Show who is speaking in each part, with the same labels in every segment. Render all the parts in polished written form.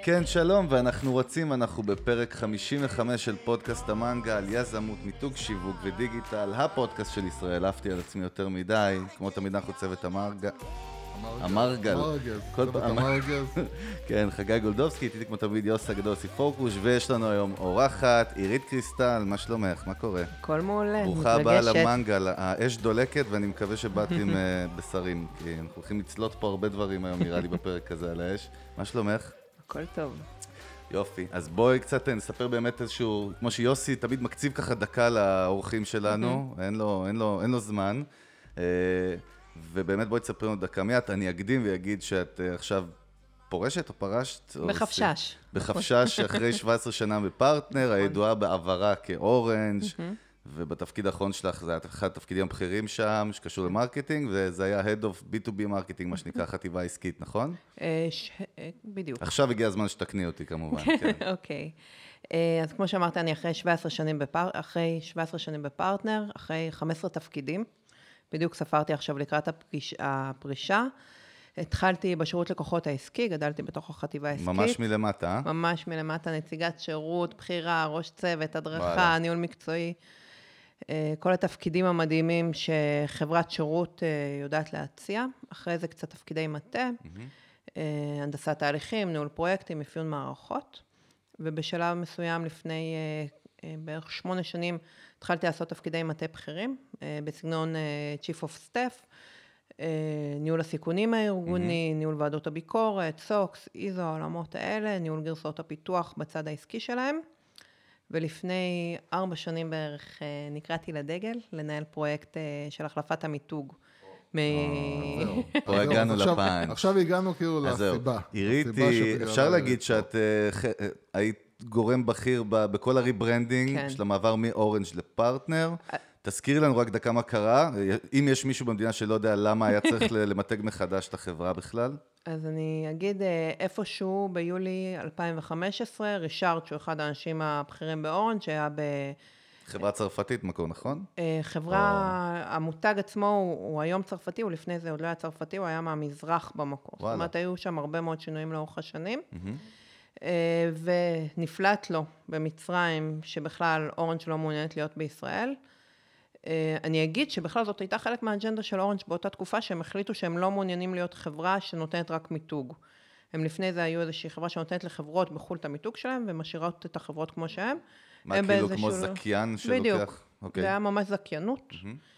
Speaker 1: כן, שלום, ואנחנו רוצים, אנחנו בפרק 55 של פודקאסט המנגה על יזמות, מיתוג, שיווק ודיגיטל, הפודקאסט של ישראל. אהבתי על עצמי יותר מדי, כמו תמיד אנחנו צוות המרגל. כן, חגי גולדובסקי, איתי כמו תמיד יוסי גדוסי פוקוש, ויש לנו היום אורחת, עירית קריסטל, מה שלומך? מה קורה?
Speaker 2: הכל מעולה,
Speaker 1: ברוכה הבאה למנגל, האש דולקת ואני מקווה שבאת עם בשרים, כי אנחנו הולכים לצלות פה הרבה דברים היום, נראה לי בפרק הזה על האש. מה שלומך?
Speaker 2: הכל טוב.
Speaker 1: יופי, אז בואי קצת נספר באמת איזשהו, כמו שיוסי תמיד מקציב ככה דקה לאורחים שלנו, אין לו זמן, ובאמת בואי תספר לנו דקה מעט, אני אקדים ויגיד שאת עכשיו פורשת או פרשת?
Speaker 2: בחפשש.
Speaker 1: בחפשש אחרי 17 שנה בפרטנר, הידועה בעברה כאורנג', ובתפקיד האחרון שלך זה היה אחד התפקידים הבכירים שם, שקשור למרקטינג, וזה היה Head of B2B מרקטינג, מה שנקרא חטיבה עסקית, נכון?
Speaker 2: בדיוק.
Speaker 1: עכשיו הגיע הזמן שתקני אותי כמובן.
Speaker 2: אוקיי. אז כמו שאמרת, אני אחרי 17 שנים בפרטנר, אחרי 15 תפקידים. בדיוק ספרתי עכשיו לקראת הפרישה. התחלתי בשירות לקוחות העסקי, גדלתי בתוך החטיבה העסקית.
Speaker 1: ממש מלמטה,
Speaker 2: ממש מלמטה, נציגת שירות, בחירה, ראש צוות, הדרכה, ניהול מקצועי. כל התפקידים המדהימים שחברת שירות יודעת להציע. אחרי זה קצת תפקידי מטה, הנדסת תהליכים, ניהול פרויקטים, אפיון מערכות. ובשלב מסוים לפני בערך 8 שנים, התחלתי לעשות תפקידי מטה בכירים, בסגנון Chief of Staff, ניהול הסיכונים הארגוני, ניהול ועדות הביקורת, סוקס, איזו, העולמות האלה, ניהול גרסאות הפיתוח בצד העסקי שלהם. ולפני 4 שנים בערך נקראתי לדגל, לנהל פרויקט של החלפת המיתוג.
Speaker 1: פה הגענו לפאנץ'.
Speaker 3: עכשיו הגענו כאילו לסיבה.
Speaker 1: עיריתי, אפשר להגיד שאת היית גורם בכיר בכל הריברנדינג של המעבר מאורנג' לפרטנר. תזכירי לנו רק דקה מה קרה, אם יש מישהו במדינה שלא יודע למה היה צריך למתג מחדש את החברה בכלל.
Speaker 2: אז אני אגיד איפשהו ביולי 2015, רישארד, שהוא אחד האנשים הבכירים באורנג' שהיה
Speaker 1: חברה צרפתית מקור, נכון?
Speaker 2: המותג עצמו הוא היום צרפתי, הוא לפני זה עוד לא היה צרפתי, הוא היה מהמזרח במקור. זאת אומרת, היו שם הרבה מאוד שינויים לאורך השנים. ונפלט לו במצרים, שבכלל אורנג' לא מעוניינת להיות בישראל. אני אגיד שבכלל זאת הייתה חלק מהאג'נדה של אורנג' באותה תקופה, שהם החליטו שהם לא מעוניינים להיות חברה שנותנת רק מיתוג. הם לפני זה היו איזושהי חברה שנותנת לחברות בחול את המיתוג שלהם, ומשאירות את החברות כמו שהם.
Speaker 1: מה, כאילו כמו זקיין שלוקח?
Speaker 2: בדיוק, זה היה ממש זקיינות.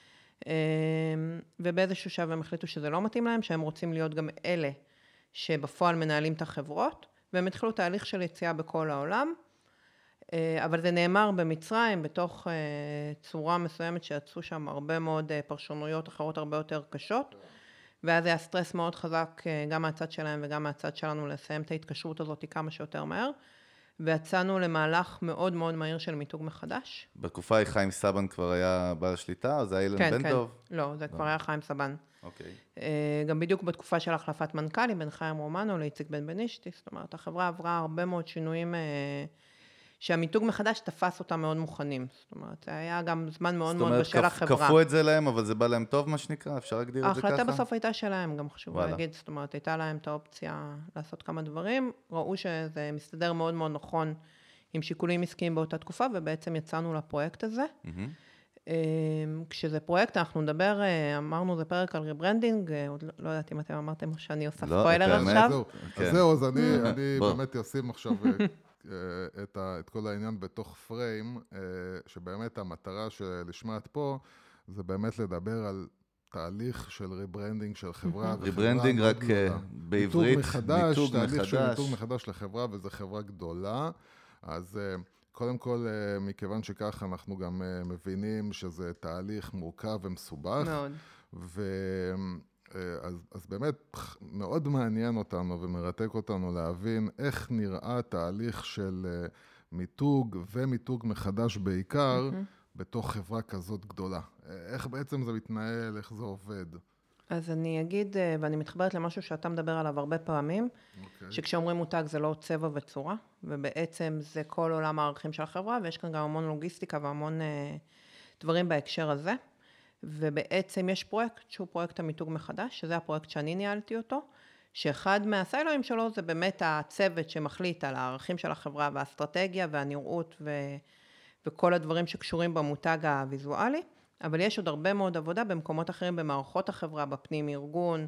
Speaker 2: ובאיזשהו שב הם החליטו שזה לא מתאים להם, שהם רוצים להיות גם אלה שבפועל מנהלים את החברות, והם התחילו תהליך של יציאה בכל העולם, אבל זה נאמר במצרים, בתוך צורה מסוימת שיצאו שם הרבה מאוד פרשנויות אחרות הרבה יותר קשות, ואז היה סטרס מאוד חזק גם מהצד שלהם וגם מהצד שלנו לסיים את ההתקשרות הזאת כמה שיותר מהר, ויצאנו למהלך מאוד מאוד מהיר של מיתוג מחדש.
Speaker 1: בתקופה היא חיים סבן כבר היה בעל השליטה, או זה היה אילן בן דוב?
Speaker 2: כן, לא, זה כבר היה חיים סבן.
Speaker 1: אוקיי.
Speaker 2: גם בדיוק בתקופה של החלפת מנכ"לים, בין חיים רומנו לאיציק בן בנישתי, זאת אומרת, החברה עברה הרבה מאוד שינויים שהמיתוג מחדש תפס אותם מאוד מוכנים. זאת אומרת, זה היה גם זמן מאוד מאוד בשל החברה.
Speaker 1: זאת אומרת, כפו את זה להם, אבל זה בא להם טוב, מה שנקרא? אפשר להגדיר את זה ככה?
Speaker 2: ההחלטה בסוף הייתה שלהם, גם חשוב להגיד. זאת אומרת, הייתה להם את האופציה לעשות כמה דברים. ראו שזה מסתדר מאוד מאוד נכון עם שיקולים עסקיים באותה תקופה, ובעצם יצאנו לפרויקט הזה. כשזה פרויקט, אנחנו נדבר, אמרנו, זה פרק על ריברנדינג, עוד לא יודעת אם אתם אמרתם שאני עושה ספוילר עכשיו.
Speaker 3: אז אני באמת אשים עכשיו את כל העניין בתוך פריים, שבאמת המטרה שלשמה את פה, זה באמת לדבר על תהליך של ריברנדינג של חברה.
Speaker 1: ריברנדינג רק בעברית,
Speaker 3: תהליך של מיתוג מחדש לחברה, וזו חברה גדולה. אז קודם כל, מכיוון שכך אנחנו גם מבינים שזה תהליך מורכב ומסובך.
Speaker 2: מאוד.
Speaker 3: אז באמת מאוד מעניין אותנו ומרתק אותנו להבין איך נראה תהליך של מיתוג ומיתוג מחדש בעיקר בתוך חברה כזאת גדולה. איך בעצם זה מתנהל, איך זה עובד?
Speaker 2: אז אני אגיד, ואני מתחברת למשהו שאתה מדבר עליו הרבה פעמים, שכשאומרים מותג זה לא צבע וצורה, ובעצם זה כל עולם הערכים של החברה, ויש כאן גם המון לוגיסטיקה והמון דברים בהקשר הזה. ובעצם יש פרויקט שהוא פרויקט המיתוג מחדש, שזה הפרויקט שאני ניהלתי אותו, שאחד מהסיילואים שלו זה באמת הצוות שמחליט על הערכים של החברה והאסטרטגיה והנראות וכל הדברים שקשורים במותג הוויזואלי, אבל יש עוד הרבה מאוד עבודה במקומות אחרים, במערכות החברה, בפנים ארגון,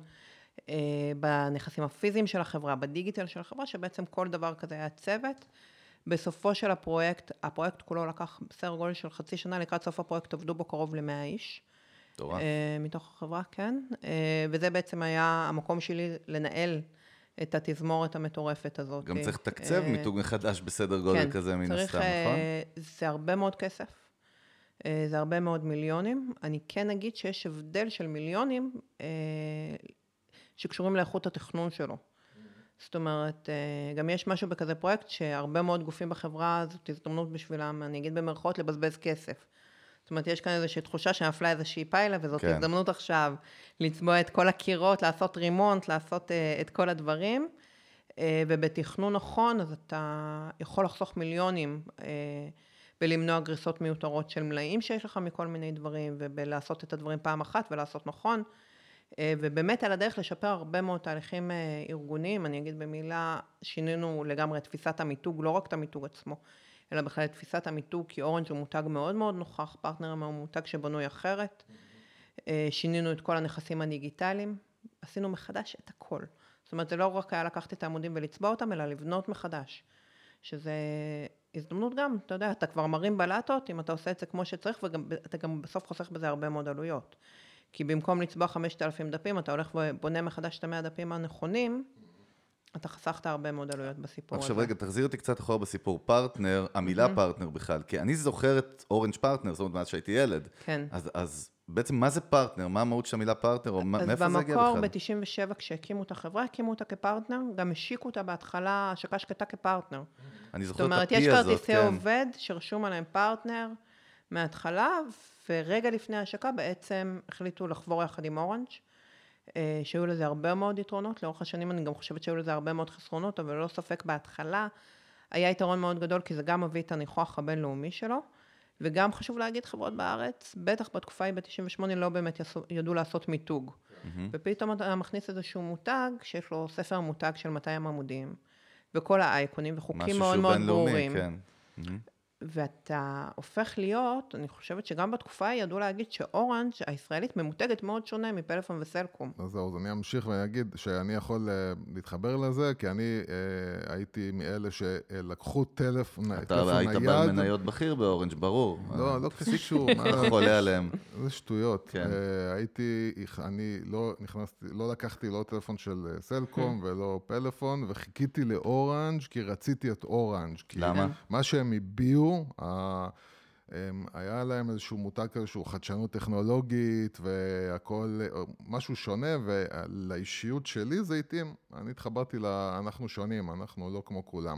Speaker 2: בנכסים הפיזיים של החברה, בדיגיטל של החברה, שבעצם כל דבר כזה היה צוות. בסופו של הפרויקט כולו לקח בסדר גודל של חצי שנה, לקראת סוף הפרויקט עבדו בו קרוב ל100 איש.
Speaker 1: טוב.
Speaker 2: מתוך החברה, כן. וזה בעצם היה המקום שלי לנהל את התזמורת המטורפת הזאת.
Speaker 1: גם צריך תקצב מיתוג מחדש בסדר גודל כזה מן הסתם, נכון?
Speaker 2: זה הרבה מאוד כסף. זה הרבה מאוד מיליונים. אני כן אגיד שיש הבדל של מיליונים שקשורים לאיכות התכנון שלו. זאת אומרת, גם יש משהו בכזה פרויקט שהרבה מאוד גופים בחברה זאת הזדמנות בשבילם, אני אגיד במרכאות, לבזבז כסף. זאת אומרת, יש כאן איזושהי תחושה שנפלה איזושהי פיילה, וזאת הזדמנות עכשיו לצבוע את כל הקירות, לעשות רימונט, לעשות את כל הדברים, ובתכנון נכון, אז אתה יכול לחסוך מיליונים ולמנוע גריסות מיותרות של מלאים שיש לך מכל מיני דברים, ולעשות את הדברים פעם אחת ולעשות נכון, ובאמת על הדרך לשפר הרבה מאוד תהליכים ארגוניים, אני אגיד במילה, שינינו לגמרי את תפיסת המיתוג, לא רק את המיתוג עצמו, אלא בכלל את תפיסת המיתוג, כי אורנג' הוא מותג מאוד מאוד נוכח, פרטנר הוא מותג שבנוי אחרת, שינינו את כל הנכסים הדיגיטליים, עשינו מחדש את הכל. זאת אומרת, זה לא רק היה לקחת את העמודים ולצבוע אותם, אלא לבנות מחדש, שזה הזדמנות גם, אתה יודע, אתה כבר מרים בלטות, אם אתה עושה את זה כמו שצריך, ואתה גם בסוף חוסך בזה הרבה מאוד עלויות. כי במקום לצבוע 5,000 דפים, אתה הולך ובונה מחדש את 100 הדפים הנכונים, אתה חסכת הרבה מאוד עלויות בסיפור הזה.
Speaker 1: עכשיו רגע, תחזיר אותי קצת אחורה בסיפור פרטנר, המילה פרטנר בכלל, כי אני זוכר את אורנג' פרטנר, זאת אומרת, מאז שהייתי ילד.
Speaker 2: כן.
Speaker 1: אז בעצם מה זה פרטנר? מה המהות של המילה פרטנר, או מאיפה זה הגיע בכלל?
Speaker 2: אז במקור, ב-97, כשהקימו את החברה, הקימו אותה כפרטנר, גם השיקו אותה בהתחלה, השקה שקטה כפרטנר.
Speaker 1: אני זוכר את הפי הזאת, כן.
Speaker 2: זאת אומרת, יש כרטיסי עובד שרשום עליהם פרטנר מההתחלה, ורגע לפני ההשקה בעצם החליטו לחבור יחד עם אורנג', שהיו לזה הרבה מאוד יתרונות, לאורך השנים אני גם חושבת שהיו לזה הרבה מאוד חסרונות, אבל לא ספק בהתחלה, היה יתרון מאוד גדול, כי זה גם מביא את הניחוח הבינלאומי שלו, וגם חשוב להגיד חברות בארץ, בטח בתקופה היא ב-98 לא באמת ידעו לעשות מיתוג. ופתאום אתה מכניס איזשהו מותג, שיש לו ספר מותג של 200 עמודים, וכל האייקונים וחוקים מאוד מאוד ברורים. משהו שהוא בינלאומי, כן. ואתה הופך להיות, אני חושבת שגם בתקופה ידעו להגיד שאורנג' הישראלית ממותגת מאוד שונה מפלאפון וסלקום.
Speaker 3: אז זהו, אז אני אמשיך ואני אגיד שאני יכול להתחבר לזה, כי אני הייתי מאלה שלקחו טלפון נייד.
Speaker 1: אתה היית בעל מניות בכיר באורנג', ברור.
Speaker 3: לא קשור.
Speaker 1: חולה עליהם.
Speaker 3: זה שטויות. אני לא לקחתי לא טלפון של סלקום ולא פלאפון, וחיכיתי לאורנג' כי רציתי את אורנג'.
Speaker 1: למה?
Speaker 3: מה שהם הביאו, היה להם איזשהו מותג כזה שהוא חדשנות טכנולוגית והכל, משהו שונה, ולאישיות שלי זה התאים. אני התחברתי אנחנו שונים, אנחנו לא כמו כולם.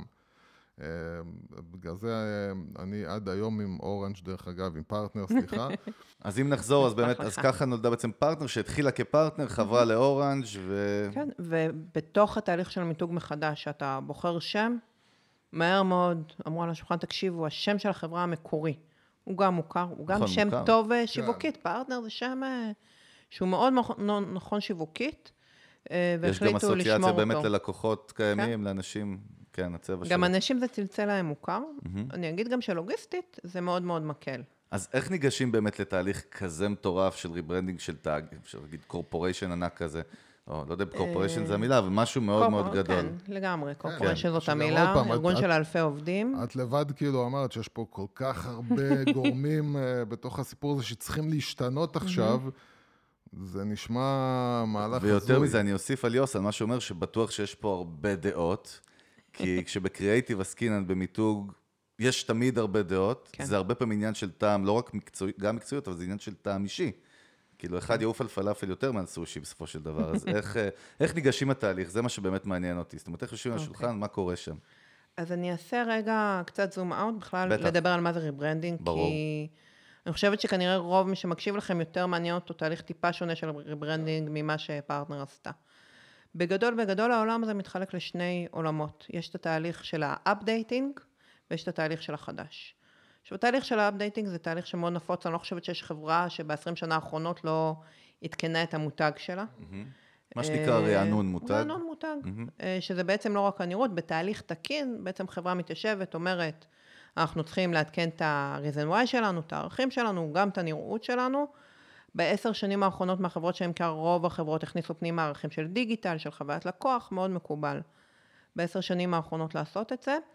Speaker 3: בגלל זה אני עד היום עם אורנג' דרך אגב, עם פרטנר, סליחה.
Speaker 1: אז אם נחזור, אז באמת, אז ככה נולדה בעצם פרטנר, שהתחילה כפרטנר, חברה לאורנג'
Speaker 2: כן, ובתוך התהליך של מיתוג מחדש, שאתה בוחר שם, מהר מאוד, אמרו על השולחן, תקשיבו, השם של החברה המקורי, הוא גם מוכר, הוא גם שם טוב שיווקית, פרטנר זה שם שהוא מאוד נכון שיווקית,
Speaker 1: יש גם אסוציאציה באמת ללקוחות קיימים, לאנשים, כן, הצבע שלו.
Speaker 2: גם אנשים זה צלצל להם מוכר, אני אגיד גם שלוגיסטית, זה מאוד מאוד מקל.
Speaker 1: אז איך ניגשים באמת לתהליך כזה מטורף של ריברנדינג של תאג, אפשר להגיד קורפוריישן ענק כזה, לא יודע אם קורפוריישן זה המילה, אבל משהו מאוד מאוד גדול.
Speaker 2: כן, לגמרי, קורפוריישן זאת המילה, ארגון של אלפי עובדים.
Speaker 3: את לבד כאילו אמרת שיש פה כל כך הרבה גורמים בתוך הסיפור הזה שצריכים להשתנות עכשיו, זה נשמע מהלך הזוי.
Speaker 1: ויותר מזה, אני אוסיף על יוס, על מה שאומר שבטוח שיש פה הרבה דעות, כי כשבקריאייטיב עסקינן במיתוג, יש תמיד הרבה דעות, זה הרבה פעמים עניין של טעם, לא רק מקצועי, גם מקצועיות, אבל זה עניין של טעם אישי. כאילו, אחד יעוף על פלאפל יותר מהסושי בסופו של דבר, אז איך ניגשים התהליך? זה מה שבאמת מעניין אותי. זאת אומרת, איך יושבים על השולחן, מה קורה שם?
Speaker 2: אז אני אעשה רגע קצת זום אאוט, בכלל לדבר על מה זה ריברנדינג, כי אני חושבת שכנראה רוב מי שמקשיב לכם יותר מעניין אותו תהליך טיפה שונה של ריברנדינג ממה שפרטנר עשתה. בגדול העולם הזה מתחלק לשני עולמות. יש את התהליך של האפדייטינג, ויש את התהליך של החדש. עכשיו, התהליך של האפדייטינג זה תהליך שמאוד נפוץ, אני לא חושבת שיש חברה שב-20 שנה האחרונות לא התקנה את המותג שלה.
Speaker 1: מה שנקרא רענון מותג.
Speaker 2: רענון מותג, שזה בעצם לא רק הנראות, בתהליך תקין, בעצם חברה מתיישבת, אומרת, אנחנו צריכים לעדכן את ה-reason why שלנו, את הערכים שלנו, גם את הנראות שלנו. ב10 שנים האחרונות מהחברות שהן רוב החברות הכניסו פנימה ערכים של דיגיטל, של חוויית לקוח, מאוד מקובל. ב10 שנים האחרונות לעשות את זה.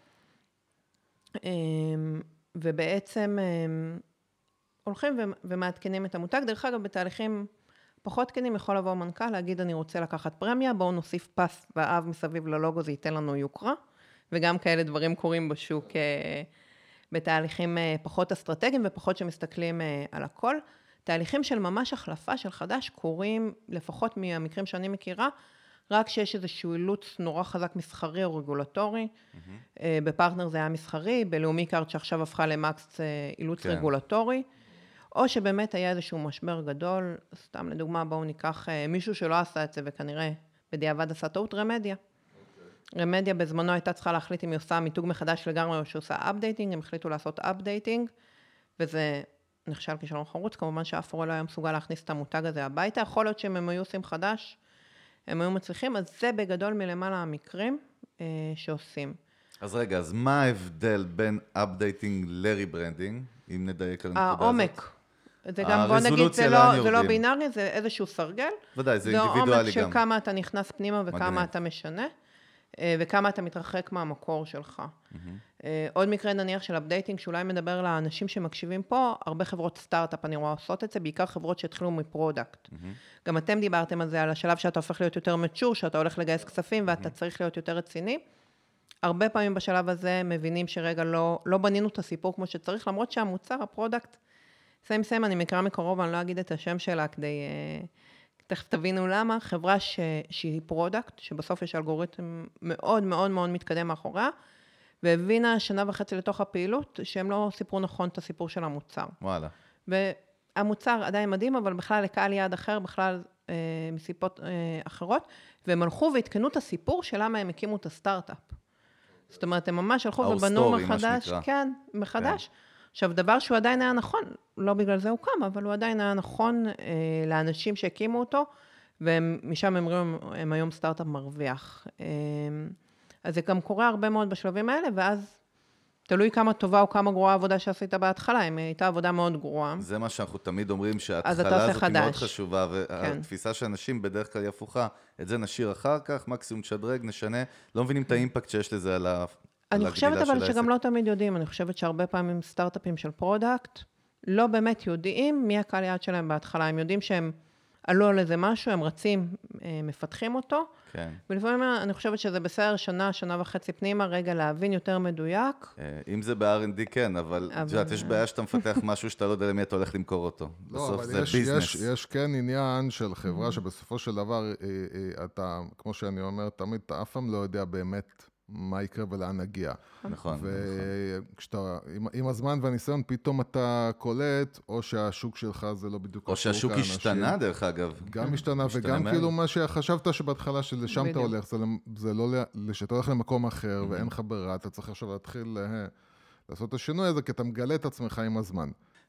Speaker 2: ובעצם הולכים ומעדכנים את המותג. דרך אגב, בתהליכים פחות תקנים יכול לבוא מנכ"ל, להגיד אני רוצה לקחת פרמיה, בואו נוסיף פס ואב מסביב ללוגו, זה ייתן לנו יוקרה. וגם כאלה דברים קורים בשוק בתהליכים פחות אסטרטגיים ופחות שמסתכלים על הכל. תהליכים של ממש החלפה של חדש קורים, לפחות מהמקרים שאני מכירה, רק שיש איזשהו אילוץ נורא חזק מסחרי או רגולטורי. בפרטנר זה היה מסחרי, בלאומי קארד שעכשיו הפכה למקס אילוץ רגולטורי, או שבאמת היה איזשהו משבר גדול, סתם לדוגמה בואו ניקח מישהו שלא עשה את זה וכנראה בדיעבד עשה טעות, רמדיה. רמדיה בזמנו הייתה צריכה להחליט אם היא עושה מיתוג מחדש לגמרי או שעושה אפדייטינג, הם החליטו לעשות אפדייטינג, וזה נכשל כישלון חרוץ, כמובן שאף הורה לא היה מסוגל להכניס את המותג הזה הביתה, יכול להיות שאם הם היו עושים חדש, הם היו מצליחים, אז זה בגדול מלמעלה המקרים שעושים.
Speaker 1: אז רגע, אז מה ההבדל בין אפדייטינג לריברנדינג, אם נדייק על הנקודה הזאת?
Speaker 2: העומק. זה גם, בוא נגיד, זה לא בינארי, זה איזשהו סרגל.
Speaker 1: ודאי, זה אינדיבידואלי גם.
Speaker 2: זה העומק של כמה אתה נכנס פנימה וכמה אתה משנה, וכמה אתה מתרחק מהמקור שלך. עוד מקרה נניח של אפדייטינג, שאולי מדבר לאנשים שמקשיבים פה, הרבה חברות סטארט-אפ אני רואה עושות את זה, בעיקר חברות שהתחילו מפרודקט. גם אתם דיברתם על זה, על השלב שאתה הופך להיות יותר מצ'ור, שאתה הולך לגייס כספים ואתה צריך להיות יותר רציני. הרבה פעמים בשלב הזה מבינים שרגע לא בנינו את הסיפור כמו שצריך, למרות שהמוצר, הפרודקט, סיים, אני מכירה מקרוב, אני לא אגיד את השם שלה כדי, תכף תבינו למה, חברה שהיא פרודקט, שבסוף יש אלגוריתם מאוד מאוד מאוד מתקדם מאחוריה, והבינה 1.5 שנה לתוך הפעילות, שהם לא סיפרו נכון את הסיפור של המוצר.
Speaker 1: וואלה.
Speaker 2: והמוצר עדיין מדהים, אבל בכלל לקהל יעד אחר, בכלל מסיבות אחרות, והם הלכו והתקנו את הסיפור של למה הם הקימו את הסטארט-אפ. זאת אומרת, הם ממש הלכו ובנו מחדש, כן, מחדש. עכשיו, דבר שהוא עדיין היה נכון, לא בגלל זה הוא קם, אבל הוא עדיין היה נכון לאנשים שהקימו אותו, ומשם הם היום סטארט-אפ מרוויח. אז זה גם קורה הרבה מאוד בשלבים האלה, ואז תלוי כמה טובה או כמה גרועה העבודה שעשית בהתחלה, אם הייתה עבודה מאוד גרועה.
Speaker 1: זה מה שאנחנו תמיד אומרים, שההתחלה הזאת היא מאוד חשובה, והתפיסה שאנשים בדרך כלל היא הפוכה, את זה נשאיר אחר כך, מקסימום תשדרג, נשנה, לא מבינים את האימפקט שיש לזה על הגדילה של העסק.
Speaker 2: אני חושבת אבל שגם לא תמיד יודעים, אני חושבת שהרבה פעמים סטארט-אפים של פרודקט, לא באמת יודעים מי הקהל יעד שלהם בהתחלה, הם יודעים שהם עלו על איזה משהו, הם רצים, מפתחים אותו,
Speaker 1: כן.
Speaker 2: ולפעמים אני חושבת שזה בסדר שנה וחצי פנימה, רגע להבין יותר מדויק.
Speaker 1: אם זה ב-R&D כן, אבל יש בעיה שאתה מפתח משהו שאתה לא יודע למי אתה הולך למכור אותו. בסוף זה ביזנס.
Speaker 3: יש כן עניין של חברה שבסופו של דבר, אתה, כמו שאני אומר, תמיד אתה אף פעם לא יודע באמת מה יקרה ולאן נגיע.
Speaker 1: נכון.
Speaker 3: וכשאתה, עם הזמן והניסיון, פתאום אתה קולט, או שהשוק שלך זה לא בדיוק...
Speaker 1: או שהשוק השתנה, דרך אגב.
Speaker 3: גם השתנה, וגם כאילו מה שחשבת שבהתחלה שלשם אתה הולך, זה לא שאתה הולך למקום אחר, ואין לך ברירה, אתה צריך עכשיו להתחיל לעשות את השינוי הזה, כי אתה מגלה את עצמך עם הזמן.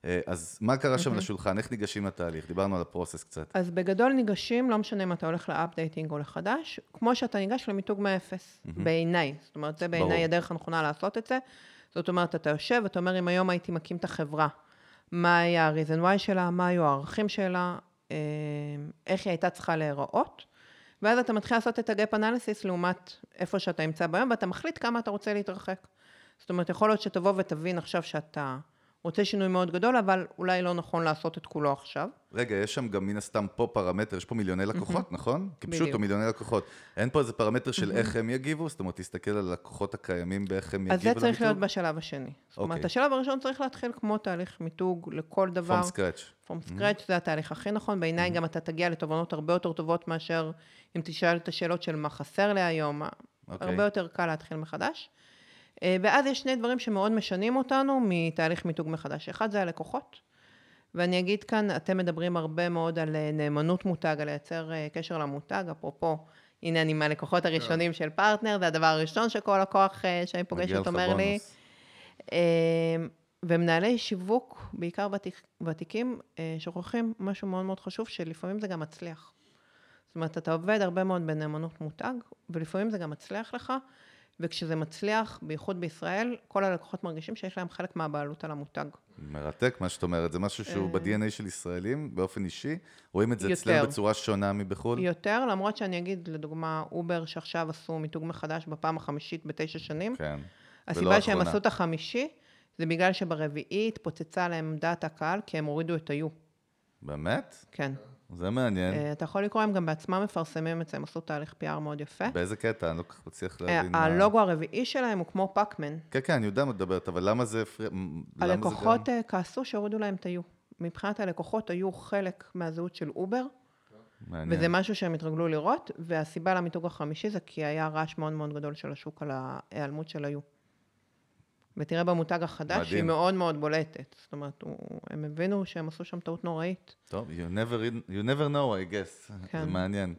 Speaker 1: אז מה קרה שם לשולחן? איך ניגשים לתהליך? דיברנו על הפרוסס קצת.
Speaker 2: אז בגדול ניגשים, לא משנה אם אתה הולך לאפדייטינג או לחדש, כמו שאתה ניגש למיתוג מאפס, בעיניי. זאת אומרת, זה בעיניי הדרך הנכונה לעשות את זה. זאת אומרת, אתה יושב, אתה אומר, אם היום הייתי מקים את החברה, מה היה ה-reason why שלה, מה היו הערכים שלה, איך היא הייתה צריכה להיראות, ואז אתה מתחיל לעשות את ה-gap analysis לעומת איפה שאתה נמצא ביום, ואתה מחליט כמה אתה רוצה להתרחק. זאת אומרת, יכול להיות שתבוא ותבין עכשיו שאתה רוצה שינוי מאוד גדול, אבל אולי לא נכון לעשות את כולו עכשיו.
Speaker 1: רגע, יש שם גם מן הסתם פה פרמטר, יש פה מיליוני לקוחות, נכון? כי פשוט הוא מיליוני לקוחות. אין פה איזה פרמטר של איך הם יגיבו, זאת אומרת, תסתכל על הלקוחות הקיימים, באיך הם יגיבו למיתוג.
Speaker 2: אז זה צריך להיות בשלב השני. זאת אומרת, השלב הראשון צריך להתחיל כמו תהליך מיתוג לכל דבר.
Speaker 1: From scratch.
Speaker 2: From scratch, זה התהליך הכי נכון. בעיניי גם אתה תגיע לתובנות הרבה יותר טובות מאשר אם תשאל את השאלות של מה חסר לי היום, הרבה יותר קל להתחיל מחדש. ואז יש שני דברים שמאוד משנים אותנו מתהליך מיתוג מחדש. אחד זה הלקוחות, ואני אגיד כאן, אתם מדברים הרבה מאוד על נאמנות מותג, על לייצר קשר למותג, אפרופו, הנה אני מהלקוחות הראשונים של פרטנר, זה הדבר הראשון שכל לקוח שאני פוגשת אומר לי. ומנהלי שיווק, בעיקר ותיקים, שוכחים משהו מאוד מאוד חשוב, שלפעמים זה גם מצליח. זאת אומרת, אתה עובד הרבה מאוד בנאמנות מותג, ולפעמים זה גם מצליח לך, וכשזה מצליח, בייחוד בישראל, כל הלקוחות מרגישים שיש להם חלק מהבעלות על המותג.
Speaker 1: מרתק, מה שאת אומרת, זה משהו שהוא ב-DNA של ישראלים, באופן אישי, רואים את זה אצלנו בצורה שונה מבחול?
Speaker 2: יותר, למרות שאני אגיד, לדוגמה, אובר שעכשיו עשו מיתוג מחדש בפעם החמישית ב9 שנים,
Speaker 1: כן,
Speaker 2: הסיבה שהם עשו את החמישי, זה בגלל שברביעי התפוצצה להם דעת הקהל, כי הם הורידו את היו.
Speaker 1: באמת?
Speaker 2: כן.
Speaker 1: זה מעניין.
Speaker 2: אתה יכול לקרוא, הם גם בעצמם מפרסמים את זה, הם עשו תהליך PR מאוד יפה.
Speaker 1: באיזה קטע? אני לא כל כך מצליח להבין.
Speaker 2: הלוגו הרביעי שלהם הוא כמו פאקמן.
Speaker 1: כן, כן, אני יודע מה מדברת, אבל למה זה הפריע?
Speaker 2: הלקוחות כעסו שהורידו להם את היו. מבחינת הלקוחות היו חלק מהזהות של אובר, וזה משהו שהם התרגלו לראות, והסיבה למיתוג החמישי זה כי היה רעש מאוד מאוד גדול של השוק על ההיעלמות של היו. ותראה במותג החדש, שהיא מאוד מאוד בולטת. זאת אומרת, הם הבינו שהם עשו שם טעות נוראית.
Speaker 1: טוב, you never know, I guess. זה מעניין.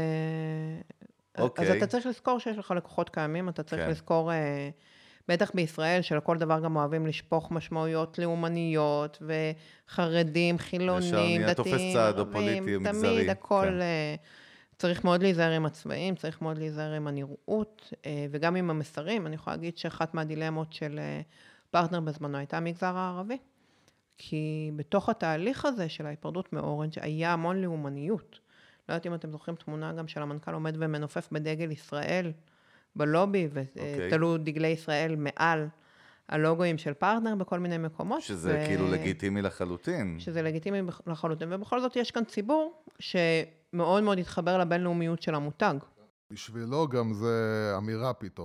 Speaker 2: אז אתה צריך לזכור שיש לך לקוחות קיימים, אתה צריך לזכור, בטח בישראל, שלכל דבר גם אוהבים לשפוך משמעויות לאומניות, וחרדים, חילונים, דתיים, ערבים, תמיד הכל... צריך מאוד להיזהר עם הצבעים, צריך מאוד להיזהר עם הנראות, וגם עם המסרים. אני יכולה להגיד שאחת מהדילמות של פרטנר בזמנו הייתה המגזר הערבי. כי בתוך התהליך הזה של ההיפרדות מאורנג' היה המון לאומניות. לא יודעת אם אתם זוכרים תמונה גם של המנכ"ל עומד ומנופף בדגל ישראל בלובי, ותלו דגלי ישראל מעל הלוגויים של פרטנר בכל מיני מקומות.
Speaker 1: שזה כאילו לגיטימי לחלוטין.
Speaker 2: שזה לגיטימי לחלוטין, ובכל זאת יש כאן ציבור שמאוד מאוד התחבר לבינלאומיות של המותג.
Speaker 3: בשבילו גם זה אמירה פתאום.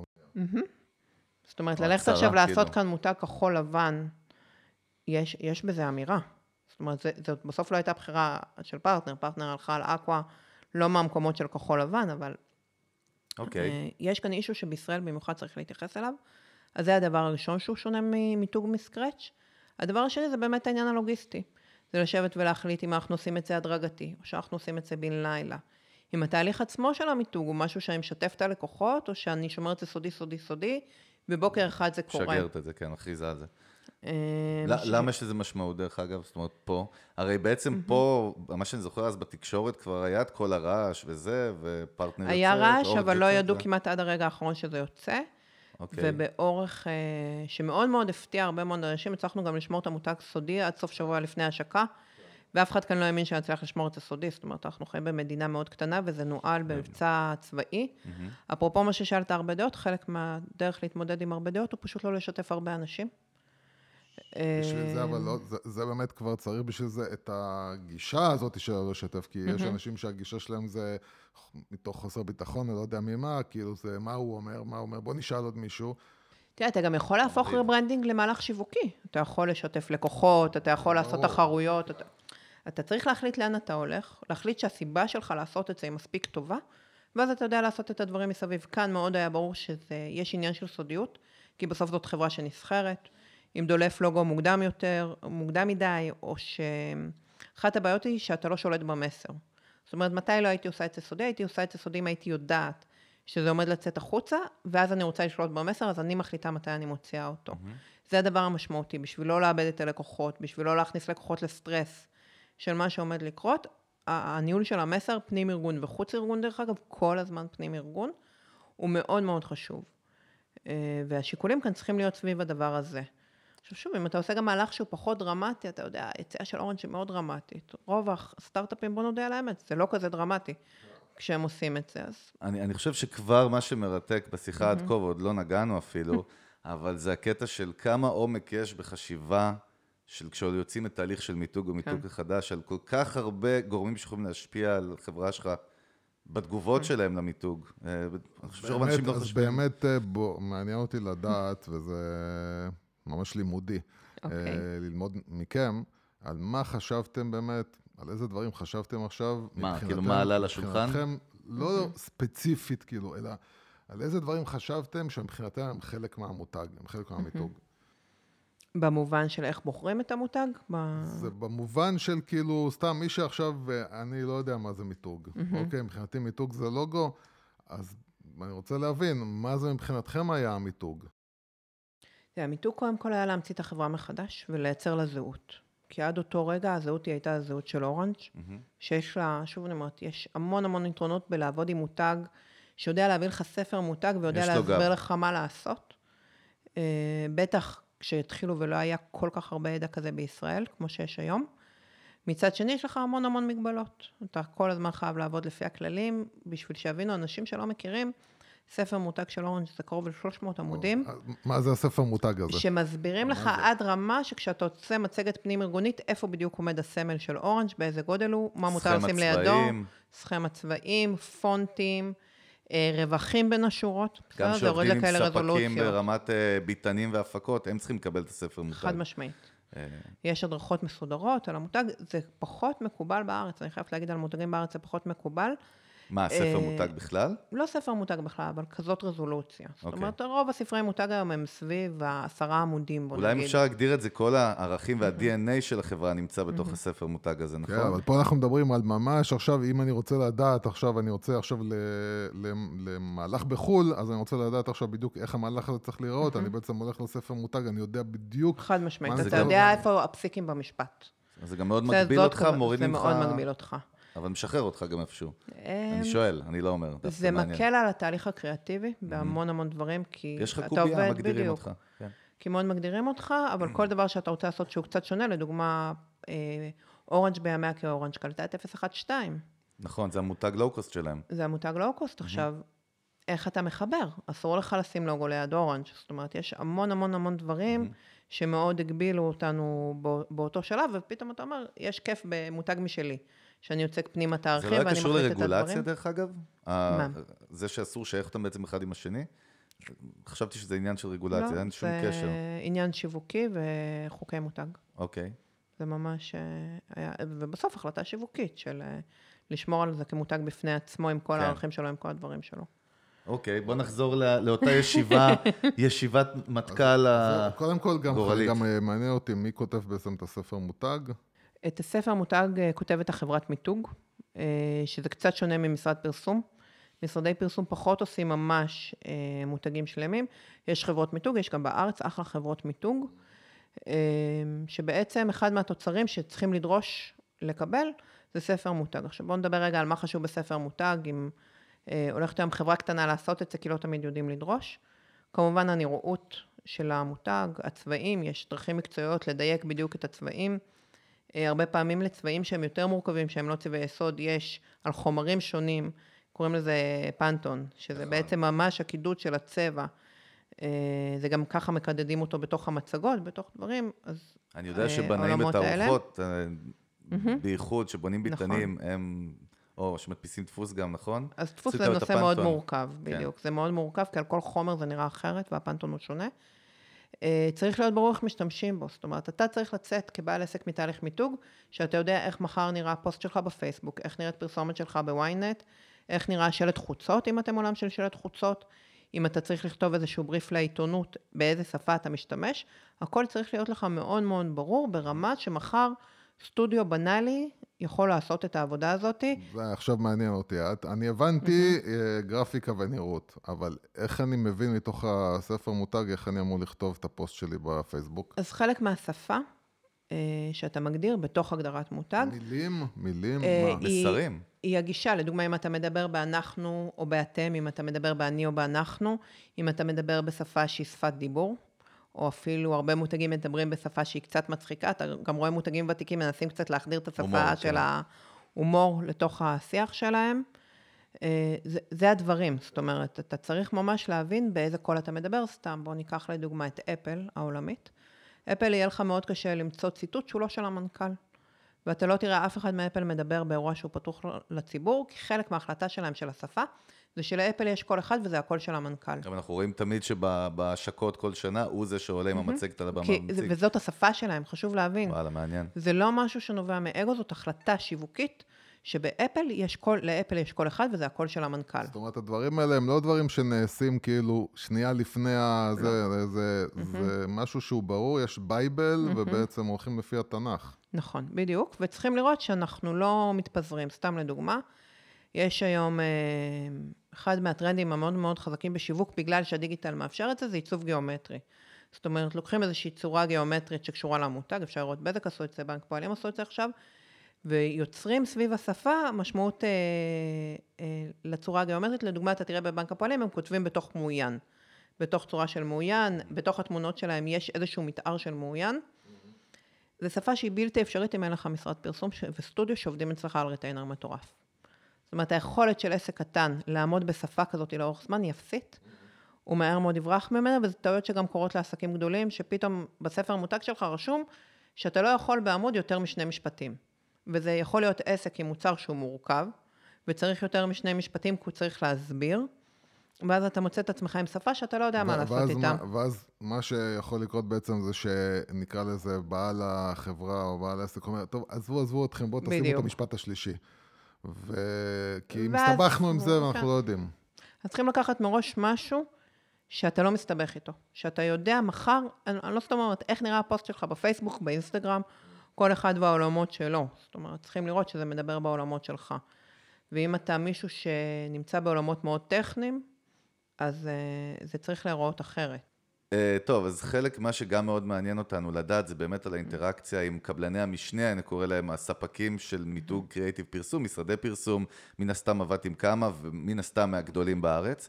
Speaker 2: זאת אומרת, ללכת עכשיו לעשות כאן מותג כחול לבן, יש בזה אמירה. זאת אומרת, זאת בסוף לא הייתה בחירה של פרטנר, פרטנר הלכה על אקווה, לא מהמקומות של כחול לבן, אבל יש כאן אישו שבישראל במיוחד צריך להתייחס אליו, אז זה הדבר הראשון שהוא שונה ממיתוג מסקרץ'. הדבר השני זה באמת העניין הלוגיסטי. זה לשבת ולהחליט אם אנחנו עושים את זה הדרגתי, או שאנחנו עושים את זה בן לילה. אם התהליך עצמו של המיתוג הוא משהו שאני משתף את הלקוחות, או שאני שומר את זה סודי, ובוקר אחד זה קורה.
Speaker 1: שגרת את זה, כן, הכריזה על זה. למה יש לזה משמעות דרך אגב? זאת אומרת, פה, הרי בעצם פה, מה שאני זוכר אז בתקשורת כבר היה את כל הרעש וזה, ופרטנר יוצא.
Speaker 2: היה רעש, אבל לא ידעו כמעט עד הרגע האחרון שזה יוצא. ובאורך שמאוד מאוד הפתיע הרבה מאוד אנשים, הצלחנו גם לשמור את המותג סודי עד סוף שבוע לפני השקה, ואף אחד כאן לא האמין שנצליח לשמור את זה סודי, זאת אומרת, אנחנו חיים במדינה מאוד קטנה, וזה נועל במבצע צבאי. אפרופו מה ששאלת הרבה דעות, חלק מהדרך להתמודד עם הרבה דעות, הוא פשוט לא לשתף הרבה אנשים.
Speaker 3: בשביל זה, אבל לא, זה באמת כבר צריך בשביל זה את הגישה הזאת של לא לשתף, כי יש אנשים שהגישה שלהם זה מתוך חוסר ביטחון, אני לא יודע ממה, כאילו זה מה הוא אומר, בוא נשאל עוד מישהו.
Speaker 2: תראה, אתה גם יכול להפוך רברנדינג למהלך שיווקי, אתה יכול לשתף לקוחות, אתה יכול לעשות תחרויות, אתה צריך להחליט לאן אתה הולך, להחליט שהסיבה שלך לעשות את זה היא מספיק טובה, ואז אתה יודע לעשות את הדברים מסביב. כאן מאוד היה ברור שיש עניין של סודיות, כי בסוף זאת חברה שנסחרת, אם דולף לוגו מוקדם יותר, מוקדם מדי, או שאחת הבעיות היא שאתה לא שולט במסר. זאת אומרת, מתי לא הייתי עושה את זה סודי? הייתי עושה את זה סודי אם הייתי יודעת שזה עומד לצאת החוצה, ואז אני רוצה לשלוט במסר, אז אני מחליטה מתי אני מוציאה אותו. זה הדבר המשמעותי, בשביל לא לאבד את הלקוחות, בשביל לא להכניס לקוחות לסטרס של מה שעומד לקרות, הניהול של המסר, פנים ארגון וחוץ ארגון, דרך אגב, כל הזמן פנים ארגון, הוא מאוד מאוד חשוב. והשיקולים כאן צריכים להיות סביב הדבר הזה. עכשיו שוב, אם אתה עושה גם מהלך שהוא פחות דרמטי, אתה יודע, היציאה של אורנג' היא מאוד דרמטית. רוב הסטארט-אפים, בוא נודה על האמת, זה לא כזה דרמטי כשהם עושים את זה.
Speaker 1: אני חושב שכבר מה שמרתק בשיחה עד כה, ועוד לא נגענו אפילו, אבל זה הקטע של כמה עומק יש בחשיבה, של כשיוצאים את תהליך של מיתוג או מיתוג חדש, על כל כך הרבה גורמים שיכולים להשפיע על חברה שלך, בתגובות שלהם למיתוג.
Speaker 3: אז באמת מעניין אותי לדעת, וזה ממש לימודי, ללמוד מכם, על מה חשבתם באמת, על איזה דברים חשבתם עכשיו,
Speaker 1: מה, כאילו מה עלה לשולחן?
Speaker 3: לא ספציפית, כאילו, אלא על איזה דברים חשבתם שמבחינתם הם חלק מהמותג, הם חלק מהמיתוג.
Speaker 2: במובן של איך בוחרים את המותג?
Speaker 3: זה במובן של כאילו, סתם מי שעכשיו, אני לא יודע מה זה מיתוג. אוקיי, מבחינתי מיתוג זה לוגו, אז אני רוצה להבין, מה זה מבחינתכם היה המיתוג?
Speaker 2: המיתוג קודם כל היה להמציא את החברה מחדש ולייצר לה זהות. כי עד אותו רגע הזהות היא הייתה הזהות של אורנג', שיש לה, שוב אני אומרת, יש המון המון יתרונות בלעבוד עם מותג, שיודע להביא לך ספר מותג ויודע להסבר לך מה לעשות. בטח כשהתחילו ולא היה כל כך הרבה ידע כזה בישראל, כמו שיש היום. מצד שני, יש לך המון המון מגבלות. אתה כל הזמן חייב לעבוד לפי הכללים, בשביל שיבינו אנשים שלא מכירים, ספר מותג של אורנג' זה קרוב ל-300 עמודים.
Speaker 3: מה זה הספר מותג הזה?
Speaker 2: שמסבירים לך עד רמה שכשאתה עושה מצגת פנים ארגונית, איפה בדיוק עומד הסמל של אורנג', באיזה גודל הוא, מה מותר לשים לידו, סכם הצבעים, פונטים, רווחים בין השורות.
Speaker 1: גם שעובדים עם ספקים ברמת ביטנים והפקות, הם צריכים לקבל את הספר מותג.
Speaker 2: חד משמעית. יש הדרכות מסודרות על המותג, זה פחות מקובל בארץ, אני חייבת להגיד על מותגים בארץ, זה פחות מקובל.
Speaker 1: מה, ספר מותג בכלל?
Speaker 2: לא ספר מותג בכלל, אבל כזאת רזולוציה. זאת אומרת, רוב הספרי מותג היום הם סביב 10 עמודים, בוא נגיד.
Speaker 1: אולי אפשר להגדיר את זה, כל הערכים וה-DNA של החברה נמצא בתוך הספר מותג הזה, נכון?
Speaker 3: כן, אבל פה אנחנו מדברים על ממש, עכשיו, אם אני רוצה לדעת, עכשיו אני רוצה עכשיו למהלך בחול, אז אני רוצה לדעת עכשיו בדיוק איך המהלך הזה צריך להיראות, אני בעצם הולך לספר מותג, אני יודע בדיוק...
Speaker 2: חד משמעית, אתה יודע איפה הפסיקים במשפט.
Speaker 1: זה גם מאוד מגביל אותך, מוריד ממך...
Speaker 2: זה מאוד מגביל אותך.
Speaker 1: אבל משחרר אותך גם איפשהו. אני שואל, אני לא אומר.
Speaker 2: זה מקל על התהליך הקריאטיבי, בהמון המון דברים, כי
Speaker 1: יש לך קובייה, מגדירים אותך.
Speaker 2: כי מאוד מגדירים אותך, אבל כל דבר שאתה רוצה לעשות שהוא קצת שונה, לדוגמה, אורנג' בימיה כאורנג' קלטה את 012.
Speaker 1: נכון, זה המותג לואו-קוסט שלהם.
Speaker 2: זה המותג לואו-קוסט. עכשיו, איך אתה מחבר? אסור לך לשים לוגו ליד אורנג'. זאת אומרת, יש המון המון המון דברים שמאוד הגבילו אותנו באותו שלב, ופתאום אתה אומר, יש כיף במותג משלי. שאני יוצק פנימה את הערכים, ואני מחליט את הדברים.
Speaker 1: זה לא קשור לרגולציה, דרך אגב? מה? זה שאסור שייך אותם בעצם אחד עם השני? חשבתי שזה עניין של רגולציה, אין שום קשר.
Speaker 2: לא, זה עניין שיווקי וחוקי מותג.
Speaker 1: אוקיי.
Speaker 2: זה ממש היה, ובסוף החלטה שיווקית של לשמור על זה כמותג בפני עצמו, עם כל הערכים שלו, עם כל הדברים שלו.
Speaker 1: אוקיי, בוא נחזור לאותה ישיבת מטכ"ל הגורלית.
Speaker 3: קודם כל, גם מעניין אותי מי כותב בעצם את הספר מותג.
Speaker 2: את הספר מותג כותבת החברת מיתוג, שזה קצת שונה ממשרד פרסום. משרדי פרסום פחות עושים ממש מותגים שלמים. יש חברות מיתוג, יש גם בארץ אחלה חברות מיתוג, שבעצם אחד מהתוצרים שצריכים לדרוש לקבל, זה ספר מותג. עכשיו בואו נדבר רגע על מה חשוב בספר מותג, אם הולכת היום חברה קטנה לעשות את זה, כי לא תמיד יודעים לדרוש. כמובן הנראות של המותג, הצבעים, יש דרכים מקצועיות לדייק בדיוק את הצבעים, הרבה פעמים לצבעים שהם יותר מורכבים, שהם לא צבעי יסוד, יש על חומרים שונים, קוראים לזה פנטון, שזה בעצם ממש הקידוד של הצבע. זה גם ככה מקדדים אותו בתוך המצגות, בתוך דברים, אז
Speaker 1: אני יודע שבנאים את הארוחות, בייחוד שבונים ביטנים, הם, או שמדפיסים דפוס גם, נכון?
Speaker 2: אז דפוס זה נושא מאוד מורכב, בדיוק. זה מאוד מורכב, כי על כל חומר זה נראה אחרת, והפנטון הוא שונה. צריך להיות ברור איך משתמשים בו, זאת אומרת, אתה צריך לצאת כבעל עסק מתהליך מיתוג, שאתה יודע איך מחר נראה הפוסט שלך בפייסבוק, איך נראית פרסומת שלך בוויינט, איך נראה שלט חוצות, אם אתם עולם של שלט חוצות, אם אתה צריך לכתוב איזשהו בריף לעיתונות, באיזה שפה אתה משתמש, הכל צריך להיות לך מאוד מאוד ברור, ברמה שמחר סטודיו בנאלי יכול לעשות את העבודה הזאת.
Speaker 3: זה עכשיו מעניין אותי. אני הבנתי גרפיקה ונראות, אבל איך אני מבין מתוך הספר מותג, איך אני אמור לכתוב את הפוסט שלי בפייסבוק?
Speaker 2: אז חלק מהשפה שאתה מגדיר בתוך הגדרת מותג.
Speaker 3: מילים,
Speaker 1: מסרים.
Speaker 2: היא הגישה, לדוגמה, אם אתה מדבר באנחנו או באתם, אם אתה מדבר באני או באנחנו, אם אתה מדבר בשפה שהיא שפת דיבור, או אפילו הרבה מותגים מדברים בשפה שהיא קצת מצחיקה, אתה גם רואה מותגים ותיקים מנסים קצת להחדיר את השפה של ההומור לתוך השיח שלהם. זה הדברים, זאת אומרת, אתה צריך ממש להבין באיזה קול אתה מדבר, סתם בוא ניקח לדוגמה את אפל העולמית. אפל יהיה לך מאוד קשה למצוא ציטוט שהוא לא של המנכ"ל. ואתה לא תראה אף אחד מאפל מדבר באירוע שהוא פתוח לציבור, כי חלק מההחלטה שלהם של השפה, זה שלאפל יש קול אחד וזה הקול של המנכ"ל.
Speaker 1: גם אנחנו רואים תמיד שבהשקות כל שנה, הוא זה שעולה עם המצגת על הבמה המציג.
Speaker 2: וזאת השפה שלהם, חשוב להבין.
Speaker 1: וואלה, מעניין.
Speaker 2: זה לא משהו שנובע מאגו, זאת החלטה שיווקית, שבאפל לאפל יש קול אחד וזה הקול של המנכ"ל.
Speaker 3: זאת אומרת, הדברים האלה הם לא דברים שנעשים כאילו שנייה לפני זה משהו שהוא ברור, יש בייבל ובעצם הולכים לפי התנ"ך.
Speaker 2: נכון, בדיוק, וצריכים לראות שאנחנו לא מתפזרים, סתם לדוגמה, יש היום אחד מהטרנדים המאוד מאוד חזקים בשיווק, בגלל שהדיגיטל מאפשר את זה, זה עיצוב גיאומטרי. זאת אומרת, לוקחים איזושהי צורה גיאומטרית שקשורה למותג, אפשר לראות בזק עשו את זה, בנק פועלים עשו את זה עכשיו, ויוצרים סביב השפה משמעות לצורה הגיאומטרית. לדוגמה, אתה תראה בבנק הפועלים, הם כותבים בתוך מעוין. בתוך צורה של מעוין, בתוך התמונות שלהם יש איזשהו מתאר של מעוין. זו שפה שהיא בלתי אפשרית אם אין לך משרד פרסום וסטודיו שעובדים אצלך על ריטיינר מטורף. זאת אומרת, היכולת של עסק קטן לעמוד בשפה כזאת לאורך זמן היא אפסית, הוא מהר מאוד יברח ממנה, וזה טעויות שגם קורות לעסקים גדולים, שפתאום בספר המותג שלך רשום שאתה לא יכול בעמוד יותר משני משפטים. וזה יכול להיות עסק עם מוצר שהוא מורכב, וצריך יותר משני משפטים, כי הוא צריך להסביר, ואז אתה מוצא את עצמך עם שפה שאתה לא יודע מה לעשות איתה.
Speaker 3: ואז מה שיכול לקרות בעצם זה שנקרא לזה בעל החברה או בעל העסק, אומר, טוב, עזבו אתכם, בואו תשימו את המשפט השלישי. כי מסתבכנו עם זה ואנחנו לא יודעים.
Speaker 2: אז צריכים לקחת מראש משהו שאתה לא מסתבך איתו. שאתה יודע מחר, אני לא סתם אומרת, איך נראה הפוסט שלך בפייסבוק, באינסטגרם, כל אחד והעולמות שלו. זאת אומרת, צריכים לראות שזה מדבר בעולמות שלך. ואם אתה מישהו שנמצא בעולמות מאוד טכניים, אז זה צריך להיראות אחרת.
Speaker 1: טוב, אז חלק מה שגם מאוד מעניין אותנו לדעת, זה באמת על האינטראקציה עם קבלני המשנה, אני קורא להם הספקים של מיתוג קריאיטיב פרסום, משרדי פרסום, מן הסתם עבדתי עם כמה, ומן הסתם מהגדולים בארץ,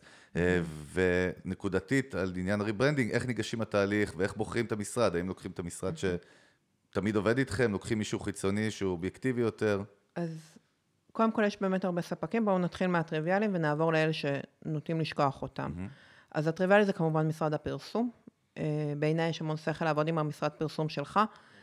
Speaker 1: ונקודתית על עניין הריברנדינג, איך ניגשים התהליך, ואיך בוחרים את המשרד, האם לוקחים את המשרד שתמיד עובד איתכם, לוקחים מישהו חיצוני שהוא אובייקטיבי יותר?
Speaker 2: אז קודם כל יש באמת הרבה ספקים, בואו נתחיל מהטריוויאליים ונעבור לאלה שנוטים לשכוח אותם. אז הטריוויאלי זה כמובן משרד הפרסום. בעיניי יש המון שכל לעבוד עם המשרד פרסום שלך,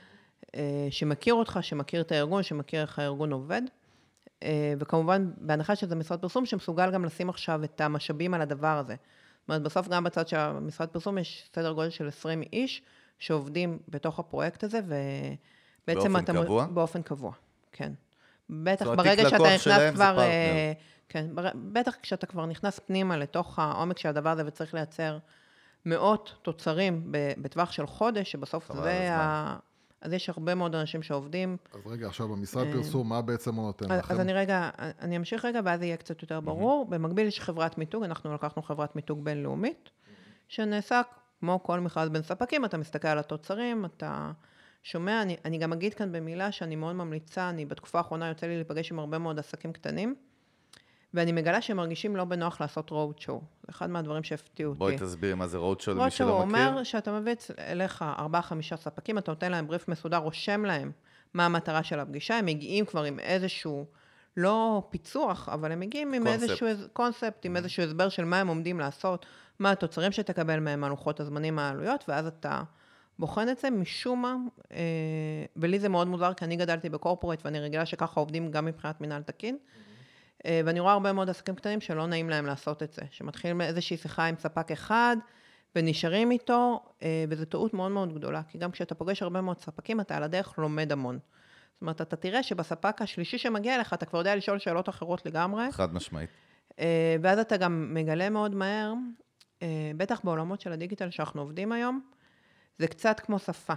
Speaker 2: שמכיר אותך, שמכיר את הארגון, שמכיר איך הארגון עובד. וכמובן, בהנחה שזה משרד פרסום, שמסוגל גם לשים עכשיו את המשאבים על הדבר הזה. זאת אומרת, בסוף גם בצד של המשרד פרסום יש סדר גודל של 20 איש שעובדים בתוך הפרויקט הזה, ובעצם
Speaker 1: באופן קבוע?
Speaker 2: באופן קבוע, כן. בטח ברגע שאתה נכנס כבר, כן, בטח כשאתה כבר נכנס פנימה לתוך העומק של הדבר הזה וצריך לייצר מאות תוצרים בטווח של חודש, שבסוף זה אז יש הרבה מאוד אנשים שעובדים.
Speaker 3: אז רגע, עכשיו במשרד פרסום, מה בעצם הוא נותן לכם?
Speaker 2: אז אני אמשיך רגע, ואז יהיה קצת יותר ברור. במקביל יש חברת מיתוג, אנחנו לקחנו חברת מיתוג בינלאומית, שנעשה כמו כל מכרז בין ספקים, אתה מסתכל על התוצרים, אתה שומע, אני גם אגיד כאן במילה שאני מאוד ממליצה, אני בתקופה האחרונה יוצא לי להיפגש עם הרבה מאוד עסקים קטנים, ואני מגלה שהם מרגישים לא בנוח לעשות רוד שואו. זה אחד מהדברים שהפתיעו אותי.
Speaker 1: בואי תסביר מה זה רוד שואו למי שלא מכיר.
Speaker 2: רוד שואו אומר שאתה מביא אליך 4-5 ספקים, אתה נותן להם בריף מסודר, רושם להם מה המטרה של הפגישה, הם מגיעים כבר עם איזשהו, לא פיצוח, אבל הם מגיעים עם איזשהו קונספט, עם איזשהו הסבר של מה הם עומדים לעשות, מה התוצרים שתקבל מהם, הלוחות הזמנים, העלויות, ואז אתה בוחן את זה משום מה, ולי זה מאוד מוזר, כי אני גדלתי בקורפורט, ואני רגילה שככה עובדים גם מבחינת מנהל תקין, ואני רואה הרבה מאוד עסקים קטנים שלא נעים להם לעשות את זה, שמתחילים איזושהי שיחה עם ספק אחד, ונשארים איתו, וזו טעות מאוד מאוד גדולה, כי גם כשאתה פוגש הרבה מאוד ספקים, אתה על הדרך לומד המון. זאת אומרת, אתה תראה שבספק השלישי שמגיע אליך, אתה כבר יודע לשאול שאלות אחרות לגמרי.
Speaker 1: חד משמעית.
Speaker 2: ואז אתה גם מגלה מאוד מהר, בטח בעולמות של הדיגיטל שאנחנו עובדים היום, זה קצת כמו שפה.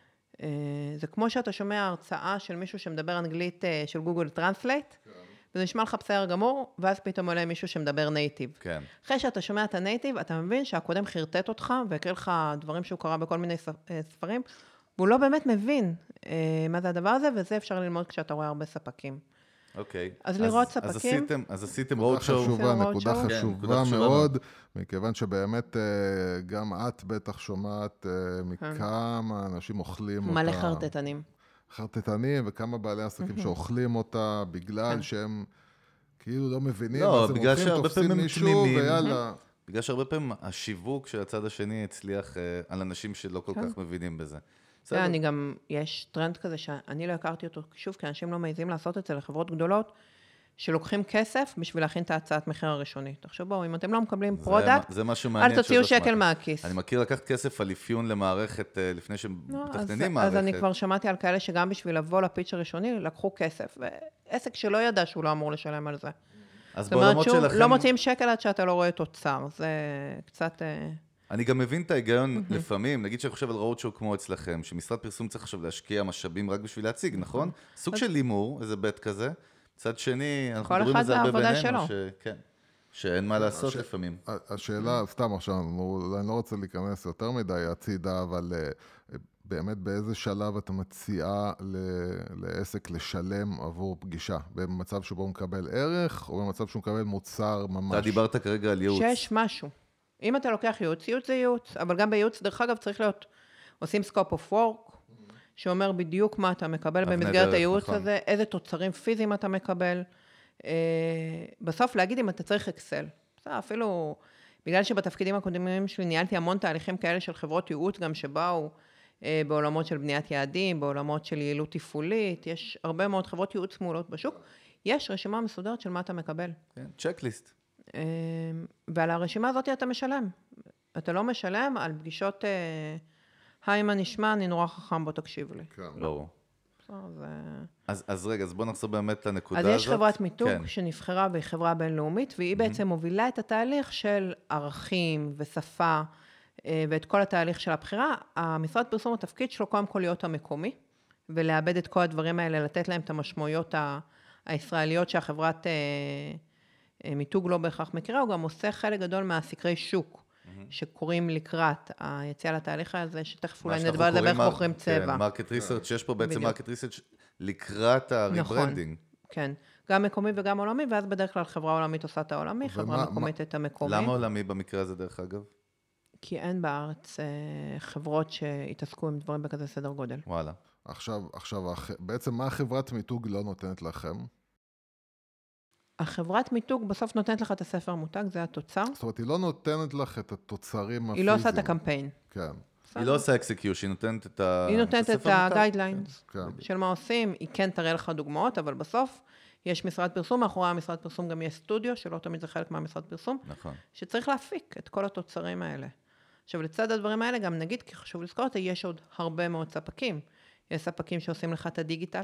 Speaker 2: זה כמו שאתה שומע הרצאה של מישהו שמדבר אנגלית של גוגל טרנסלייט, וזה נשמע לך בסדר גמור, ואז פתאום עולה מישהו שמדבר נייטיב.
Speaker 1: כן.
Speaker 2: אחרי שאתה שומע את הנייטיב, אתה מבין שהקודם חרטט אותך, והקריא לך דברים שהוא קרא בכל מיני ספרים, והוא לא באמת מבין מה זה הדבר הזה, וזה אפשר ללמוד כשאתה רואה הרבה ספקים.
Speaker 1: אוקיי.
Speaker 2: אז לראות ספקים.
Speaker 1: אז עשיתם רוד שואו.
Speaker 3: נקודה חשובה מאוד, מכיוון שבאמת גם את בטח שומעת מכמה אנשים אוכלים אותה.
Speaker 2: מלא חרטטנים.
Speaker 3: חרטטנים, וכמה בעלי עסקים שאוכלים אותה, בגלל שהם כאילו לא מבינים,
Speaker 1: לא,
Speaker 3: אז הם
Speaker 1: בגלל
Speaker 3: הולכים, תופסים מישהו, ויאללה.
Speaker 1: בגלל שהרבה פעמים השיווק של הצד השני הצליח על אנשים שלא כל כך מבינים בזה.
Speaker 2: אני גם, יש טרנד כזה שאני לא הכרתי אותו, שוב, כי אנשים לא מעיזים לעשות את זה לחברות גדולות, שלוקחים כסף בשביל להכין את ההצעת מחיר הראשונית. עכשיו בואו, אם אתם לא מקבלים פרודקט, אל תוציאו שקל מהכיס.
Speaker 1: אני מכיר לקחת כסף על אפיון למערכת לפני שמתכננים מערכת.
Speaker 2: אז אני כבר שמעתי על כאלה שגם בשביל לבוא לפיץ' הראשוני, לקחו כסף, ועסק שלא ידע שהוא לא אמור לשלם על זה.
Speaker 1: זאת אומרת
Speaker 2: שוב, לא מוצאים שקל עד שאתה לא רואה תוצר, זה קצת...
Speaker 1: אני גם מבין את ההיגיון לפעמים, נגיד שאני חושב על רוד שואו כמו אצלכם, שמשרד פרסום צריך עכשיו להשקיע משאבים רק בשביל להציג, נכון? סוג של לימור, איזה בית כזה. מצד שני, אנחנו מדברים על זה הרבה בינינו.
Speaker 2: כל אחד והעבודה שלו.
Speaker 1: שאין מה לעשות לפעמים.
Speaker 3: השאלה, סתם עכשיו, אני לא רוצה להיכנס יותר מדי הצידה, אבל באמת באיזה שלב אתה מציעה לעסק לשלם עבור פגישה? במצב שבו הוא מקבל ערך, או במצב שהוא מקבל מוצר ממש?
Speaker 1: אתה דיברת כרגע על ייעוץ.
Speaker 2: שיש משהו. אם אתה לוקח ייעוץ, ייעוץ זה ייעוץ, אבל גם בייעוץ, דרך אגב, צריך להיות, עושים scope of work, שאומר בדיוק מה אתה מקבל במסגרת הייעוץ הזה, איזה תוצרים פיזיים אתה מקבל. בסוף להגיד אם אתה צריך אקסל. אפילו, בגלל שבתפקידים הקודמים שלי ניהלתי המון תהליכים כאלה של חברות ייעוץ, גם שבאו בעולמות של בניית יעדים, בעולמות של יעילות תפעולית, יש הרבה מאוד חברות ייעוץ מעולות בשוק, יש רשימה מסודרת של מה אתה מקבל.
Speaker 1: כן, צ'קליסט.
Speaker 2: ועל הרשימה הזאת אתה משלם. אתה לא משלם על פגישות, היי, מה נשמע, אני נורא חכם, בוא תקשיב לי.
Speaker 3: כן.
Speaker 1: ברור. אז רגע, אז בוא נחזור באמת לנקודה הזאת.
Speaker 2: אז יש חברת מיתוג שנבחרה והיא חברה בינלאומית, והיא בעצם מובילה את התהליך של ערכים ושפה, ואת כל התהליך של הבחירה. המשרד פרסום התפקיד שלו קודם כל להיות המקומי, ולאבד את כל הדברים האלה, לתת להם את המשמעויות הישראליות שהחברת מיתוג לא בהכרח מכירה, הוא גם עושה חלק גדול מהסקרי שוק, שקוראים לקראת היציאה לתהליך הזה, שתכף אולי נדבר על זה באיך מוכרים צבע.
Speaker 1: כן, מרקט ריסרצ' שיש פה בעצם מרקט ריסרצ' לקראת הריברנדינג.
Speaker 2: כן, גם מקומי וגם עולמי, ואז בדרך כלל חברה עולמית עושה את העולמי, חברה מקומית את המקומי.
Speaker 1: למה עולמי במקרה הזה דרך אגב?
Speaker 2: כי אין בארץ חברות שהתעסקו עם דברים בכזה סדר גודל.
Speaker 1: וואלה.
Speaker 3: עכשיו, בעצם מה החברת מיתוג לא נותנת לכם?
Speaker 2: החברת מיתוג בסוף נותנת לך את הספר מותג, זה התוצר.
Speaker 3: זאת אומרת, היא לא נותנת לך את התוצרים הפיזיים.
Speaker 2: היא לא עושה את הקמפיין.
Speaker 3: כן.
Speaker 1: היא לא עושה אקסקיושן, היא נותנת את הספר מותג.
Speaker 2: היא נותנת את הגיידליינס
Speaker 3: כן.
Speaker 2: של מה עושים, היא כן תראה לך דוגמאות, אבל בסוף יש משרד פרסום, מאחורי המשרד פרסום גם יש סטודיו, שלא תמיד זה חלק מהמשרד פרסום,
Speaker 1: נכון.
Speaker 2: שצריך להפיק את כל התוצרים האלה. עכשיו, לצד הדברים האלה, גם נגיד, כי חשוב לזכור אותה, יש עוד הרבה מאוד ספקים. יש ספקים שעושים לך את הדיגיטל,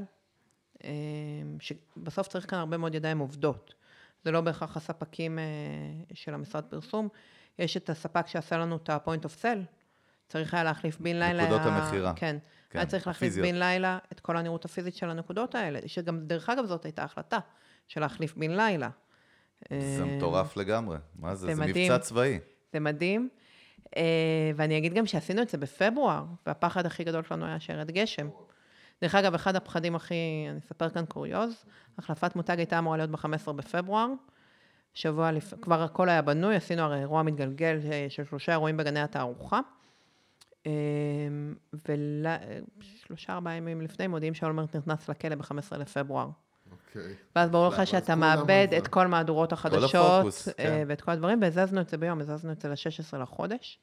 Speaker 2: שבסוף צריך כאן הרבה מאוד ידיים עובדות. זה לא בהכרח הספקים של המשרד פרסום. יש את הספק שעשה לנו את ה-point of sale, צריך היה להחליף בין לילה.
Speaker 1: נקודות המחירה.
Speaker 2: כן, היה צריך להחליף בין לילה את כל הנראות הפיזית של הנקודות האלה, שגם דרך אגב זאת הייתה החלטה, של להחליף בין לילה.
Speaker 1: זה מטורף לגמרי. מה זה? זה מבצע צבאי.
Speaker 2: זה מדהים. ואני אגיד גם שעשינו את זה בפברואר, והפחד הכי גדול שלנו היה שירד גשם. דרך אגב, אחד הפחדים הכי, אני אספר כאן קוריוז, החלפת מותג הייתה אמורה להיות ב-15 בפברואר, שבוע כבר הכל היה בנוי, עשינו הרי אירוע מתגלגל של 3 אירועים בגני התערוכה, 3-4 ימים לפני מודיעים שאולמרט נכנס לכלא ב-15 לפברואר. ואז ברור לך שאתה מאבד את כל מהדורות החדשות, ואת כל הדברים, והזזנו את זה ביום, הזזנו את זה ל-16 לחודש.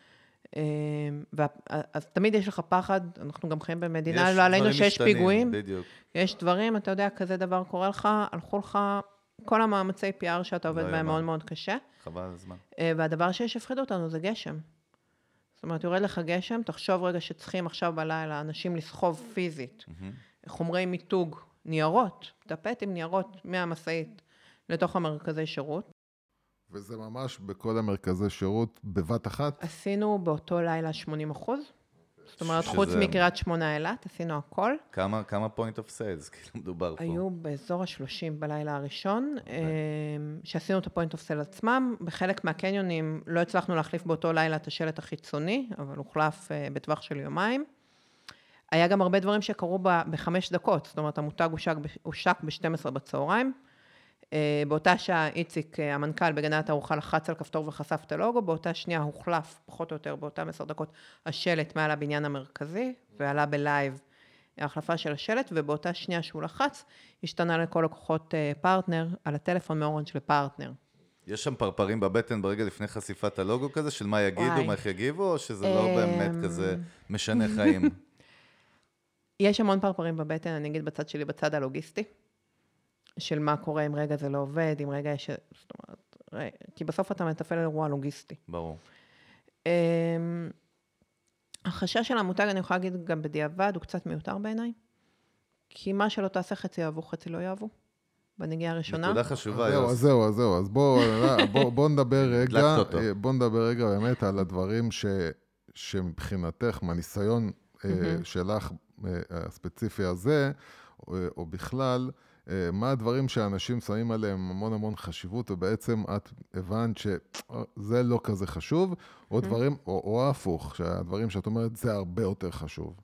Speaker 2: אז תמיד יש לך פחד, אנחנו גם חיים במדינה, לא עלינו שיש פיגועים, יש דברים, אתה יודע, כזה דבר קורה לך, הלכו לך כל המאמצי PR שאתה עובד בהם מאוד מאוד קשה.
Speaker 1: חבל הזמן.
Speaker 2: והדבר שהפחיד אותנו זה גשם. זאת אומרת, יורד לך גשם, תחשוב רגע שצריכים עכשיו בלילה אנשים לסחוב פיזית, חומרי מיתוג, ניירות, טפטים ניירות מהמשאית לתוך המרכזי שירות.
Speaker 3: וזה ממש בכל המרכזי שירות בבת אחת?
Speaker 2: עשינו באותו לילה 80%. זאת אומרת, חוץ מקריית שמונה אילת, עשינו הכל.
Speaker 1: כמה point of sales, כאילו מדובר פה?
Speaker 2: היו באזור ה-30 בלילה הראשון, שעשינו את ה-point of sale עצמם. בחלק מהקניונים לא הצלחנו להחליף באותו לילה את השלט החיצוני, אבל הוחלף בטווח של יומיים. היה גם הרבה דברים שקרו ב5 דקות, זאת אומרת, המותג הושק ב-12 בצהריים. באותה שעה איציק, המנכ"ל בגני התערוכה, לחץ על כפתור וחשף את הלוגו, באותה שנייה הוחלף, פחות או יותר, באותם 10 דקות, השלט מעל הבניין המרכזי, ועלה בלייב ההחלפה של השלט, ובאותה שנייה שהוא לחץ, השתנה לכל לקוחות פרטנר, על הטלפון מאורנג' לפרטנר.
Speaker 1: יש שם פרפרים בבטן ברגע לפני חשיפת הלוגו כזה, של מה יגידו, מה איך יגיבו, או שזה לא באמת כזה משנה חיים?
Speaker 2: יש המון פרפרים בבטן, אני אגיד בצד שלי, בצד הלוגיסטי. של מה קורה אם רגע זה לא עובד, אם רגע יש... זאת אומרת, כי בסוף אתה מטפל על אירוע לוגיסטי.
Speaker 1: ברור.
Speaker 2: החשש של המותג, אני יכולה להגיד גם בדיעבד, הוא קצת מיותר בעיניי, כי מה שלא תעשה חצי יאהבו, חצי לא יאהבו. בנגיעה הראשונה.
Speaker 1: נקודה חשובה.
Speaker 3: אז זהו. אז בוא נדבר רגע באמת על הדברים שמבחינתך, מהניסיון שלך הספציפי הזה, או בכלל, מה הדברים שאנשים שמים עליהם המון המון חשיבות, ובעצם את הבנת שזה לא כזה חשוב, או דברים, או הפוך, שהדברים שאת אומרת זה הרבה יותר חשוב.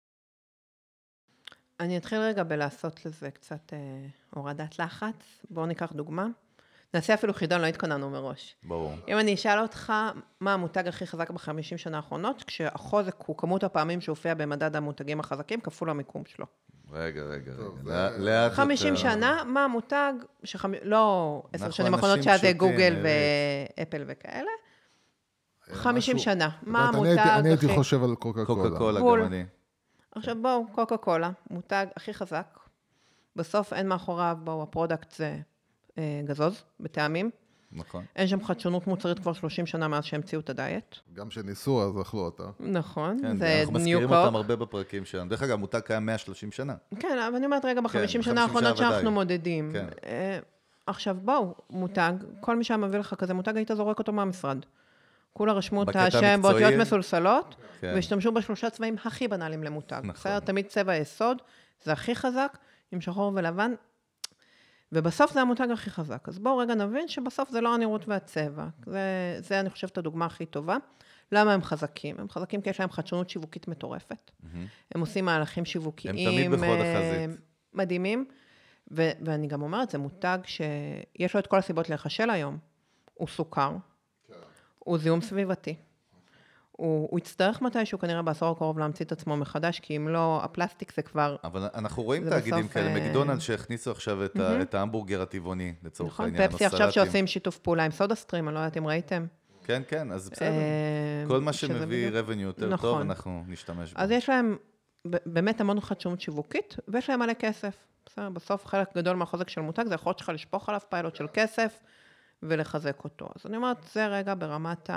Speaker 2: אני אתחיל רגע בלעשות לזה קצת הורדת לחץ. בואו ניקח דוגמה. נעשה אפילו חידון, לא התכוננו מראש.
Speaker 1: ברור.
Speaker 2: אם אני אשאל אותך מה המותג הכי חזק ב-50 שנה האחרונות, כשהחוזק הוא כמות הפעמים שהופיע במדד המותגים החזקים, כפול המיקום שלו.
Speaker 1: רגע.
Speaker 3: לאט
Speaker 2: 50 שנה, מה המותג, לא 10 שנים האחרונות שהיה זה גוגל ואפל וכאלה, 50 שנה, מה המותג הכי...
Speaker 3: אני הייתי חושב על קוקה קולה.
Speaker 1: קוקה קולה גם אני.
Speaker 2: עכשיו בואו, קוקה קולה, מותג הכי חזק, בסוף אין מאחוריו, בואו, הפרודקט זה גזוז, בטעמים.
Speaker 1: נכון.
Speaker 2: אין שם חדשנות מוצרית כבר 30 שנה מאז שהמציאו את הדיאט.
Speaker 3: גם שניסו, אז אכלו אותה.
Speaker 2: נכון,
Speaker 1: כן,
Speaker 2: זה
Speaker 1: אנחנו מזכירים אותם הרבה בפרקים שלנו. דרך אגב, מותג קיים 130 שנה.
Speaker 2: כן, אבל אני אומרת רגע, ב-50 שנה האחרונות שאנחנו מודדים. עכשיו בואו, מותג, כל מי שהיה מביא לך כזה מותג, היית זורק אותו מהמשרד. כולה רשמו את השם באותיות מסולסלות, והשתמשו בשלושה צבעים הכי בנאליים למותג. בסדר, תמיד צבע יסוד, זה הכי חזק, עם שחור ולבן, ובסוף זה המותג הכי חזק. אז בואו רגע נבין שבסוף זה לא הנראות והצבע. זה אני חושבת הדוגמה הכי טובה. למה הם חזקים? הם חזקים כי יש להם חדשנות שיווקית מטורפת. הם עושים מהלכים שיווקיים
Speaker 1: הם תמיד בחוד החזית.
Speaker 2: מדהימים, ואני גם אומרת, זה מותג שיש לו את כל הסיבות להיחשל היום. הוא סוכר, הוא זיהום סביבתי. הוא יצטרך מתישהו כנראה בעשור הקרוב להמציא את עצמו מחדש, כי אם לא, הפלסטיק זה כבר...
Speaker 1: אבל אנחנו רואים תאגידים כאלה, מקדונלד שהכניסו עכשיו את ההמבורגר הטבעוני, לצורך העניין.
Speaker 2: נכון, פפסי עכשיו שעושים שיתוף פעולה עם סודה סטרים, אני לא יודעת אם ראיתם.
Speaker 1: כן, אז בסדר. כל מה שמביא revenue יותר טוב, אנחנו נשתמש בו.
Speaker 2: אז יש להם באמת המון חדשנות שיווקית, ויש להם מלא כסף. בסוף חלק גדול מהחוזק של מותג, זה יכול להיות שלך לשפוך עליו פיילוט של כסף, ולחזק אותו. אז אני אומרת, זה רגע ברמת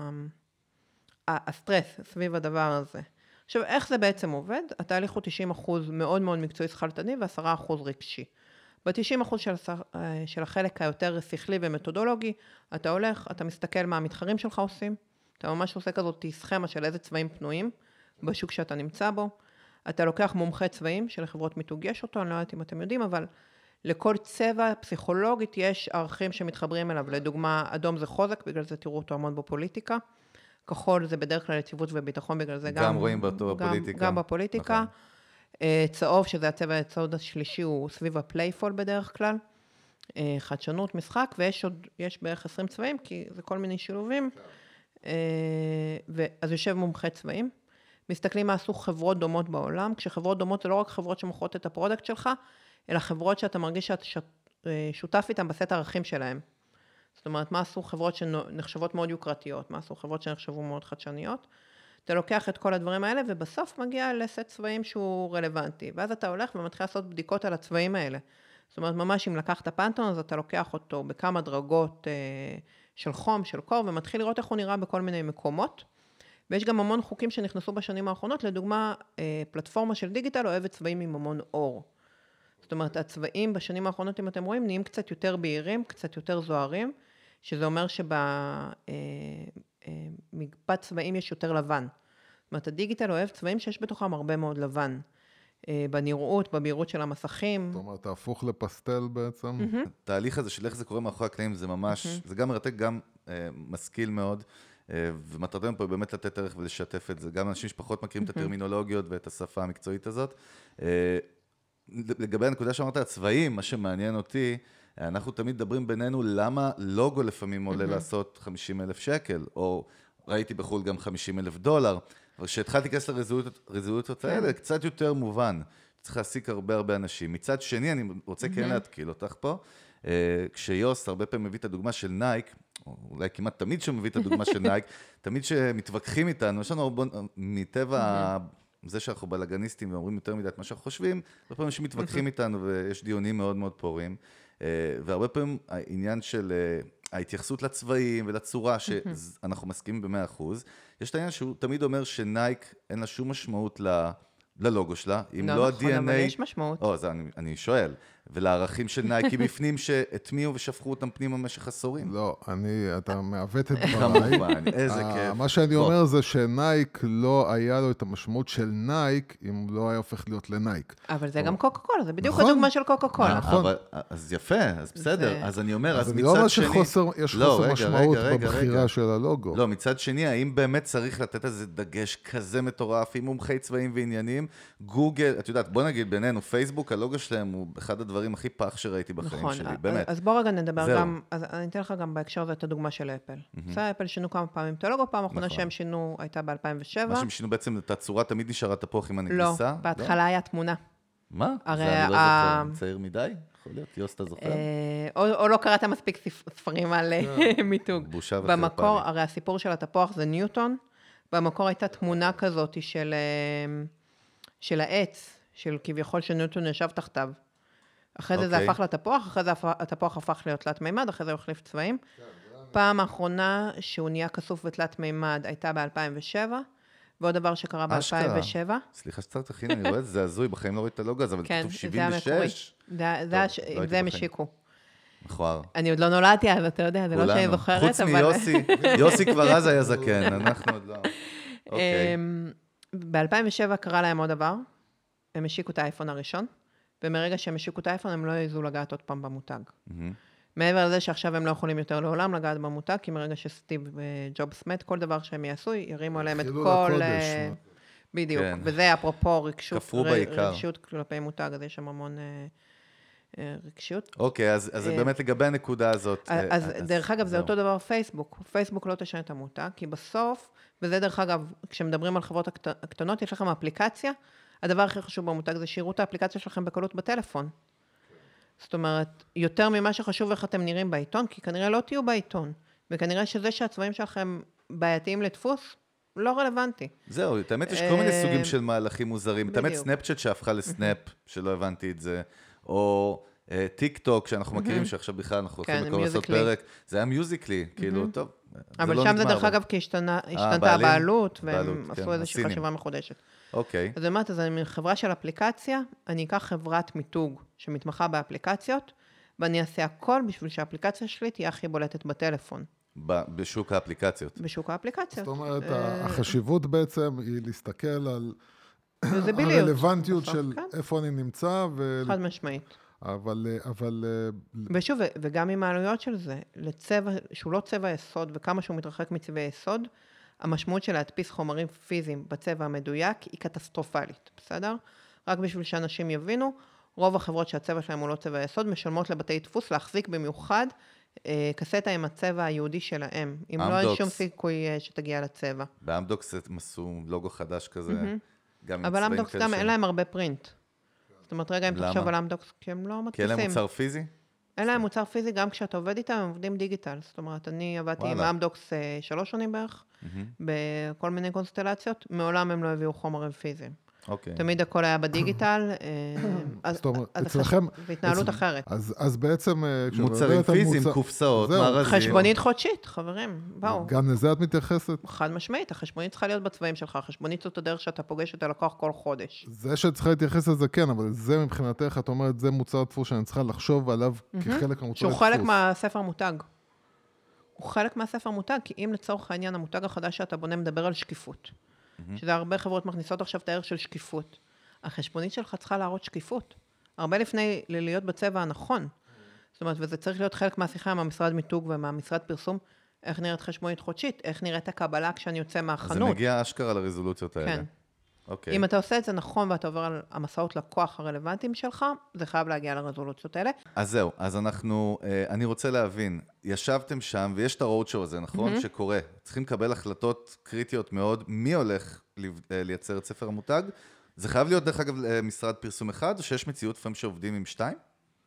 Speaker 2: הסטרס סביב הדבר הזה. עכשיו, איך זה בעצם עובד? התהליך הוא 90% מאוד מאוד מקצועי שכלתני, ו10% רגשי. ב-90% של החלק היותר שכלי ומתודולוגי, אתה הולך, אתה מסתכל מה המתחרים שלך עושים, אתה ממש עושה כזאת סכמה של איזה צבעים פנויים בשוק שאתה נמצא בו, אתה לוקח מומחה צבעים שלחברות מיתוג יש אותו, אני לא יודעת אם אתם יודעים, אבל לכל צבע פסיכולוגית יש ערכים שמתחברים אליו. לדוגמה, אדום זה חוזק, בגלל זה תראו אותו המון בפוליטיקה. כחול זה בדרך כלל יציבות וביטחון, בגלל זה
Speaker 1: גם רואים באותו בפוליטיקה.
Speaker 2: גם בפוליטיקה. צהוב, שזה הצבע הצהוב השלישי, הוא סביב הפלייפול בדרך כלל. חדשנות, משחק, ויש בערך 20 צבעים, כי זה כל מיני שילובים. אז יושב מומחה צבעים. מסתכלים מה עשו חברות דומות בעולם, כשחברות דומות זה לא רק חברות שמוכרות את הפרודקט שלך, אלא חברות שאתה מרגיש שאתה שותף איתם בסט הערכים שלהם. זאת אומרת, מה עשו חברות שנחשבות מאוד יוקרתיות, מה עשו חברות שנחשבו מאוד חדשניות. אתה לוקח את כל הדברים האלה, ובסוף מגיע לסט צבעים שהוא רלוונטי. ואז אתה הולך ומתחיל לעשות בדיקות על הצבעים האלה. זאת אומרת, ממש אם לקחת פנטון, אז אתה לוקח אותו בכמה דרגות של חום, של קור, ומתחיל לראות איך הוא נראה בכל מיני מקומות. ויש גם המון חוקים שנכנסו בשנים האחרונות, לדוגמה, פלטפורמה של דיגיטל אוהבת צבעים עם המון אור. זאת אומרת, הצבעים בשנים האחרונות, אם אתם רואים, נהיים קצת יותר בהירים, קצת יותר זוהרים, שזה אומר שבמגפת צבעים יש יותר לבן. זאת אומרת, הדיגיטל אוהב צבעים שיש בתוכם הרבה מאוד לבן. בנראות, בבהירות של המסכים.
Speaker 3: זאת אומרת, תהפוך לפסטל בעצם.
Speaker 1: התהליך הזה של איך זה קורה מאחורי הקלעים, זה ממש, זה גם מרתק, גם משכיל מאוד, ומטרתנו פה באמת לתת ערך ולשתף את זה. גם אנשים שפחות מכירים את הטרמינולוגיות ואת השפה המקצועית הזאת. לגבי הנקודה שאמרת, הצבעים, מה שמעניין אותי, אנחנו תמיד מדברים בינינו למה לוגו לפעמים עולה לעשות 50,000 שקל, או ראיתי בחול גם 50,000 $, אבל כשהתחלתי להיכנס לרזולוציות האלה, קצת יותר מובן, צריך להעסיק הרבה אנשים. מצד שני, אני רוצה כן להתקיל אותך פה, כשיוס הרבה פעמים מביא את הדוגמה של נייק, או אולי כמעט תמיד שהוא מביא את הדוגמה של נייק, תמיד שמתווכחים איתנו, יש לנו מטבע זה שאנחנו בלגניסטים ואומרים יותר מדי את מה שאנחנו חושבים, הרבה פעמים שמתווכחים איתנו ויש דיונים מאוד מאוד פורים, והרבה פעמים העניין של ההתייחסות לצבעים ולצורה שאנחנו מסכימים ב100%, יש את העניין שהוא תמיד אומר שנייק אין לה שום משמעות ללוגו שלה, אם לא ה-DNA...
Speaker 2: נכון, אבל יש משמעות.
Speaker 1: אז אני שואל, ולערכים של נייקי בפנים שהטמיעו ושפכו אותם פנימה במשך עשורים.
Speaker 3: לא, אתה מעוות את דבריי.
Speaker 1: כמובן, איזה כיף.
Speaker 3: מה שאני אומר זה שנייק לא היה לו את המשמעות של נייק, אם לא היה הופך להיות לנייק.
Speaker 2: אבל זה גם קוקה קולה, זה בדיוק הדוגמה של קוקה קולה.
Speaker 3: נכון.
Speaker 1: אז יפה, אז בסדר. אז אני אומר,
Speaker 3: אז
Speaker 1: אז
Speaker 3: אני לא אומר
Speaker 1: מצד שני...
Speaker 3: שיש חוסר משמעות בבחירה של הלוגו.
Speaker 1: לא, מצד שני, האם באמת צריך לתת איזה דגש כזה מטורף, עם מומחי צבעים ועניינים? גוגל, את יודעת, בוא נגיד בינינו, פייסבוק, הלוגו שלהם הוא אחד הדברים הכי פח שראיתי בחיים שלי, באמת.
Speaker 2: אז בוא רגע נדבר גם, אז אני אתן לך גם בהקשר הזה את הדוגמה של אפל. בסדר, אפל שינו כמה פעמים את הלוגו, פעם האחרונה שהם שינו הייתה ב-2007.
Speaker 1: מה שהם שינו בעצם, את הצורה תמיד נשארה תפוח עם הנגיסה?
Speaker 2: לא, בהתחלה היה תמונה.
Speaker 1: מה? זה אני לא זוכר, צעיר מדי? יכול להיות, יוס, אתה זוכר?
Speaker 2: או לא קראת מספיק ספרים על מיתוג.
Speaker 1: בושה וחרפה.
Speaker 2: במקור, הרי הסיפור של התפוח זה ניוטון, במקור הייתה תמונה כזאת של העץ, של כביכול שניוטון ישב תחתיו. אחרי זה זה הפך לתפוח, אחרי זה התפוח הפך להיות תלת מימד, אחרי זה הוא החליף צבעים. פעם האחרונה שהוא נהיה כסוף ותלת מימד הייתה ב-2007, ועוד דבר שקרה ב-2007.
Speaker 1: סליחה שצרת הכין, אני רואה את זה הזוי, בחיים לא רואה את הלוגו הזה, אבל כתוב 76.
Speaker 2: זה הם השיקו.
Speaker 1: מכוער.
Speaker 2: אני עוד לא נולדתי אז, אתה יודע, זה לא שאני זוכרת, אבל...
Speaker 1: חוץ מיוסי, יוסי כבר אז היה זקן, אנחנו עוד לא. אוקיי.
Speaker 2: ב-2007 קרה להם עוד דבר, הם השיקו את האייפון הראשון, ומרגע שהם השיקו את האייפון, הם לא יעזו לגעת עוד פעם במותג. מעבר לזה שעכשיו הם לא יכולים יותר לעולם לגעת במותג, כי מרגע שסטיב ג'ובס מת, כל דבר שהם יעשו, ירימו עליהם את כל... בדיוק, וזה אפרופו רגשיות כלפי מותג, אז יש שם המון רגשיות.
Speaker 1: אוקיי, אז באמת לגבי הנקודה הזאת.
Speaker 2: אז דרך אגב, זה אותו דבר פייסבוק. פייסבוק לא תשנה את המותג, כי בסוף, וזה דרך אגב, כשמדברים על חברות הקטנות, יש לכם אפליקציה, הדבר הכי חשוב במותג זה שיראו את האפליקציה שלכם בקלות בטלפון. זאת אומרת, יותר ממה שחשוב איך אתם נראים בעיתון, כי כנראה לא תהיו בעיתון, וכנראה שזה שהצבעים שלכם בעייתיים לדפוס, לא רלוונטי.
Speaker 1: זהו, האמת יש כל מיני סוגים של מהלכים מוזרים. האמת סנאפצ'אט שהפכה לסנאפ, שלא הבנתי את זה, או טיק טוק, שאנחנו מכירים שעכשיו בכלל אנחנו הולכים לקרוא לעשות פרק, זה היה מיוזיקלי, כאילו, טוב,
Speaker 2: אבל שם זה דרך אגב, כי השתנתה הבעלות, והם עשו איזושהי חשיבה מחודשת.
Speaker 1: אוקיי.
Speaker 2: אז באמת, אז אני חברה של אפליקציה, אני אקח חברת מיתוג שמתמחה באפליקציות, ואני אעשה הכל בשביל שהאפליקציה שלי תהיה הכי בולטת בטלפון.
Speaker 1: בשוק האפליקציות.
Speaker 2: בשוק האפליקציות.
Speaker 3: זאת אומרת, החשיבות בעצם היא להסתכל על
Speaker 2: הרלוונטיות
Speaker 3: של איפה אני נמצא.
Speaker 2: חד משמעית.
Speaker 3: אבל...
Speaker 2: ושוב, וגם עם העלויות של זה, לצבע, שהוא לא צבע יסוד, וכמה שהוא מתרחק מצבעי יסוד, המשמעות של להדפיס חומרים פיזיים בצבע המדויק היא קטסטרופלית, בסדר? רק בשביל שאנשים יבינו, רוב החברות שהצבע שלהם הוא לא צבע יסוד, משלמות לבתי דפוס להחזיק במיוחד קסטה עם הצבע היהודי שלהם, אם לא אין שום סיכוי שתגיע לצבע.
Speaker 1: באמדוקס הם עשו לוגו חדש כזה,
Speaker 2: אבל אמדוקס גם אין להם הרבה פרינט. זאת אומרת, רגע, אם תחשוב על אמדוקס, כי הם לא מדפיסים.
Speaker 1: כי אין להם מוצר פיזי?
Speaker 2: אין להם מוצר פיזי, גם כשאתה עובד איתם, הם עובדים דיגיטל. זאת אומרת, אני עבדתי עם אמדוקס 3 שנים בערך, בכל מיני קונסטלציות, מעולם הם לא הביאו חומרים פיזיים. תמיד הכל היה בדיגיטל,
Speaker 3: זאת אומרת, אצלכם...
Speaker 2: והתנהלות אחרת.
Speaker 3: אז בעצם...
Speaker 1: מוצרים פיזיים, קופסאות, מארזים.
Speaker 2: חשבונית חודשית, חברים, באו.
Speaker 3: גם לזה את מתייחסת?
Speaker 2: חד משמעית, החשבונית צריכה להיות בצבעים שלך, החשבונית זאת הדרך שאתה פוגש את הלקוח כל חודש.
Speaker 3: זה שצריכה להתייחס לזה כן, אבל זה מבחינתך, את אומרת, זה מוצר דפוס שאני צריכה לחשוב עליו כחלק מהמוצר דפוס.
Speaker 2: שהוא חלק מהספר מותג. הוא חלק מהספר מותג, כי אם לצורך העניין המותג החדש שאתה בונה מדבר על שקיפות. שזה הרבה חברות מכניסות עכשיו את הערך של שקיפות. החשבונית שלך צריכה להראות שקיפות. הרבה לפני להיות בצבע הנכון. זאת אומרת, וזה צריך להיות חלק מהשיחה עם המשרד מיתוג ומהמשרד פרסום, איך נראית חשבונית חודשית, איך נראית הקבלה כשאני יוצא מהחנות.
Speaker 1: אז זה מגיע אשכרה לרזולוציות האלה.
Speaker 2: כן. אם אתה עושה את זה נכון ואתה עובר על המסעות לקוח הרלוונטיים שלך, זה חייב להגיע לרזולוציות האלה.
Speaker 1: אז זהו, אז אני רוצה להבין, ישבתם שם ויש את הרודשו הזה, נכון? שקורה. צריכים לקבל החלטות קריטיות מאוד, מי הולך לייצר את ספר המותג? זה חייב להיות דרך אגב משרד פרסום אחד, או שיש מציאות פעם שעובדים עם 2?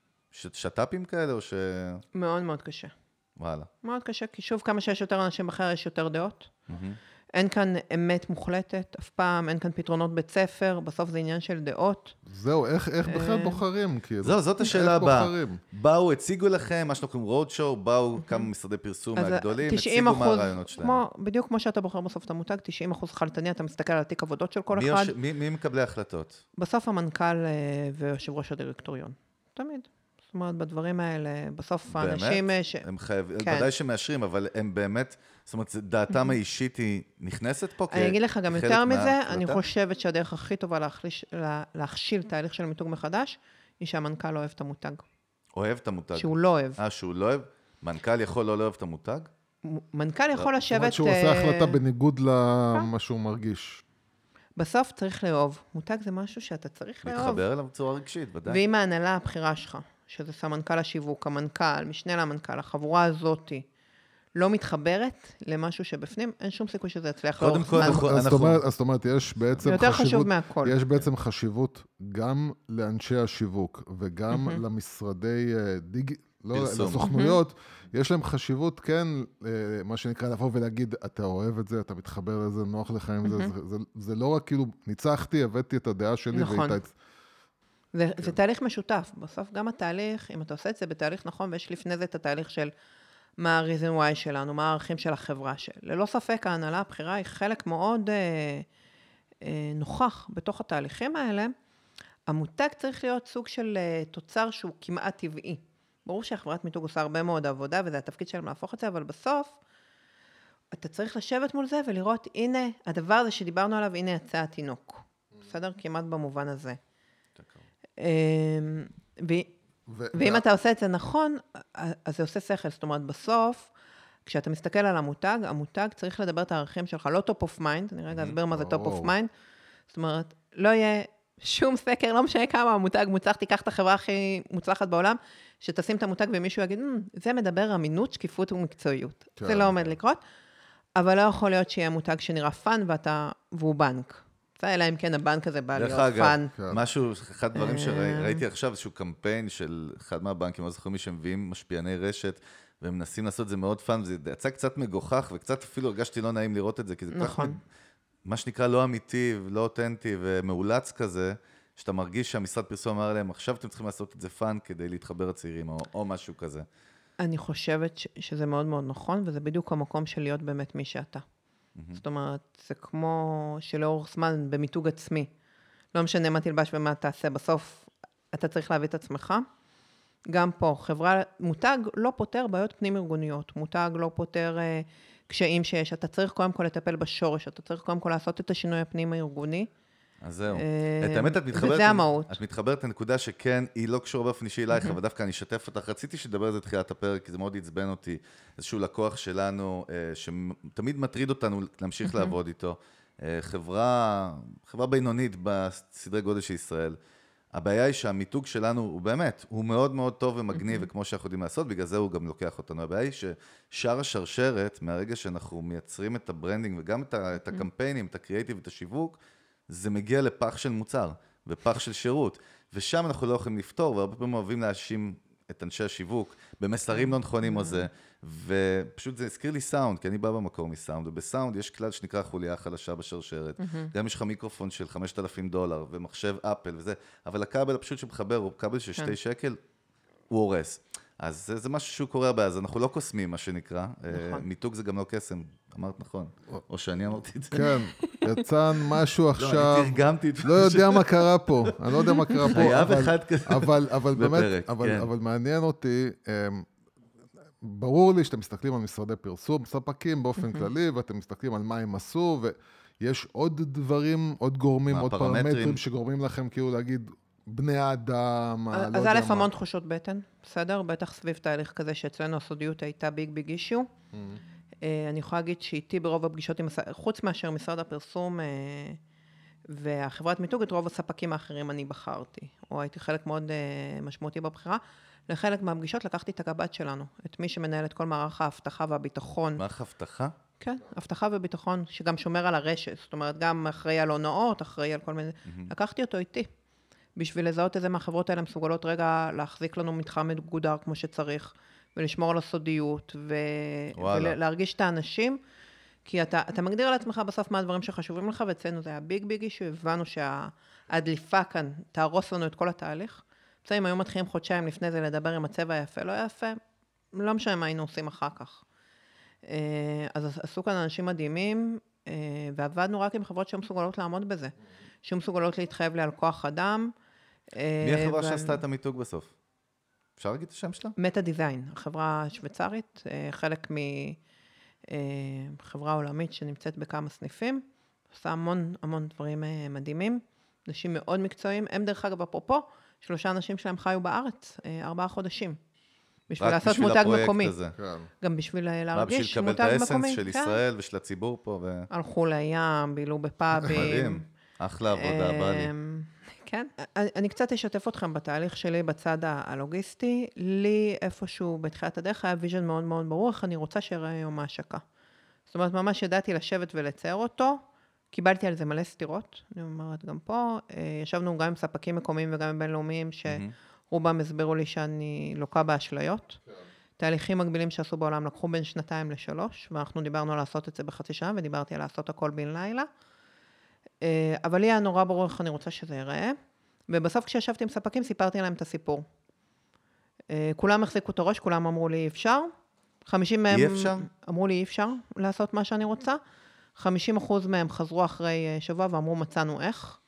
Speaker 1: שטאפים כאלה או ש...
Speaker 2: מאוד מאוד קשה.
Speaker 1: וואלה.
Speaker 2: מאוד קשה, כי שוב כמה שיש יותר אנשים אחר, יש יותר דעות. אין כאן אמת מוחלטת, אף פעם, אין כאן פתרונות בית ספר, בסוף זה עניין של דעות.
Speaker 3: זהו, איך בכלל בוחרים?
Speaker 1: זהו, זאת השאלה הבאה. באו, הציגו לכם, מה שאנחנו קוראים רוד שואו, באו כמה משרדי פרסום מהגדולים, הציגו מה הרעיונות שלהם.
Speaker 2: בדיוק כמו שאתה בוחר בסוף את המותג, 90% חלטני, אתה מסתכל על התיק עבודות של כל אחד.
Speaker 1: מי מקבלי ההחלטות?
Speaker 2: בסוף המנכ"ל ויושב ראש הדירקטוריון. תמיד. זאת אומרת, בדברים האלה, בסוף האנשים...
Speaker 1: באמת? הם חייבים, ודאי שמאשרים, אבל הם באמת, זאת אומרת, דעתם האישית היא נכנסת פה?
Speaker 2: אני אגיד לך גם יותר מזה, אני חושבת שהדרך הכי טובה להכשיל תהליך של מיתוג מחדש, היא שהמנכ"ל לא אוהב את המותג.
Speaker 1: אוהב את המותג?
Speaker 2: שהוא לא אוהב.
Speaker 1: שהוא לא אוהב? מנכ"ל יכול לא לאהוב את המותג?
Speaker 2: מנכ"ל יכול לשבת...
Speaker 3: זאת אומרת שהוא עושה החלטה בניגוד למה שהוא מרגיש.
Speaker 2: בסוף צריך לאהוב. מותג זה משהו שאתה צריך לאהוב.
Speaker 1: מתחבר אליו בצורה רגשית, ודאי.
Speaker 2: ואם ההנהלה הבחירה שלך, שזה סמנכ"ל השיווק, המנכ"ל, משנה למנכ"ל, החבורה הזאת, לא מתחברת למשהו שבפנים, אין שום סיכוי שזה יצליח לאורך זמן.
Speaker 3: זאת אומרת, יש בעצם חשיבות גם לאנשי השיווק, וגם למשרדי לסוכנויות, יש להם חשיבות, כן, מה שנקרא לבוא ולהגיד, אתה אוהב את זה, אתה מתחבר לזה, נוח לך עם זה, זה לא רק כאילו, ניצחתי, הבאתי את הדעה שלי,
Speaker 2: נכון. זה תהליך משותף. בסוף גם התהליך, אם אתה עושה את זה בתהליך נכון, ויש לפני זה את התהליך של מה ה-reason why שלנו, מה הערכים של החברה. ללא ספק, ההנהלה, הבחירה היא חלק מאוד נוכח בתוך התהליכים האלה. המותג צריך להיות סוג של תוצר שהוא כמעט טבעי. ברור שהחברת מיתוג עושה הרבה מאוד עבודה, וזה התפקיד שלהם להפוך את זה, אבל בסוף, אתה צריך לשבת מול זה ולראות, הנה, הדבר הזה שדיברנו עליו, הנה יצא התינוק. בסדר? כמעט במובן הזה. ואם אתה עושה את זה נכון, אז זה עושה שכל. זאת אומרת, בסוף, כשאתה מסתכל על המותג, המותג צריך לדבר את הערכים שלך, לא top of mind, אני רגע אסביר מה זה top of mind, זאת אומרת, לא יהיה שום סקר, לא משנה כמה המותג מוצלח, תיקח את החברה הכי מוצלחת בעולם, שתשים את המותג ומישהו יגיד, זה מדבר אמינות, שקיפות ומקצועיות. זה לא עומד לקרות, אבל לא יכול להיות שיהיה מותג שנראה פן והוא בנק. אלא אם כן הבנק הזה בא להיות פן.
Speaker 1: דרך אגב, משהו, אחד הדברים שראיתי עכשיו, איזשהו קמפיין של אחד מהבנקים, לא זוכרים מי שמביאים משפיעני רשת, והם מנסים לעשות את זה מאוד פן, וזה יצא קצת מגוחך, וקצת אפילו הרגשתי לא נעים לראות את זה, כי זה
Speaker 2: נכון.
Speaker 1: מה שנקרא לא אמיתי, לא אותנטי ומאולץ כזה, שאתה מרגיש שהמשרד פרסום אמר להם, עכשיו אתם צריכים לעשות את זה פן כדי להתחבר לצעירים, או משהו כזה.
Speaker 2: אני חושבת שזה מאוד מאוד נכון, וזה בדיוק המקום של להיות באמת מי שאתה. זאת אומרת, זה כמו שלאורך זמן במיתוג עצמי, לא משנה מה תלבש ומה תעשה, בסוף אתה צריך להביא את עצמך. גם פה, מותג לא פותר בעיות פנים ארגוניות, מותג לא פותר קשיים שיש, אתה צריך קודם כל לטפל בשורש, אתה צריך קודם כל לעשות את השינוי הפנים הארגוני.
Speaker 1: אז זהו. את האמת,
Speaker 2: וזה המהות.
Speaker 1: את מתחברת לנקודה שכן, היא לא קשורה באופן אישי אלייך, אבל דווקא אני אשתף אותך. רציתי שתדבר על זה תחילת הפרק, כי זה מאוד עצבן אותי. איזשהו לקוח שלנו, שתמיד מטריד אותנו להמשיך לעבוד איתו. חברה בינונית בסדרי גודל של ישראל. הבעיה היא שהמיתוג שלנו הוא באמת, הוא מאוד מאוד טוב ומגניב, וכמו שאנחנו יודעים לעשות, בגלל זה הוא גם לוקח אותנו. הבעיה היא ששאר השרשרת, מהרגע שאנחנו מייצרים את הברנדינג, וגם את הקמפיינים, את הקריאיטיב, את השיווק, זה מגיע לפח של מוצר, ופח של שירות, ושם אנחנו לא יכולים לפתור, והרבה פעמים אוהבים להאשים את אנשי השיווק, במסרים לא נכונים או זה, ופשוט זה הזכיר לי סאונד, כי אני בא במקור מסאונד, ובסאונד יש כלל שנקרא חוליה חלשה בשרשרת, גם יש לך מיקרופון של $5,000, ומחשב אפל וזה, אבל הכבל הפשוט שמחבר, הוא כבל של 2 שקל, הוא הורס. אז זה משהו שהוא קורה הרבה, אז אנחנו לא קוסמים, מה שנקרא. מיתוג זה גם לא קסם, אמרת נכון. או שאני אמרתי את זה.
Speaker 3: כן, יצא משהו עכשיו.
Speaker 1: לא, אני תרגמתי את זה.
Speaker 3: לא יודע מה קרה פה, אני לא יודע מה קרה פה.
Speaker 1: חייב אחד כזה
Speaker 3: בפרק. אבל מעניין אותי, ברור לי שאתם מסתכלים על משרדי פרסום, ספקים באופן כללי, ואתם מסתכלים על מה הם עשו, ויש עוד דברים, עוד גורמים, עוד פרמטרים שגורמים לכם כאילו להגיד, בני האדם,
Speaker 2: אז א' המון תחושות בטן, בסדר? בטח סביב תהליך כזה שאצלנו הסודיות הייתה ביג אישיו. אני יכולה להגיד שאיתי ברוב הפגישות, חוץ מאשר משרד הפרסום והחברת מיתוג, את רוב הספקים האחרים אני בחרתי, או הייתי חלק מאוד משמעותי בבחירה. לחלק מהפגישות לקחתי את הקב"ט שלנו, את מי שמנהל את כל מערך האבטחה והביטחון.
Speaker 1: מערך אבטחה?
Speaker 2: כן, אבטחה וביטחון, שגם שומר על הרשת, זאת אומרת, גם אחראי על הונאות, אחראי על כל מיני... לקחתי אותו איתי. בשביל לזהות איזה מהחברות האלה מסוגלות רגע להחזיק לנו מתחם מגודר כמו שצריך, ולשמור על הסודיות, ולהרגיש את האנשים, כי אתה מגדיר על עצמך בסוף מה הדברים שחשובים לך, ואצלנו זה היה ביג אישו, הבנו שהדליפה כאן תהרוס לנו את כל התהליך. אם היו מתחילים חודשיים לפני זה לדבר עם הצבע היפה, לא יפה, לא משנה מה היינו עושים אחר כך. אז עשו כאן אנשים מדהימים, ועבדנו רק עם חברות שמסוגלות לעמוד בזה, שמסוגלות להתחייב לי על כוח אדם,
Speaker 1: מי החברה שעשתה את המיתוג בסוף? אפשר להגיד את השם שלה?
Speaker 2: מטה דיזיין, החברה השוויצרית, חלק מחברה עולמית שנמצאת בכמה סניפים, עושה המון דברים מדהימים, אנשים מאוד מקצועיים, הם דרך אגב אפרופו, 3 אנשים שלהם חיו בארץ, 4 חודשים. בשביל לעשות מותג מקומי. גם בשביל להרגיש מותג מקומי.
Speaker 1: בשביל לקבל את האסנס של ישראל ושל הציבור פה.
Speaker 2: הלכו לים, בילו בפאבים.
Speaker 1: מדהים, אחלה עבודה, בא לי.
Speaker 2: כן. אני קצת אשתף אתכם בתהליך שלי בצד הלוגיסטי. לי איפשהו בתחילת הדרך היה ויז'ן מאוד מאוד ברור, איך אני רוצה שיראה יום ההשקה. זאת אומרת, ממש ידעתי לשבת ולצייר אותו. קיבלתי על זה מלא סתירות. אני אומרת, גם פה, ישבנו גם עם ספקים מקומיים וגם עם בינלאומיים רובם הסבירו לי שאני לוקה באשליות. תהליכים מקבילים שעשו בעולם לקחו בין 2 ל-3, ואנחנו דיברנו על לעשות את זה בחצי שנה, ודיברתי על לעשות הכל בן לילה. אבל לי היה נורא ברור איך אני רוצה שזה ייראה, ובסוף כשישבתי עם ספקים סיפרתי להם את הסיפור. כולם החזיקו את הראש, כולם אמרו לי אי אפשר. 50 מהם אמרו לי אי אפשר לעשות מה שאני רוצה. 50% מהם חזרו אחרי שבוע ואמרו מצאנו איך.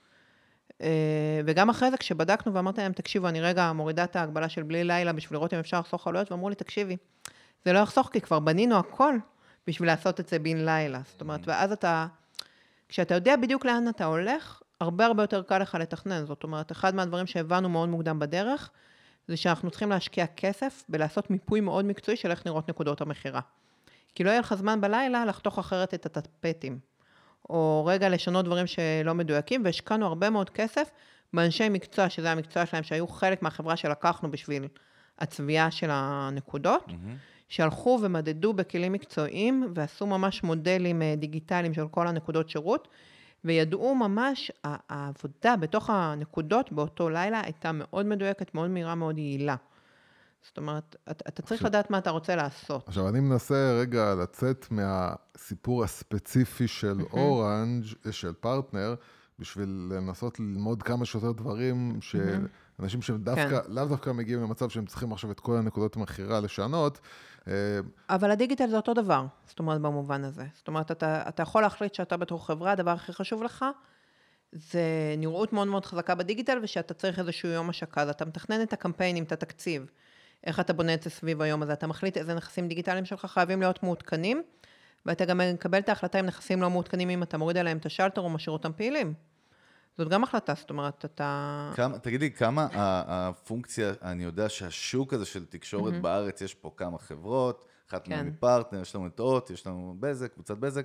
Speaker 2: וגם אחרי זה כשבדקנו ואמרתי להם, תקשיבו, אני רגע מורידה את ההגבלה של בלי לילה בשביל לראות אם אפשר לחסוך עלויות, ואמרו לי, תקשיבי, זה לא יחסוך כי כבר בנינו הכל בשביל לעשות את זה בן לילה. זאת אומרת, ואז כשאתה יודע בדיוק לאן אתה הולך, הרבה יותר קל לך לתכנן. זאת אומרת, אחד מהדברים שהבנו מאוד מוקדם בדרך, זה שאנחנו צריכים להשקיע כסף ולעשות מיפוי מאוד מקצועי של איך נראות נקודות המחירה. כי לא יהיה לך זמן בלילה לחתוך אחרת את הטפטים. או רגע לשנות דברים שלא מדויקים, והשקענו הרבה מאוד כסף באנשי מקצוע, שזה המקצוע שלהם, שהיו חלק מהחברה שלקחנו בשביל הצביעה של הנקודות, שהלכו ומדדו בכלים מקצועיים, ועשו ממש מודלים דיגיטליים של כל הנקודות שירות, וידעו ממש, העבודה בתוך הנקודות באותו לילה הייתה מאוד מדויקת, מאוד מהירה, מאוד יעילה. זאת אומרת, אתה צריך לדעת מה אתה רוצה לעשות.
Speaker 3: עכשיו, אני מנסה רגע לצאת מהסיפור הספציפי של אורנג', של פרטנר, בשביל לנסות ללמוד כמה שיותר דברים, שאנשים שדווקא, לאו דווקא מגיעים למצב שהם צריכים עכשיו את כל הנקודות המחירה לשנות.
Speaker 2: אבל הדיגיטל זה אותו דבר, זאת אומרת, במובן הזה. זאת אומרת, אתה יכול להחליט שאתה בתור חברה, הדבר הכי חשוב לך, זה נראות מאוד מאוד חזקה בדיגיטל, ושאתה צריך איזשהו יום השקה, אז אתה מתכנן את הקמפיינים, את התקציב, איך אתה בונה את זה סביב היום הזה, אתה מחליט איזה נכסים דיגיטליים שלך חייבים להיות מעודכנים, ואתה גם מקבל את ההחלטה אם נכסים לא מעודכנים, אם אתה מוריד עליהם את השלטר או משאיר אותם פעילים. זאת גם החלטה, זאת אומרת,
Speaker 1: תגידי, כמה הפונקציה, אני יודע שהשוק הזה של תקשורת בארץ, יש פה כמה חברות, אחת מהן מפרטנר, יש לנו את אות, יש לנו בזק, קבוצת בזק,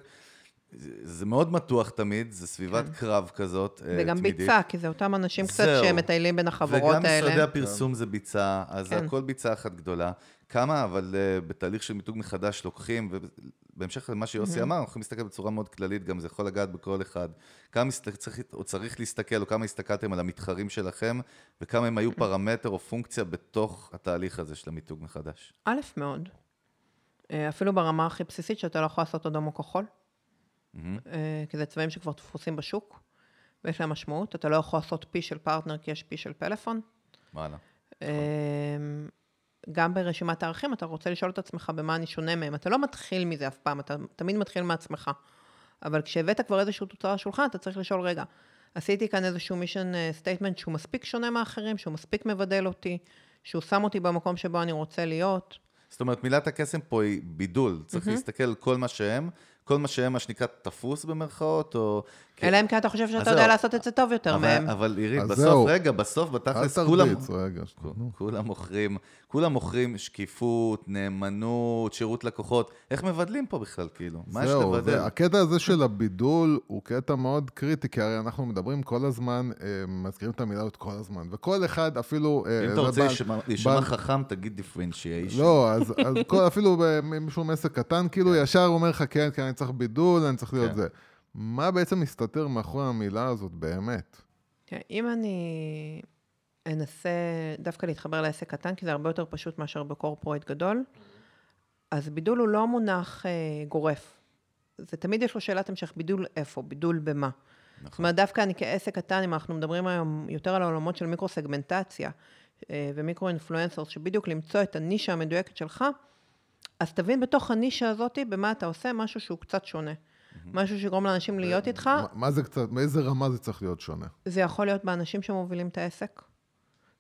Speaker 1: זה מאוד מתוח תמיד, זה סביבת קרב כזאת תמידית.
Speaker 2: וגם ביצה, כי זה אותם אנשים קצת שמטיילים בין החברות האלה.
Speaker 1: וגם משרדי הפרסום זה ביצה, אז זה הכל ביצה אחת גדולה. כמה, אבל בתהליך של מיתוג מחדש לוקחים, ובהמשך למה שיוסי אמר, אנחנו יכולים להסתכל בצורה מאוד כללית, גם זה יכול לגעת בכל אחד. כמה צריך להסתכל, או כמה הסתכלתם על המתחרים שלכם, וכמה הם היו פרמטר או פונקציה בתוך התהליך הזה של המיתוג מחדש.
Speaker 2: א' מאוד. אפילו ברמה הכי בסיסית, שאתה לא יכול לעשות אדום או כחול. כי זה צבעים שכבר תפוסים בשוק, ויש להם משמעות. אתה לא יכול לעשות פי של פרטנר, כי יש פי של פלאפון.
Speaker 1: מעלה.
Speaker 2: גם ברשימת הערכים, אתה רוצה לשאול את עצמך במה אני שונה מהם. אתה לא מתחיל מזה אף פעם, אתה תמיד מתחיל מעצמך. אבל כשהבאת כבר איזשהו תוצר לשולחן, אתה צריך לשאול, רגע, עשיתי כאן איזשהו מישן סטייטמנט שהוא מספיק שונה מאחרים, שהוא מספיק מבדל אותי, שהוא שם אותי במקום שבו אני רוצה להיות.
Speaker 1: זאת אומרת, מילת הקסם פה היא בידול. צריך להסתכל על כל מה שהם, כל מה שהם, מה שנקרא, תפוס במרכאות, או...
Speaker 2: אלא אם כן אתה חושב שאתה יודע לעשות את זה טוב יותר מהם.
Speaker 1: אבל עירית, בסוף, בתכלס, כולם מוכרים שקיפות, נאמנות, שירות לקוחות. איך מבדלים פה בכלל, כאילו? מה יש לבדל?
Speaker 3: הקטע הזה של הבידול הוא קטע מאוד קריטי, כי הרי אנחנו מדברים כל הזמן, מזכירים את המילה הזאת כל הזמן, וכל אחד אפילו...
Speaker 1: אם אתה רוצה להישמע חכם, תגיד differentiation.
Speaker 3: לא, אז אפילו מישהו מסק קטן, כאילו ישר אומר לך, כן, אני צריך בידול, אני צריך להיות זה. מה בעצם מסתתר מאחורי המילה הזאת באמת?
Speaker 2: אם אני אנסה דווקא להתחבר לעסק קטן, כי זה הרבה יותר פשוט מאשר בקורפורט גדול, אז בידול הוא לא מונח גורף. זה תמיד יש לו שאלת המשך, בידול איפה, בידול במה. זאת אומרת, דווקא אני כעסק קטן, אם אנחנו מדברים היום יותר על העולמות של מיקרו-סגמנטציה ומיקרו-אינפלואנסר, שבדיוק למצוא את הנישה המדויקת שלך, אז תבין בתוך הנישה הזאת, במה אתה עושה משהו שהוא קצת שונה. משהו שגרום לאנשים להיות איתך.
Speaker 3: מה זה קצת, מאיזה רמה זה צריך להיות שונה?
Speaker 2: זה יכול להיות באנשים שמובילים את העסק.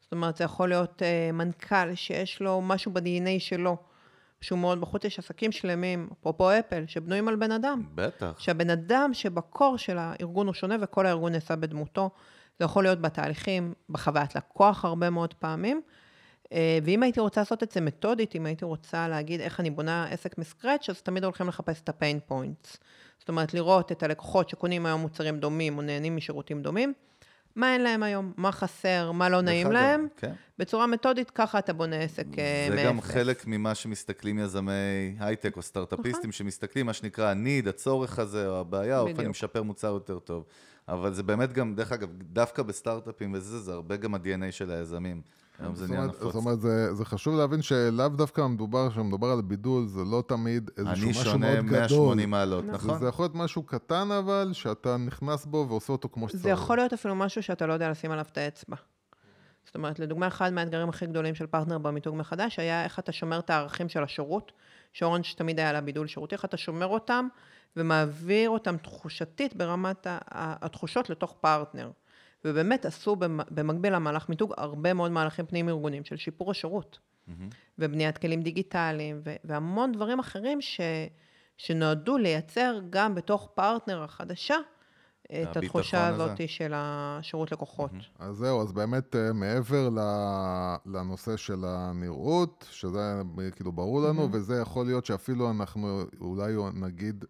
Speaker 2: זאת אומרת, זה יכול להיות מנכ"ל שיש לו משהו ב-DNA שלו, שהוא מאוד בחוץ, יש עסקים שלמים, אפרופו אפל, שבנויים על בן אדם.
Speaker 1: בטח.
Speaker 2: שהבן אדם שבקור של הארגון הוא שונה, וכל הארגון נעשה בדמותו. זה יכול להיות בתהליכים, בחוויית לקוח הרבה מאוד פעמים. ואם הייתי רוצה לעשות את זה מתודית, אם הייתי רוצה להגיד איך אני בונה עסק מסקרץ', אז תמיד הולכים לחפש את ה-pain points. זאת אומרת, לראות את הלקוחות שקונים היום מוצרים דומים, או נהנים משירותים דומים, מה אין להם היום, מה חסר, מה לא נעים להם.
Speaker 1: כן.
Speaker 2: בצורה מתודית, ככה אתה בונה עסק מאפס.
Speaker 1: זה גם חלק ממה שמסתכלים יזמי הייטק או סטארט-אפיסטים, שמסתכלים, מה שנקרא הניד, הצורך הזה, או הבעיה, או אני משפר מוצר יותר טוב. אבל זה באמת גם, דרך אגב, דווקא בסטארט-אפים וזה, זה הרבה גם ה-DNA של היזמים.
Speaker 3: זאת אומרת, זה חשוב להבין שלאו דווקא שמדובר על בידול, זה לא תמיד איזשהו משהו מאוד גדול.
Speaker 1: אני שונה 180 מעלות, נכון?
Speaker 3: זה יכול להיות משהו קטן, אבל שאתה נכנס בו ועושה אותו כמו שצריך.
Speaker 2: זה יכול להיות אפילו משהו שאתה לא יודע לשים עליו את האצבע. זאת אומרת, לדוגמה, אחד מהאתגרים הכי גדולים של פרטנר במיתוג מחדש, היה איך אתה שומר את הערכים של השירות, שאורנג' תמיד היה לה בידול שירותי, איך אתה שומר אותם ומעביר אותם תחושתית ברמת התחושות לתוך פרטנר. ובאמת עשו במקביל למהלך מיתוג הרבה מאוד מהלכים פנים ארגונים של שיפור השירות, ובניית כלים דיגיטליים, והמון דברים אחרים שנועדו לייצר גם בתוך פרטנר החדשה, את התחושה הזאת של השירות לקוחות.
Speaker 3: אז זהו, אז באמת מעבר לנושא של הנראות, שזה כאילו ברור לנו, וזה יכול להיות שאפילו אנחנו אולי נגיד,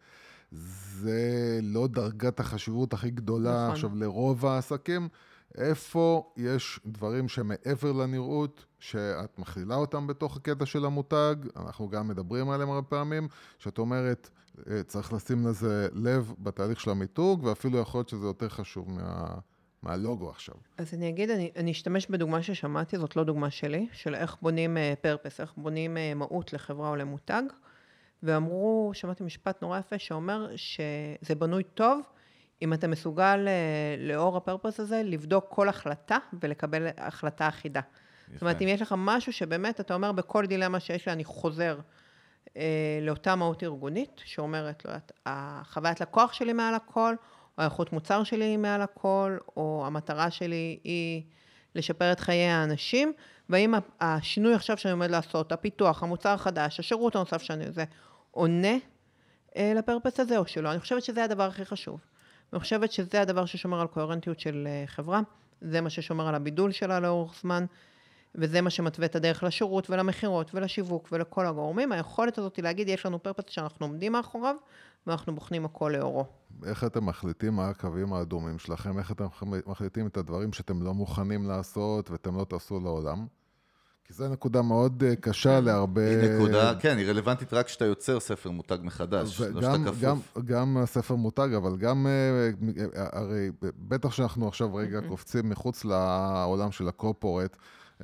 Speaker 3: זה לא דרגת החשיבות הכי גדולה עכשיו לרוב העסקים, איפה יש דברים שמעבר לנראות, שאת מכלילה אותם בתוך הקטע של המותג, אנחנו גם מדברים עליהם הרבה פעמים, שאת אומרת, צריך לשים לזה לב בתהליך של המיתוג, ואפילו יכול להיות שזה יותר חשוב מהלוגו עכשיו.
Speaker 2: אז אני אגיד, אני אשתמש בדוגמה ששמעתי, זאת לא דוגמה שלי, של איך בונים פרפס, איך בונים מהות לחברה או למותג, ואמרו, שמעתי משפט נורא יפה, שאומר שזה בנוי טוב, אם אתה מסוגל לאור הפרפס הזה, לבדוק כל החלטה ולקבל החלטה אחידה. יפה. זאת אומרת, אם יש לך משהו שבאמת, אתה אומר, בכל דילמה שיש לי, אני חוזר לאותה מהות ארגונית, שאומרת, לא יודעת, החוויית לקוח שלי מעל הכל, או האיכות מוצר שלי מעל הכל, או המטרה שלי היא לשפר את חיי האנשים, והאם השינוי עכשיו שאני עומד לעשות, הפיתוח, המוצר החדש, השירות הנוסף שאני עושה, עונה לפרפס הזה או שלא. אני חושבת שזה הדבר הכי חשוב. אני חושבת שזה הדבר ששומר על קוהרנטיות של חברה, זה מה ששומר על הבידול שלה לאורך זמן, וזה מה שמתווה את הדרך לשירות ולמחירות ולשיווק ולכל הגורמים. היכולת הזאת היא להגיד, יש לנו פרפס שאנחנו עומדים מאחוריו, ואנחנו בוחנים הכל לאורו.
Speaker 3: איך אתם מחליטים מה הקווים האדומים שלכם? איך אתם מחליטים את הדברים שאתם לא מוכנים לעשות ואתם לא תעשו לעולם? כי זו נקודה מאוד קשה להרבה...
Speaker 1: היא נקודה, כן, היא רלוונטית רק כשאתה יוצר ספר מותג מחדש, לא שאתה כפוף.
Speaker 3: גם ספר מותג, אבל גם, הרי בטח שאנחנו עכשיו רגע קופצים מחוץ לעולם של הקורפורט,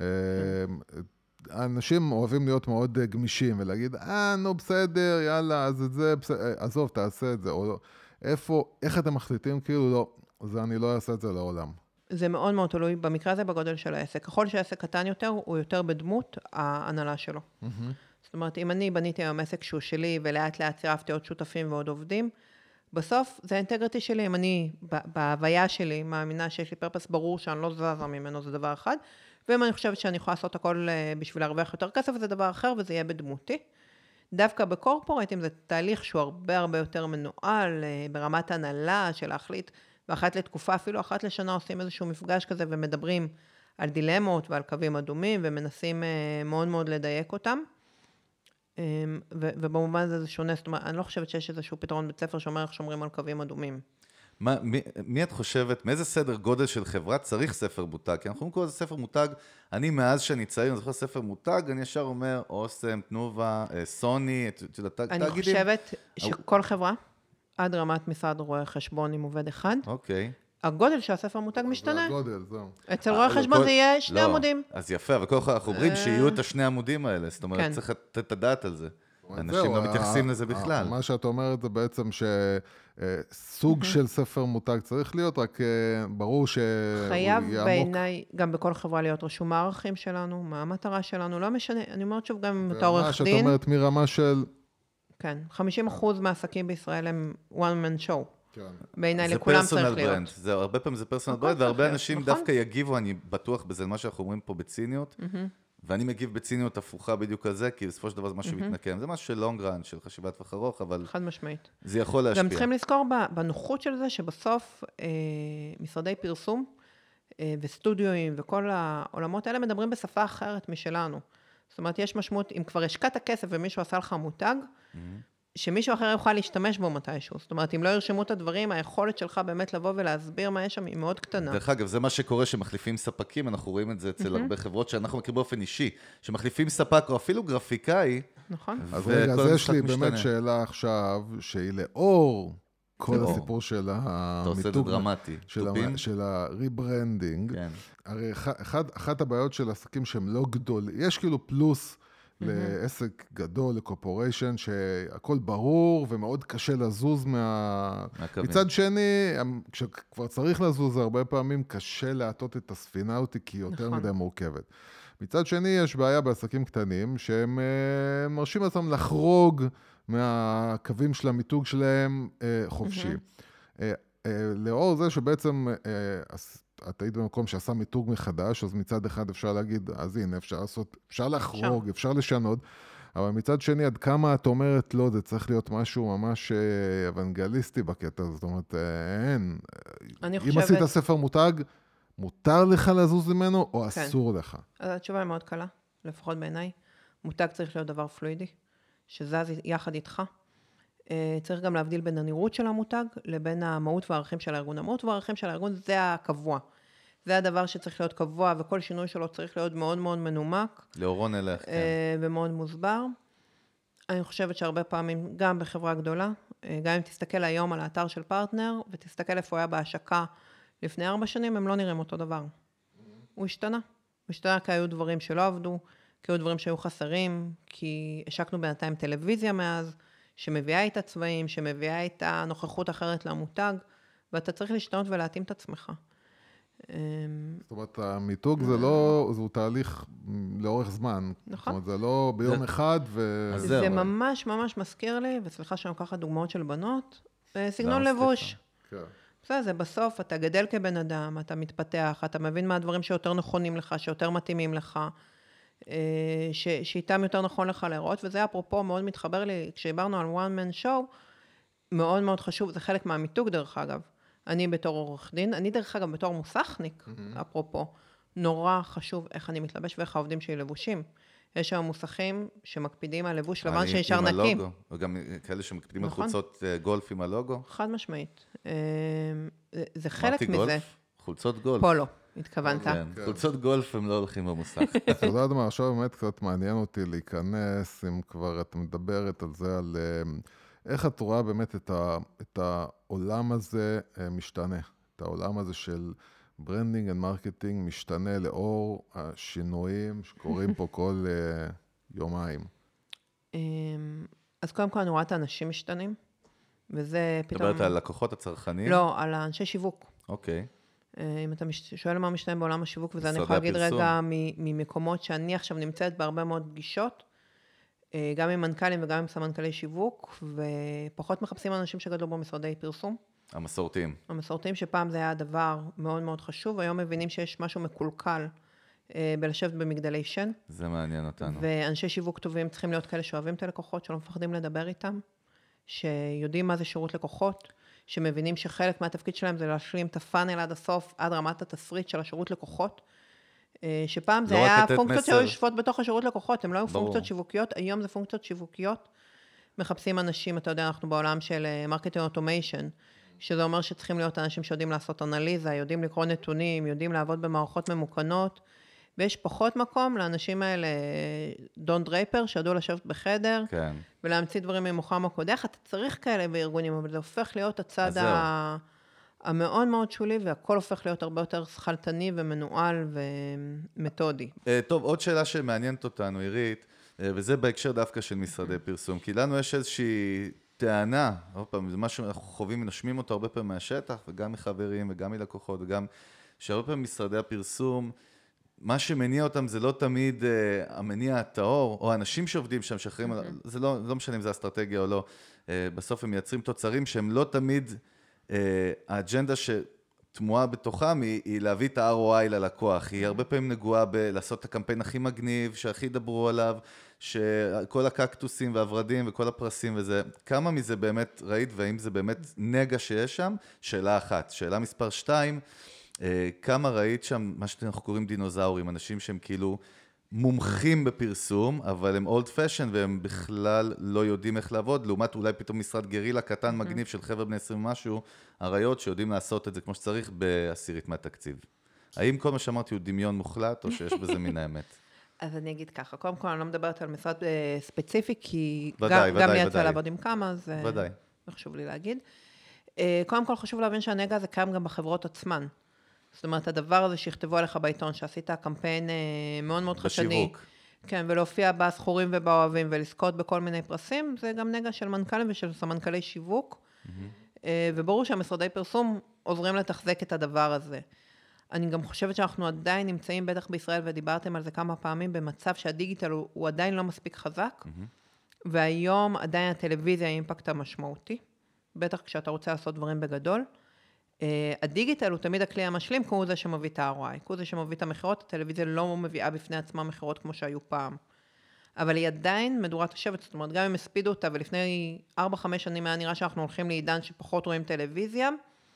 Speaker 3: האנשים אוהבים להיות מאוד גמישים ולהגיד, נו בסדר, יאללה, אז את זה, עזוב, תעשה את זה, או לא. איך אתם מחליטים? כאילו לא, אני לא אעשה את זה לעולם.
Speaker 2: זה מאוד מאוד תלוי, במקרה הזה בגודל של העסק. ככל שהעסק קטן יותר, הוא יותר בדמות ההנהלה שלו. זאת אומרת, אם אני בניתי היום עסק שהוא שלי, ולאט לאט צירפתי עוד שותפים ועוד עובדים, בסוף זה האינטגריטי שלי, אם אני בהוויה שלי מאמינה שיש לי פרפס ברור שאני לא זזה ממנו, זה דבר אחד, ואם אני חושבת שאני יכולה לעשות הכל בשביל להרוויח יותר כסף, זה דבר אחר, וזה יהיה בדמותי. דווקא בקורפורטים זה תהליך שהוא הרבה הרבה יותר מנוהל, ברמת הנהלה של להחליט, ואחת לתקופה, אפילו אחת לשנה עושים איזשהו מפגש כזה, ומדברים על דילמות ועל קווים אדומים, ומנסים מאוד מאוד לדייק אותם. ובמובן הזה זה שונה, זאת אומרת, אני לא חושבת שיש איזשהו פתרון בית ספר שאומר איך שומרים על קווים אדומים.
Speaker 1: מי את חושבת, מאיזה סדר גודל של חברה צריך ספר מותג? כי אנחנו אומרים כל זה ספר מותג, אני מאז שאני צעיר, אני זוכר ספר מותג, אני ישר אומר, אוסם, תנובה, סוני, תאגידים.
Speaker 2: אני חושבת שכל חברה, עד רמת משרד רואה חשבון עם עובד אחד.
Speaker 1: אוקיי.
Speaker 2: הגודל של הספר מותג משתנה.
Speaker 3: הגודל, זהו.
Speaker 2: אצל רואה חשבון זה יהיה 2 עמודים.
Speaker 1: אז יפה, אבל כל כך אנחנו אומרים שיהיו את 2 העמודים האלה, זאת אומרת, צריך לתת את הדעת על זה. אנשים לא מתייחסים לזה בכלל.
Speaker 3: מה שאת אומרת זה בעצם שסוג של ספר מותג צריך להיות, רק ברור שהוא
Speaker 2: חייב בעיניי גם בכל חברה להיות רשום מה הערכים שלנו, מה המטרה שלנו, לא משנה, אני אומרת שוב גם אם אתה עורך דין.
Speaker 3: מה שאת אומרת מרמה של...
Speaker 2: כן, 50% מהעסקים בישראל הם one man show. בעיניי לכולם צריך להיות.
Speaker 1: זה הרבה פעמים זה פרסונל ברנד, והרבה אנשים דווקא יגיבו, אני בטוח בזה, מה שאנחנו אומרים פה בציניות, ואני מגיב בציניות הפוכה בדיוק על זה, כי בסופו של דבר זה משהו מתנקם. זה משהו של לונג רן, של חשיבת טווח ארוך, אבל
Speaker 2: חד משמעית.
Speaker 1: זה יכול להשפיע.
Speaker 2: גם צריכים לזכור בנוחות של זה, שבסוף משרדי פרסום וסטודיואים וכל העולמות האלה מדברים בשפה אחרת משלנו. זאת אומרת, יש משמעות, אם כבר השקעת כסף ומישהו עשה לך מותג, שמישהו אחר יוכל להשתמש בו מתישהו. זאת אומרת, אם לא ירשמו את הדברים, היכולת שלך באמת לבוא ולהסביר מה יש שם היא מאוד קטנה.
Speaker 1: דרך אגב, זה מה שקורה שמחליפים ספקים, אנחנו רואים את זה אצל הרבה חברות שאנחנו מכירים באופן אישי, שמחליפים ספק או אפילו גרפיקאי.
Speaker 2: נכון.
Speaker 3: אז רגע, אז יש לי באמת שאלה עכשיו, שהיא לאור כל הסיפור של
Speaker 1: המיתוג,
Speaker 3: של הריברנדינג. הרי אחת הבעיות של עסקים שהם לא גדולים, יש כאילו פלוס לעסק גדול, לקורפוריישן, שהכל ברור ומאוד קשה לזוז מצד שני, כשכבר צריך לזוז, הרבה פעמים קשה להטות את הספינה אותי, כי היא יותר מדי מורכבת. מצד שני, יש בעיה בעסקים קטנים, שהם מרשים לעצמם לחרוג מהקווים של המיתוג שלהם חופשי. לאור זה שבעצם את היית במקום שעשה מיתוג מחדש, אז מצד אחד אפשר להגיד, אז הנה, אפשר לחרוג, אפשר לשנות, אבל מצד שני, עד כמה את אומרת, לא, זה צריך להיות משהו ממש אוונגליסטי בקטע, זאת אומרת, אין. אם עשית ספר מותג, מותר לך לזוז ממנו, או אסור לך?
Speaker 2: אז התשובה היא מאוד קלה, לפחות בעיניי. מותג צריך להיות דבר פלואידי, שזז יחד איתך. צריך גם להבדיל בין הנראות של המותג, לבין המהות והערכים של הארגון. המהות והערכים של הארגון זה הקבוע. זה הדבר שצריך להיות קבוע, וכל שינוי שלו צריך להיות מאוד מאוד מנומק.
Speaker 1: לאורון אלך, כן.
Speaker 2: ומאוד מוסבר. אני חושבת שהרבה פעמים, גם בחברה גדולה, גם אם תסתכל היום על האתר של פרטנר, ותסתכל איפה הוא היה בהשקה לפני 4 שנים, הם לא נראים אותו דבר. הוא השתנה. הוא השתנה כי היו דברים שלא עבדו, כי היו דברים שהיו חסרים, כי השקנו בינתיים טלוויזיה מאז, שמביאה את הצבעים, שמביאה את הנוכחות אחרת למותג, ואתה צריך להשתנות ולהתאים את עצמך.
Speaker 3: זאת אומרת, המיתוג זה לא, זהו תהליך לאורך זמן.
Speaker 2: נכון.
Speaker 3: זאת אומרת, זה לא ביום אחד
Speaker 2: זה ממש ממש מזכיר לי, וסליחה שאני לוקחת דוגמאות של בנות, סגנון לבוש. זה בסוף, אתה גדל כבן אדם, אתה מתפתח, אתה מבין מה הדברים שיותר נכונים לך, שיותר מתאימים לך, שאיתם יותר נכון לך לראות, וזה אפרופו מאוד מתחבר לי, כשדיברנו על one man show, מאוד מאוד חשוב, זה חלק מהמיתוג דרך אגב. אני בתור עורך דין, אני דרך אגב בתור מוסכניק, אפרופו, נורא חשוב איך אני מתלבש ואיך העובדים שלי לבושים. יש שם מוסכים שמקפידים על לבוש לבן שנשאר נקי.
Speaker 1: וגם כאלה שמקפידים על חולצות גולף עם הלוגו.
Speaker 2: חד משמעית. זה חלק מזה.
Speaker 1: אמרתי גולף? חולצות גולף.
Speaker 2: פולו, התכוונת.
Speaker 1: חולצות גולף הם לא הולכים במוסך.
Speaker 3: אתה יודעת מה, עכשיו באמת קצת מעניין אותי להיכנס, אם כבר את מדברת על זה, על איך את רואה באמת את העולם הזה משתנה, את העולם הזה של ברנדינג ומרקטינג משתנה לאור השינויים שקורים פה כל יומיים.
Speaker 2: אז קודם כל אני רואה את האנשים משתנים, וזה פתאום...
Speaker 1: מדברת על לקוחות הצרכנים?
Speaker 2: לא, על האנשי שיווק.
Speaker 1: אוקיי.
Speaker 2: אם אתה שואל מה משתנה בעולם השיווק, וזה אני יכולה להגיד רגע ממקומות שאני עכשיו נמצאת בהרבה מאוד פגישות, גם עם מנכ"לים וגם עם סמנכ"לי שיווק, ופחות מחפשים אנשים שגדלו במשרדי פרסום.
Speaker 1: המסורתיים.
Speaker 2: המסורתיים שפעם זה היה דבר מאוד מאוד חשוב, היום מבינים שיש משהו מקולקל בלשבת במגדלי שן.
Speaker 1: זה מעניין אותנו.
Speaker 2: ואנשי שיווק טובים צריכים להיות כאלה שאוהבים את הלקוחות, שלא מפחדים לדבר איתם, שיודעים מה זה שירות לקוחות, שמבינים שחלק מהתפקיד שלהם זה להשלים את הפאנל עד הסוף, עד רמת התסריט של השירות לקוחות, שפעם זה היה פונקציות שהיו יושבות בתוך השירות לקוחות, הם לא היו פונקציות שיווקיות, היום זה פונקציות שיווקיות, מחפשים אנשים, אתה יודע, אנחנו בעולם של מרקטינג אוטומיישן, שזה אומר שצריכים להיות אנשים שיודעים לעשות אנליזה, יודעים לקרוא נתונים, יודעים לעבוד במערכות ממוכנות, ויש פחות מקום לאנשים האלה, דון דרייפר, שידעו לשבת בחדר,
Speaker 1: כן.
Speaker 2: ולהמציא דברים ממוחם הקודח, אתה צריך כאלה בארגונים, אבל זה הופך להיות הצד המאוד מאוד שולי, והכל הופך להיות הרבה יותר שכלתני ומנועל ומתודי.
Speaker 1: טוב, עוד שאלה שמעניינת אותנו, עירית, וזה בהקשר דווקא של משרדי פרסום, כי לנו יש איזושהי טענה, הרבה פעמים, זה משהו שאנחנו חווים ונשמים אותו הרבה פעמים מהשטח, וגם מחברים וגם מלקוחות, וגם שהרבה פעמים משרדי הפרסום, מה שמניע אותם זה לא תמיד המניע הטהור, או האנשים שעובדים שם, שאחרים, זה לא משנה אם זה אסטרטגיה או לא, בסוף הם מייצרים תוצרים שהם לא תמיד האג'נדה שתמוהה בתוכם היא להביא את ה-ROI ללקוח. היא הרבה פעמים נגועה לעשות את הקמפיין הכי מגניב, שהכי דברו עליו, שכל הקקטוסים והוורדים וכל הפרסים וזה. כמה מזה באמת ראית, והאם זה באמת נגע שיש שם? שאלה אחת. שאלה מספר 2, כמה ראית שם, מה שאנחנו קוראים דינוזאורים, אנשים שהם כאילו מומחים בפרסום, אבל הם old fashion והם בכלל לא יודעים איך לעבוד, לעומת אולי פתאום משרד גרילה קטן מגניב של חבר'ה בני 20 משהו, הרעיות שיודעים לעשות את זה כמו שצריך בעשירית מהתקציב. האם כל מה שאמרתי הוא דמיון מוחלט, או שיש בזה מן האמת?
Speaker 2: אז אני אגיד ככה, קודם כל אני לא מדברת על משרד ספציפי, כי
Speaker 1: ודאי,
Speaker 2: גם
Speaker 1: ודאי,
Speaker 2: לי יצא
Speaker 1: ודאי.
Speaker 2: לעבוד עם כמה, אז
Speaker 1: ודאי.
Speaker 2: חשוב לי להגיד. קודם כל חשוב להבין שהנגע הזה קיים גם בחברות עצמן. זאת אומרת, הדבר הזה שיכתבו עליך בעיתון, שעשית קמפיין מאוד מאוד חדשני.
Speaker 1: בשיווק.
Speaker 2: כן, ולהופיע בסחורים ובאוהבים, ולזכות בכל מיני פרסים, זה גם נגע של מנכ"לים ושל סמנכ"לי שיווק. וברור שהמשרדי פרסום עוזרים לתחזק את הדבר הזה. אני גם חושבת שאנחנו עדיין נמצאים, בטח בישראל, ודיברתם על זה כמה פעמים, במצב שהדיגיטל הוא עדיין לא מספיק חזק, והיום עדיין הטלוויזיה היא אימפקט המשמעותי, בטח כשאתה רוצה לעשות דברים בגדול. הדיגיטל הוא תמיד הכלי המשלים, כמו זה שמביא את ה-ROI, כמו זה שמביא את המחירות, הטלוויזיה לא מביאה בפני עצמה מחירות כמו שהיו פעם. אבל היא עדיין מדורת השבט, זאת אומרת, גם אם הספידו אותה, ולפני 4-5 שנים היה נראה שאנחנו הולכים לעידן שפחות רואים טלוויזיה,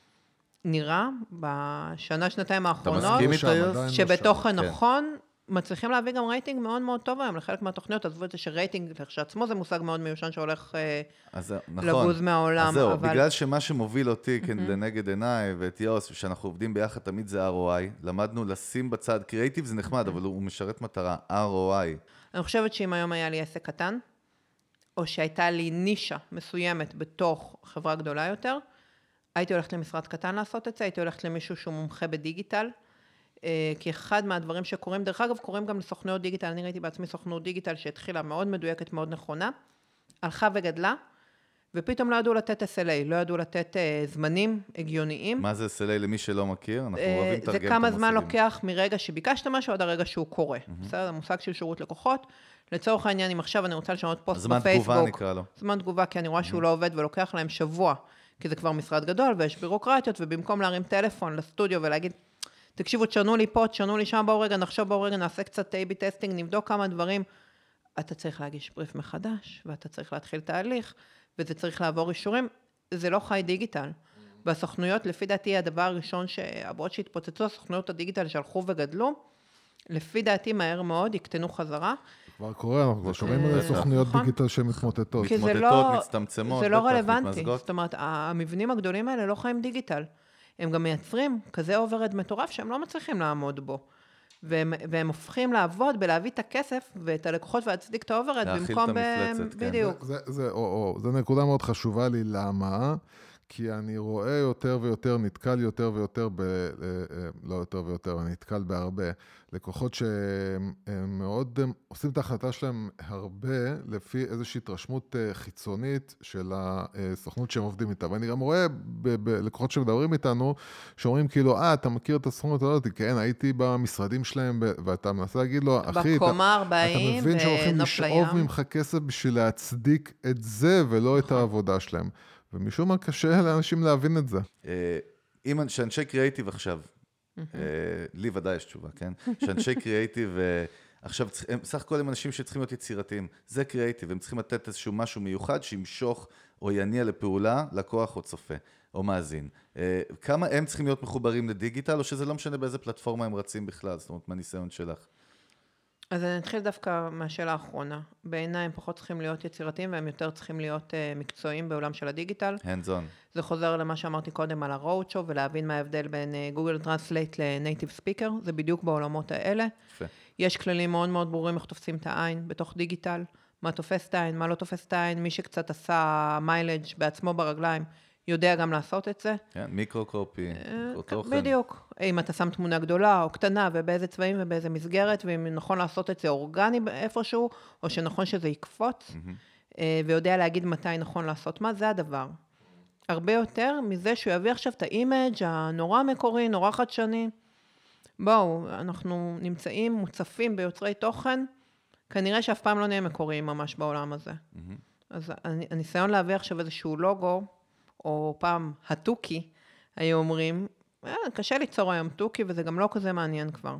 Speaker 2: נראה בשנה, שנתיים האחרונות,
Speaker 1: אתה מסכים איתה?
Speaker 2: שבתוכן נכון, מצליחים להביא גם רייטינג מאוד מאוד טוב היום, לחלק מהתוכניות, עזבו את זה שרייטינג שעצמו זה מושג מאוד מיושן שהולך לגוז מהעולם.
Speaker 1: אז זהו, בגלל שמה שמוביל אותי לנגד עיניי ואת יוס, שאנחנו עובדים ביחד תמיד זה ROI, למדנו לשים בצד, קריאיטיב זה נחמד, אבל הוא משרת מטרה, ROI.
Speaker 2: אני חושבת שאם היום היה לי עסק קטן, או שהייתה לי נישה מסוימת בתוך חברה גדולה יותר, הייתי הולכת למשרד קטן לעשות את זה, הייתי הולכת למישהו שהוא מומחה בדיגיטל, כי אחד מהדברים שקורים, דרך אגב, קוראים גם לסוכנויות דיגיטל, אני ראיתי בעצמי סוכנות דיגיטל שהתחילה מאוד מדויקת, מאוד נכונה, הלכה וגדלה, ופתאום לא ידעו לתת SLA, לא ידעו לתת זמנים הגיוניים.
Speaker 1: מה זה SLA למי שלא מכיר? אנחנו אוהבים לתרגם את המושגים.
Speaker 2: זה כמה זמן לוקח מרגע שביקשת משהו עד הרגע שהוא קורה. בסדר, זה מושג של שירות לקוחות. לצורך העניין, אם עכשיו אני רוצה לשנות פוסט בפייסבוק.
Speaker 1: זמן תגובה נקרא לו.
Speaker 2: זמן תגובה, כי אני רואה שהוא לא עובד ולוקח להם שבוע, כי זה כבר משרד גדול ויש בירוקרטיות, ובמקום להרים טלפון לסטודיו ולהגיד, תקשיבו, תשנו לי פה, תשנו לי שם, בואו רגע, נחשוב בואו רגע, נעשה קצת A/B טסטינג, נבדוק כמה דברים. אתה צריך להגיש בריף מחדש, ואתה צריך להתחיל תהליך, וזה צריך לעבור אישורים. זה לא חי דיגיטל. בסוכנויות, לפי דעתי, הדבר הראשון שהבאות שהתפוצצו, הסוכנויות הדיגיטל שהלכו וגדלו, לפי דעתי מהר מאוד, יקטנו חזרה.
Speaker 3: כבר קורה, אנחנו כבר שומעים על סוכנויות דיגיטל שמתמוטטות.
Speaker 1: מתמוטטות, מצטמצמות.
Speaker 2: זה לא רלוונטי. זאת אומרת, המבנים הגדולים האלה לא חיים דיגיטל. הם גם מייצרים כזה אוברד מטורף שהם לא מצליחים לעמוד בו. והם הופכים לעבוד בלהביא את הכסף ואת הלקוחות והצדיק את האוברד במקום בדיוק.
Speaker 3: זה נקודה מאוד חשובה לי, למה? כי אני רואה יותר ויותר, נתקל יותר ויותר, לא יותר ויותר, אני נתקל בהרבה לקוחות שהם מאוד עושים את ההחלטה שלהם הרבה לפי איזושהי התרשמות חיצונית של הסוכנות שהם עובדים איתה. ואני גם רואה בלקוחות שמדברים איתנו, שאומרים כאילו, אתה מכיר את הסוכנות הזאת? כן, הייתי במשרדים שלהם, ואתה מנסה להגיד לו, אחי, אתה מבין שהולכים לשאוב ממך כסף בשביל להצדיק את זה ולא את העבודה שלהם. ומשום מה קשה לאנשים להבין את זה.
Speaker 1: אם שאנשי קריאיטיב עכשיו, לי ודאי יש תשובה, כן? שאנשי קריאיטיב, עכשיו, סך הכל הם אנשים שצריכים להיות יצירתיים. זה קריאיטיב, הם צריכים לתת איזשהו משהו מיוחד שימשוך או יניע לפעולה, לקוח או צופה, או מאזין. כמה הם צריכים להיות מחוברים לדיגיטל, או שזה לא משנה באיזה פלטפורמה הם רצים בכלל, זאת אומרת, מהניסיון שלך?
Speaker 2: אז אני אתחיל דווקא מהשאלה האחרונה. בעיניי הם פחות צריכים להיות יצירתיים, והם יותר צריכים להיות מקצועיים בעולם של הדיגיטל.
Speaker 1: hands on.
Speaker 2: זה חוזר למה שאמרתי קודם על ה-road show, ולהבין מה ההבדל בין Google Translate ל-Native Speaker, זה בדיוק בעולמות האלה.
Speaker 1: יפה.
Speaker 2: יש כללים מאוד מאוד ברורים איך תופסים את העין בתוך דיגיטל, מה תופס את העין, מה לא תופס את העין, מי שקצת עשה מיילג' בעצמו ברגליים, יודע גם לעשות את זה.
Speaker 1: כן, מיקרו-קופי, תוכן.
Speaker 2: בדיוק. אם אתה שם תמונה גדולה או קטנה, ובאיזה צבעים ובאיזה מסגרת, ואם נכון לעשות את זה אורגני איפשהו, או שנכון שזה יקפוץ, ויודע להגיד מתי נכון לעשות מה, זה הדבר. הרבה יותר מזה שהוא יביא עכשיו את האימג' הנורא מקורי, נורא חדשני. בואו, אנחנו נמצאים מוצפים ביוצרי תוכן, כנראה שאף פעם לא נהיה מקוריים ממש בעולם הזה. אז הניסיון להביא עכשיו איזשהו לוגו, או פעם התוכי, היו אומרים, קשה ליצור היום תוכי, וזה גם לא כזה מעניין כבר.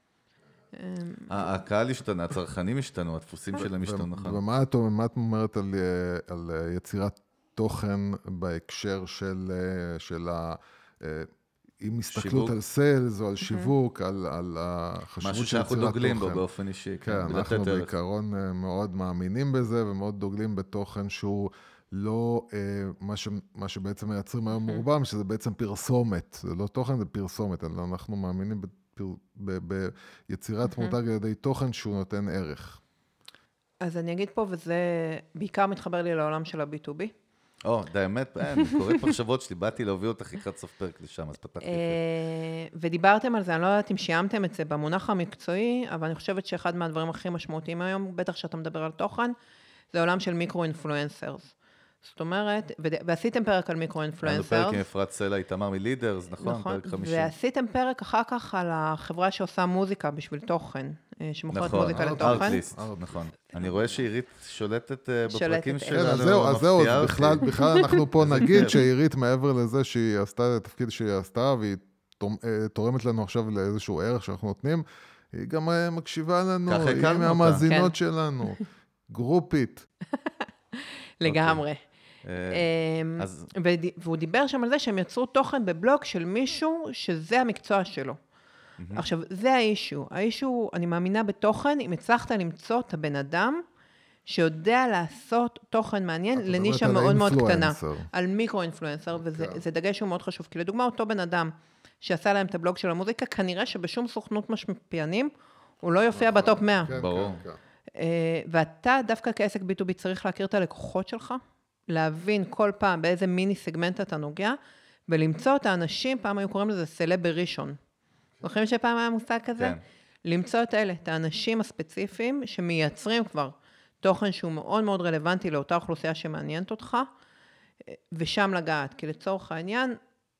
Speaker 1: הקהל השתנה, הצרכנים השתנו, הדפוסים שלהם השתנו, נכון.
Speaker 3: ומה את אומרת על יצירת תוכן בהקשר של עם הסתכלות על סיילס או על שיווק, על החשיבות של יצירת תוכן.
Speaker 1: משהו שאנחנו דוגלים בו באופן אישי.
Speaker 3: כן, אנחנו בעיקרון מאוד מאמינים בזה, ומאוד דוגלים בתוכן שהוא לא מה שבעצם מייצרים היום מורבם, שזה בעצם פרסומת. זה לא תוכן, זה פרסומת. אנחנו מאמינים ביצירת מותג על ידי תוכן שהוא נותן ערך.
Speaker 2: אז אני אגיד פה, וזה בעיקר מתחבר לי לעולם של ה-B2B.
Speaker 1: האמת, אני קורא פה שבועות שלי, באתי להוביל אותך לקראת סוף פרק לשם, אז פתחתי.
Speaker 2: ודיברתם על זה, אני לא יודעת אם שיאמתם את זה במונח המקצועי, אבל אני חושבת שאחד מהדברים הכי משמעותיים היום, בטח שאתה מדבר על תוכן, זה העולם של מיקרו-אינפלואנסרס. זאת אומרת, ועשיתם פרק על מיקרו-אינפלואנסרס.
Speaker 1: היה פרק עם אפרת סלע, איתמר מלידרס, נכון? פרק 50.
Speaker 2: ועשיתם פרק אחר כך על החברה שעושה מוזיקה בשביל תוכן, שמוכרת מוזיקה לתוכן.
Speaker 1: ארטליסט, נכון. אני רואה שעירית שולטת בפרקים שלה.
Speaker 3: אז זהו, בכלל אנחנו פה נגיד שעירית מעבר לזה שהיא עשתה את התפקיד שהיא עשתה, והיא תורמת לנו עכשיו לאיזשהו ערך שאנחנו נותנים, היא גם מקשיבה לנו, היא מהמאזינות שלנו, גרופית.
Speaker 2: לגמרי. והוא דיבר שם על זה שהם יצרו תוכן בבלוג של מישהו שזה המקצוע שלו. עכשיו, זה האישו, אני מאמינה בתוכן, אם הצלחת למצוא את הבן אדם שיודע לעשות תוכן מעניין לנישה מאוד מאוד קטנה. על מיקרו-אינפלואנסר, וזה דגש שהוא מאוד חשוב. כי לדוגמה, אותו בן אדם שעשה להם את הבלוג של המוזיקה, כנראה שבשום סוכנות משפיענים, הוא לא יופיע בטופ 100.
Speaker 1: ברור.
Speaker 2: ואתה דווקא כעסק B2B צריך להכיר את הלקוחות שלך, להבין כל פעם באיזה מיני סגמנט אתה נוגע, ולמצוא את האנשים, פעם היו קוראים לזה סלב בראשון. זוכרים שפעם היה מושג כזה? כן. למצוא את אלה, את האנשים הספציפיים שמייצרים כבר תוכן שהוא מאוד מאוד רלוונטי לאותה אוכלוסייה שמעניינת אותך, ושם לגעת. כי לצורך העניין,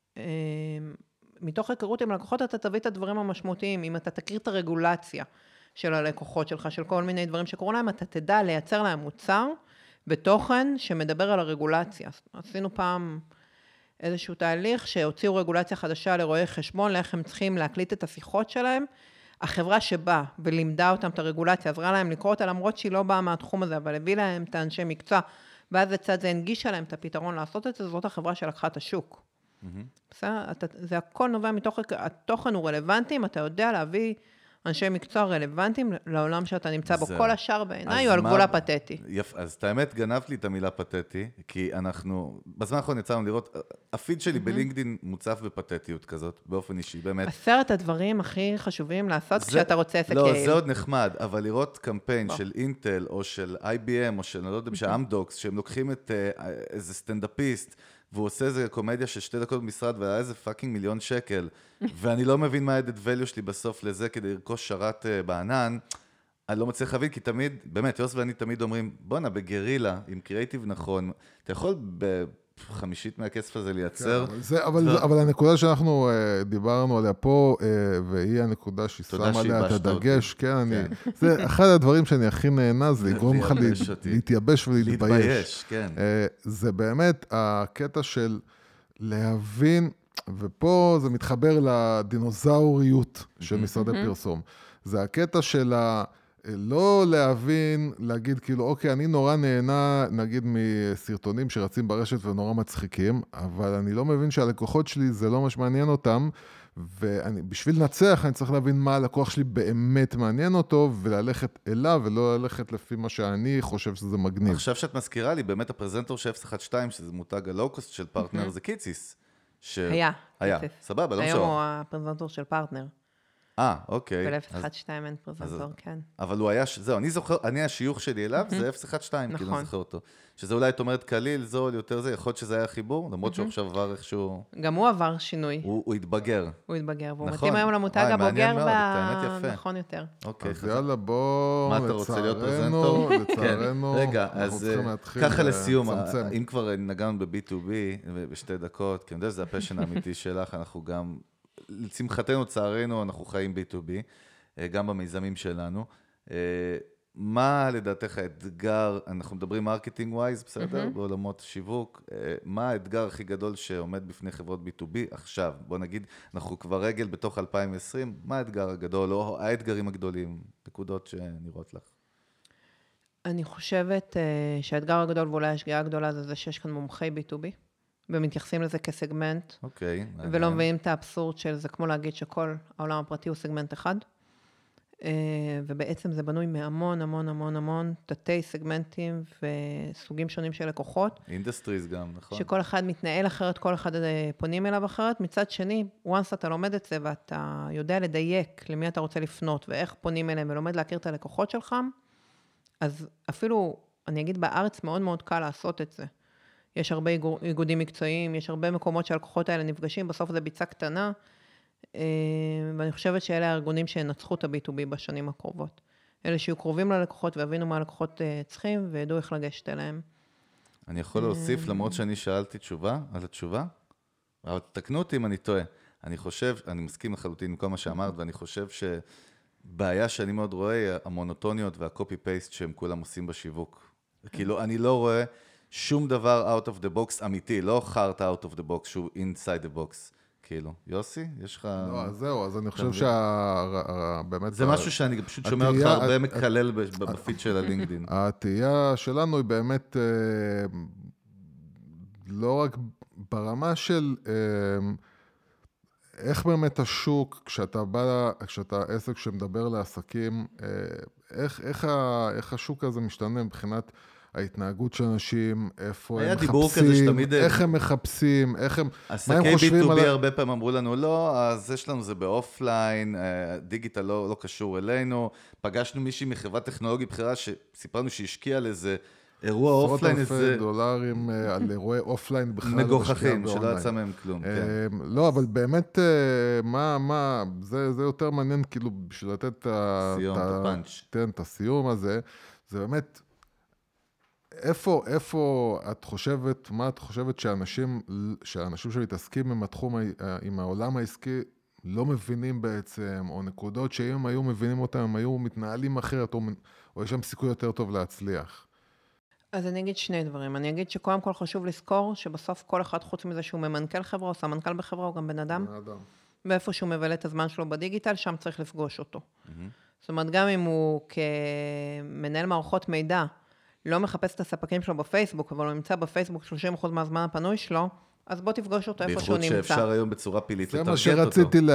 Speaker 2: מתוך היכרות עם לקוחות אתה תביא את הדברים המשמעותיים, אם אתה תכיר את הרגולציה של הלקוחות שלך, של כל מיני דברים שקורו להם, אתה תדע לייצר להם מוצר בתוכן שמדבר על הרגולציה. עשינו פעם איזשהו תהליך שהוציאו רגולציה חדשה לרואי חשבון, לאיך הם צריכים להקליט את השיחות שלהם. החברה שבאה ולימדה אותם את הרגולציה, עזרה להם לקרוא אותה, למרות שהיא לא באה מהתחום הזה, אבל הביא להם את האנשי מקצוע, ואז לצד זה הנגישה להם את הפתרון לעשות את זה, זאת החברה שלקחה את השוק. בסדר? זה הכל נובע מתוך, התוכן הוא רלוונטי, אם אתה יודע להביא אנשי מקצוע רלוונטיים לעולם שאתה נמצא בו. כל השאר בעיניי הוא על גבול הפתטי.
Speaker 1: יפה, אז את האמת גנבת לי את המילה פתטי, כי אנחנו, בזמן האחרון יצאנו לראות, הפיד שלי בלינקדין מוצף בפתטיות כזאת, באופן אישי, באמת. 10
Speaker 2: הדברים הכי חשובים לעשות כשאתה רוצה עסק יעיל.
Speaker 1: לא, זה עוד נחמד, אבל לראות קמפיין של אינטל, או של IBM, או של, אני לא יודע, של אמדוקס, שהם לוקחים את איזה סטנדאפיסט, והוא עושה איזה קומדיה של 2 דקות במשרד, ועלה איזה פאקינג $1,000,000, ואני לא מבין מה ה-added value שלי בסוף לזה, כדי לרכוש שרת בענן, אני לא מצליח להבין, כי תמיד, באמת, יוס ואני תמיד אומרים, בוא'נה, בגרילה, עם קריאיטיב נכון, אתה יכול בחמישית מהכסף הזה לייצר.
Speaker 3: אבל הנקודה שאנחנו דיברנו עליה פה, והיא הנקודה ששמה עליה את הדגש, כן, זה אחד הדברים שאני הכי נהנה, זה לגרום לך להתייבש ולהתבייש. זה באמת הקטע של להבין, ופה זה מתחבר לדינוזאוריות של משרדי פרסום. זה הקטע של לא להבין, להגיד כאילו, אוקיי, אני נורא נהנה, נגיד, מסרטונים שרצים ברשת ונורא מצחיקים, אבל אני לא מבין שהלקוחות שלי זה לא מה שמעניין אותם, ובשביל לנצח אני צריך להבין מה הלקוח שלי באמת מעניין אותו, וללכת אליו, ולא ללכת לפי מה שאני חושב שזה מגניב.
Speaker 1: עכשיו שאת מזכירה לי, באמת הפרזנטור של 012, שזה מותג הלואו-קוסט של פרטנר, זה קיציס.
Speaker 2: היה.
Speaker 1: סבבה, לא משהו.
Speaker 2: היום הוא הפרזנטור של פרטנר.
Speaker 1: אוקיי.
Speaker 2: ב-012 אין פרזנטור, כן.
Speaker 1: אבל הוא היה, זהו, אני זוכר, השיוך שלי אליו, זה 012, כאילו אני זוכר אותו. שזה אולי את אומרת קליל, זול, יותר זה, יכול להיות שזה היה חיבור, למרות שהוא עכשיו עבר איכשהו...
Speaker 2: גם הוא עבר שינוי.
Speaker 1: הוא התבגר.
Speaker 2: הוא התבגר, והוא מתאים היום למותג הבוגר והנכון יותר.
Speaker 3: אז יאללה, בוא,
Speaker 1: מה אתה רוצה להיות פרזנטור?
Speaker 3: לצערנו,
Speaker 1: רגע, אז ככה לסיום, אם כבר נגענו ב-B2B, בשתי דקות, כי אני יודע שזה הפשן האמיתי שלך, אנחנו גם... לשמחתנו, צערנו, אנחנו חיים B2B, גם במיזמים שלנו. מה לדעתך האתגר, אנחנו מדברים מרקטינג ווייז, בסדר? בעולמות שיווק, מה האתגר הכי גדול שעומד בפני חברות B2B עכשיו? בוא נגיד, אנחנו כבר רגל בתוך 2020, מה האתגר הגדול, או האתגרים הגדולים, נקודות שנראות לך?
Speaker 2: אני חושבת שהאתגר הגדול, ואולי השגיאה הגדולה, זה שיש כאן מומחי B2B, ומתייחסים לזה כסגמנט,
Speaker 1: אוקיי.
Speaker 2: ולא מבינים את האבסורד של זה, כמו להגיד שכל העולם הפרטי הוא סגמנט אחד, ובעצם זה בנוי מהמון, המון, המון, המון תתי סגמנטים וסוגים שונים של לקוחות.
Speaker 1: אינדסטריז גם, נכון.
Speaker 2: שכל אחד מתנהל אחרת, כל אחד פונים אליו אחרת. מצד שני, once אתה לומד את זה ואתה יודע לדייק למי אתה רוצה לפנות ואיך פונים אליהם ולומד להכיר את הלקוחות שלך, אז אפילו, אני אגיד, בארץ מאוד מאוד קל לעשות את זה. יש הרבה איגודים מקצועיים, יש הרבה מקומות שהלקוחות האלה נפגשים, בסוף זה ביצה קטנה, ואני חושבת שאלה הארגונים שינצחו את ה-B2B בשנים הקרובות. אלה שיהיו קרובים ללקוחות ויבינו מה הלקוחות צריכים וידעו איך לגשת אליהם.
Speaker 1: אני יכול להוסיף, למרות שאני שאלתי תשובה על התשובה, אבל תקנו אותי אם אני טועה. אני חושב, אני מסכים לחלוטין עם כל מה שאמרת, ואני חושב שבעיה שאני מאוד רואה, המונוטוניות והקופי-פייסט שהם כולם עושים בשיווק. כאילו, אני לא רואה שום דבר out of the box אמיתי, לא חרת out of the box שהוא inside the box. כאילו, יוסי, יש לך...
Speaker 3: לא, אז זהו, אז אני חושב שבאמת...
Speaker 1: זה משהו שאני פשוט שומע אותך הרבה מקלל בפיד של הלינקדין.
Speaker 3: התהייה שלנו היא באמת לא רק ברמה של איך באמת השוק, כשאתה עסק שמדבר לעסקים, איך השוק הזה משתנה מבחינת ההתנהגות של אנשים, איפה הם מחפשים, איך הם מחפשים, מה הם חושבים על...
Speaker 1: עסקי B2B הרבה פעמים אמרו לנו, לא, אז יש לנו זה באופליין, דיגיטל לא קשור אלינו, פגשנו מישהי מחברת טכנולוגית בחירה שסיפרנו שהשקיע לזה אירוע אופליין,
Speaker 3: איזה... דולרים על אירועי אופליין בכלל.
Speaker 1: מגוחכים, שלא יצא מהם כלום.
Speaker 3: לא, אבל באמת, זה יותר מעניין, כאילו, בשביל לתת את הסיום הזה, זה באמת... איפה את חושבת, מה את חושבת שאנשים שמתעסקים עם התחום, עם העולם העסקי, לא מבינים בעצם, או נקודות שאם הם היו מבינים אותם, הם היו מתנהלים אחרת, או יש שם סיכוי יותר טוב להצליח?
Speaker 2: אז אני אגיד שני דברים. אני אגיד שקודם כל חשוב לזכור, שבסוף כל אחד חוץ מזה שהוא ממנכ"ל חברה, או סמנכ"ל בחברה, הוא גם בן אדם. ואיפה שהוא מבלה את הזמן שלו בדיגיטל, שם צריך לפגוש אותו. זאת אומרת, גם אם הוא כמנהל מערכות מידע, לא מחפש את הספקים שלו בפייסבוק, אבל הוא נמצא בפייסבוק 30% מהזמן הפנוי שלו, אז בוא תפגוש אותו איפה שהוא נמצא.
Speaker 1: בייחוד שאפשר היום בצורה פילית
Speaker 3: לטרגט אותו. זה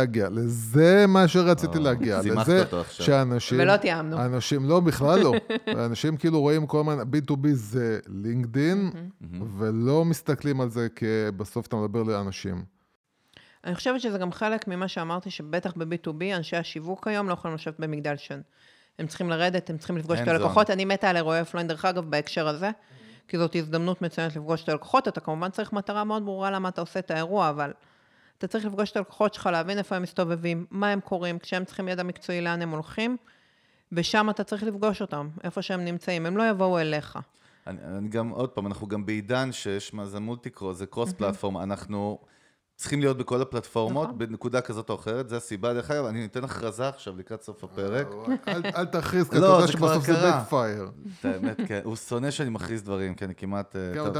Speaker 3: מה שרציתי להגיע.
Speaker 1: זימחת אותו עכשיו.
Speaker 3: שאנשים...
Speaker 2: ולא תיאמנו.
Speaker 3: אנשים, לא, בכלל לא. אנשים כאילו רואים כל הזמן, B2B זה לינקדין, ולא מסתכלים על זה בסוף אתה מדבר לאנשים.
Speaker 2: אני חושבת שזה גם חלק ממה שאמרתי, שבטח ב-B2B, אנשי השיווק היום לא יכולים לשבת במגדל שן. הם צריכים לרדת, הם צריכים לפגוש את הלקוחות. אני מתה על אירועי אופליין, דרך אגב, בהקשר הזה, כי זאת הזדמנות מצוינת לפגוש את הלקוחות. אתה כמובן צריך מטרה מאוד ברורה למה אתה עושה את האירוע, אבל אתה צריך לפגוש את הלקוחות שלך, להבין איפה הם מסתובבים, מה הם קוראים, כשהם צריכים ידע מקצועי לאן הם הולכים, ושם אתה צריך לפגוש אותם, איפה שהם נמצאים, הם לא יבואו אליך.
Speaker 1: אני גם, עוד פעם, אנחנו גם בעידן שיש מה זה מולטי-קרוס, זה קרוס פלטפורם, אנחנו צריכים להיות בכל הפלטפורמות, בנקודה כזאת או אחרת, זה הסיבה, דרך אגב, אני ניתן הכרזה עכשיו לקראת סוף הפרק.
Speaker 3: אל תכריז, כי אתה יודע שבסוף זה בקפייר.
Speaker 1: האמת, כן, הוא שונא שאני מכריז דברים, כי אני כמעט...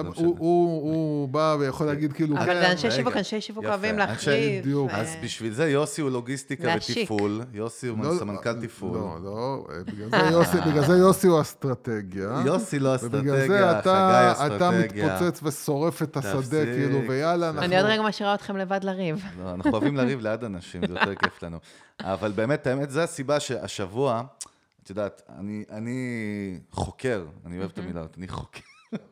Speaker 3: הוא בא ויכול להגיד כאילו...
Speaker 2: אבל זה אנשי שיווק אוהבים להכריז.
Speaker 1: אז בשביל זה יוסי הוא לוגיסטיקה וטיפול, יוסי הוא סמנכ"ל טיפול.
Speaker 3: לא, בגלל זה יוסי הוא אסטרטגיה.
Speaker 1: יוסי לא אסטרטגיה,
Speaker 3: חגי אסטרטגיה. אתה מתפוצץ ושורף את השדה, כאילו, ויאללה,
Speaker 2: אני עוד רגע משאירה אתכם לבד לריב.
Speaker 1: לא, אנחנו אוהבים לריב ליד אנשים, זה יותר כיף לנו. אבל באמת, האמת, זו הסיבה שהשבוע, את יודעת, אני חוקר, אני אוהב את המילה, אני חוקר.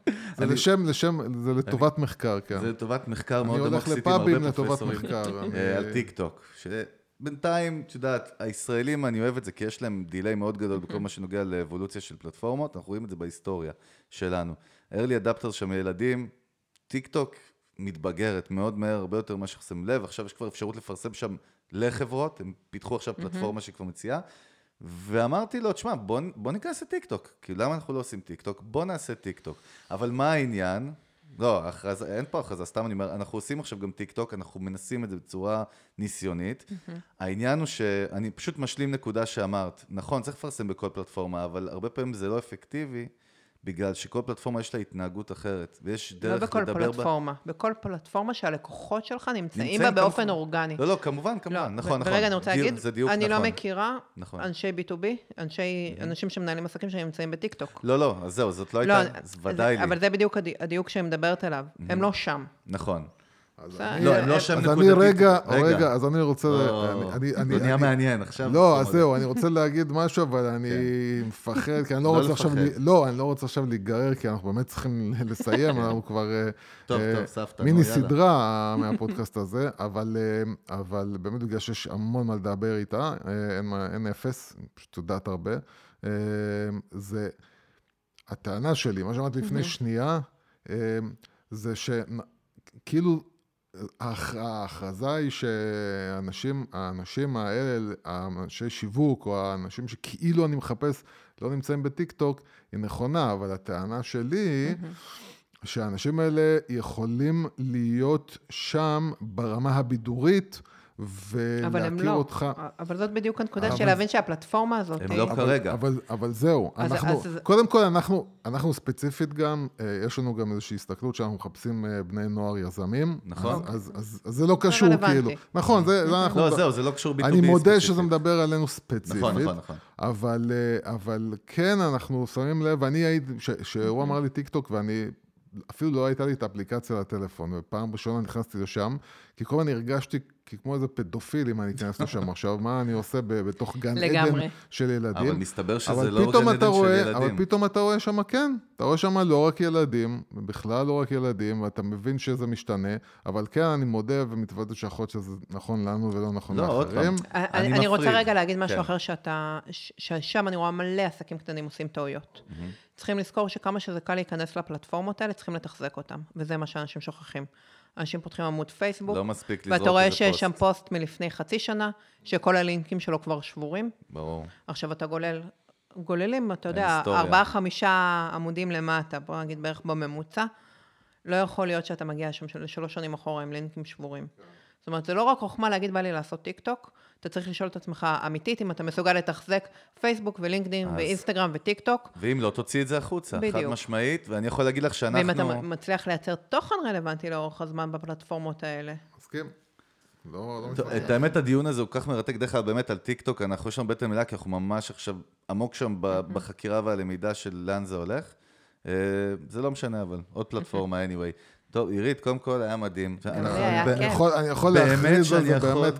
Speaker 3: זה לטובת מחקר, כן.
Speaker 1: זה לטובת מחקר מאוד
Speaker 3: אני הולך לפאבים לטובת מחקר.
Speaker 1: על טיק טוק. בינתיים, את יודעת, הישראלים, אני אוהב את זה, כי יש להם דילי מאוד גדול בכל מה שנוגע לאבולוציה של פלטפורמות, אנחנו רואים את זה בהיסטוריה שלנו. early adapters שם ילדים, טיק טוק, מתבגרת מאוד מהר, הרבה יותר ממה שחסם לב, עכשיו יש כבר אפשרות לפרסם שם לחברות, הם פיתחו עכשיו פלטפורמה שהיא כבר מציעה, ואמרתי לו, תשמע, בוא ניכנס לטיק טוק, כי למה אנחנו לא עושים טיק טוק? בוא נעשה טיק טוק. אבל מה העניין? לא, אין פה הכרזה, סתם אני אומר, אנחנו עושים עכשיו גם טיק טוק, אנחנו מנסים את זה בצורה ניסיונית. העניין הוא שאני פשוט משלים נקודה שאמרת, נכון, צריך לפרסם בכל פלטפורמה, אבל הרבה פעמים זה לא אפקטיבי, בגלל שכל פלטפורמה יש לה התנהגות אחרת, ויש דרך לדבר
Speaker 2: לא בכל פלטפורמה, בכל פלטפורמה שהלקוחות שלך נמצאים בה באופן אורגני.
Speaker 1: לא, כמובן, נכון.
Speaker 2: ורגע, אני רוצה להגיד, אני לא
Speaker 1: נכון.
Speaker 2: מכירה אנשי B2B, אנשים שמנהלים עסקים שנמצאים בטיקטוק.
Speaker 1: לא, אז זהו, זאת לא הייתה, ודאי לי.
Speaker 2: אבל זה בדיוק הדיוק שאני מדברת עליו, הם לא שם.
Speaker 1: נכון.
Speaker 3: לא,
Speaker 1: הם לא שם
Speaker 3: נקודתית. רגע, אז אני רוצה...
Speaker 1: זה נהיה מעניין, עכשיו...
Speaker 3: לא, אז זהו, אני רוצה להגיד משהו, אבל אני מפחד, כי אני לא רוצה עכשיו... לא, אני לא רוצה עכשיו להיגרר, כי אנחנו באמת צריכים לסיים, אנחנו כבר...
Speaker 1: טוב, סבתא.
Speaker 3: מיני סדרה מהפודקאסט הזה, אבל באמת בגלל שיש המון מה לדבר איתה, אין אפס, פשוט יודעת הרבה. זה... הטענה שלי, מה שאמרתי לפני שנייה, זה שכאילו... ההכרזה היא שהאנשים האלה, האנשי שיווק, או האנשים שכאילו אני מחפש, לא נמצאים בטיק-טוק, היא נכונה, אבל הטענה שלי, שהאנשים האלה יכולים להיות שם ברמה הבידורית, ולהכיר אותך.
Speaker 2: אבל זאת בדיוק הנקודה של להבין שהפלטפורמה הזאת...
Speaker 1: הם לא כרגע.
Speaker 3: אבל זהו, קודם כל אנחנו ספציפית גם, יש לנו גם איזושהי הסתכלות שאנחנו מחפשים בני נוער יזמים.
Speaker 1: נכון.
Speaker 3: אז זה לא קשור כאילו. נכון, זה אנחנו...
Speaker 1: לא, זהו, זה לא קשור B2B
Speaker 3: אני מודה שזה מדבר עלינו ספציפית.
Speaker 1: נכון.
Speaker 3: אבל כן, אנחנו שמים לב, ואני הייתי, שהוא אמר לי טיק טוק, ואני... אפילו לא הייתה לי את האפליקציה לטלפון, ופעם ראשונה נכנסתי לשם, כי כל הזמן הרגשתי כמו איזה פדופיל אם אני אכנס לשם עכשיו, מה אני עושה בתוך גן עדן של ילדים.
Speaker 1: אבל מסתבר שזה לא גן עדן של ילדים.
Speaker 3: אבל פתאום אתה רואה שם, כן, אתה רואה שם לא רק ילדים, בכלל לא רק ילדים, ואתה מבין שזה משתנה, אבל כן, אני מודה ומתוודה שיכול שזה נכון לנו ולא נכון לאחרים.
Speaker 2: אני רוצה רגע להגיד משהו אחר, ששם אני רואה מלא עסקים קטנים עושים טעויות. צריכים לזכור שכמה שזה קל להיכנס לפלטפורמות האלה, צריכים לתחזק אותם, וזה מה שאנשים שוכחים. אנשים פותחים עמוד פייסבוק,
Speaker 1: לא מספיק לזרוק
Speaker 2: ואתה רואה שיש שם פוסט מלפני חצי שנה, שכל הלינקים שלו כבר שבורים.
Speaker 1: ברור.
Speaker 2: עכשיו אתה גוללים, אתה יודע, 4-5 עמודים למטה, בוא נגיד בערך בממוצע, לא יכול להיות שאתה מגיע שם 3 שנים אחורה עם לינקים שבורים. זאת אומרת, זה לא רק חוכמה להגיד בא לי לעשות טיק טוק, אתה צריך לשאול את עצמך אמיתית, אם אתה מסוגל לתחזק פייסבוק ולינקדין ואינסטגרם וטיק טוק.
Speaker 1: ואם לא, תוציא את זה החוצה, חד משמעית, ואני יכול להגיד לך שאנחנו...
Speaker 2: ואם אתה מצליח לייצר תוכן רלוונטי לאורך הזמן בפלטפורמות האלה.
Speaker 3: מסכים.
Speaker 1: את האמת, הדיון הזה הוא כך מרתק דרך כלל באמת על טיק טוק, אנחנו יש לנו בטן מילה, כי אנחנו ממש עכשיו עמוק שם בחקירה והלמידה של לאן זה הולך. זה לא משנה, אבל עוד פלטפורמה anyway. טוב, עירית, קודם כל היה מדהים.
Speaker 3: אני יכול להכריז על זה באמת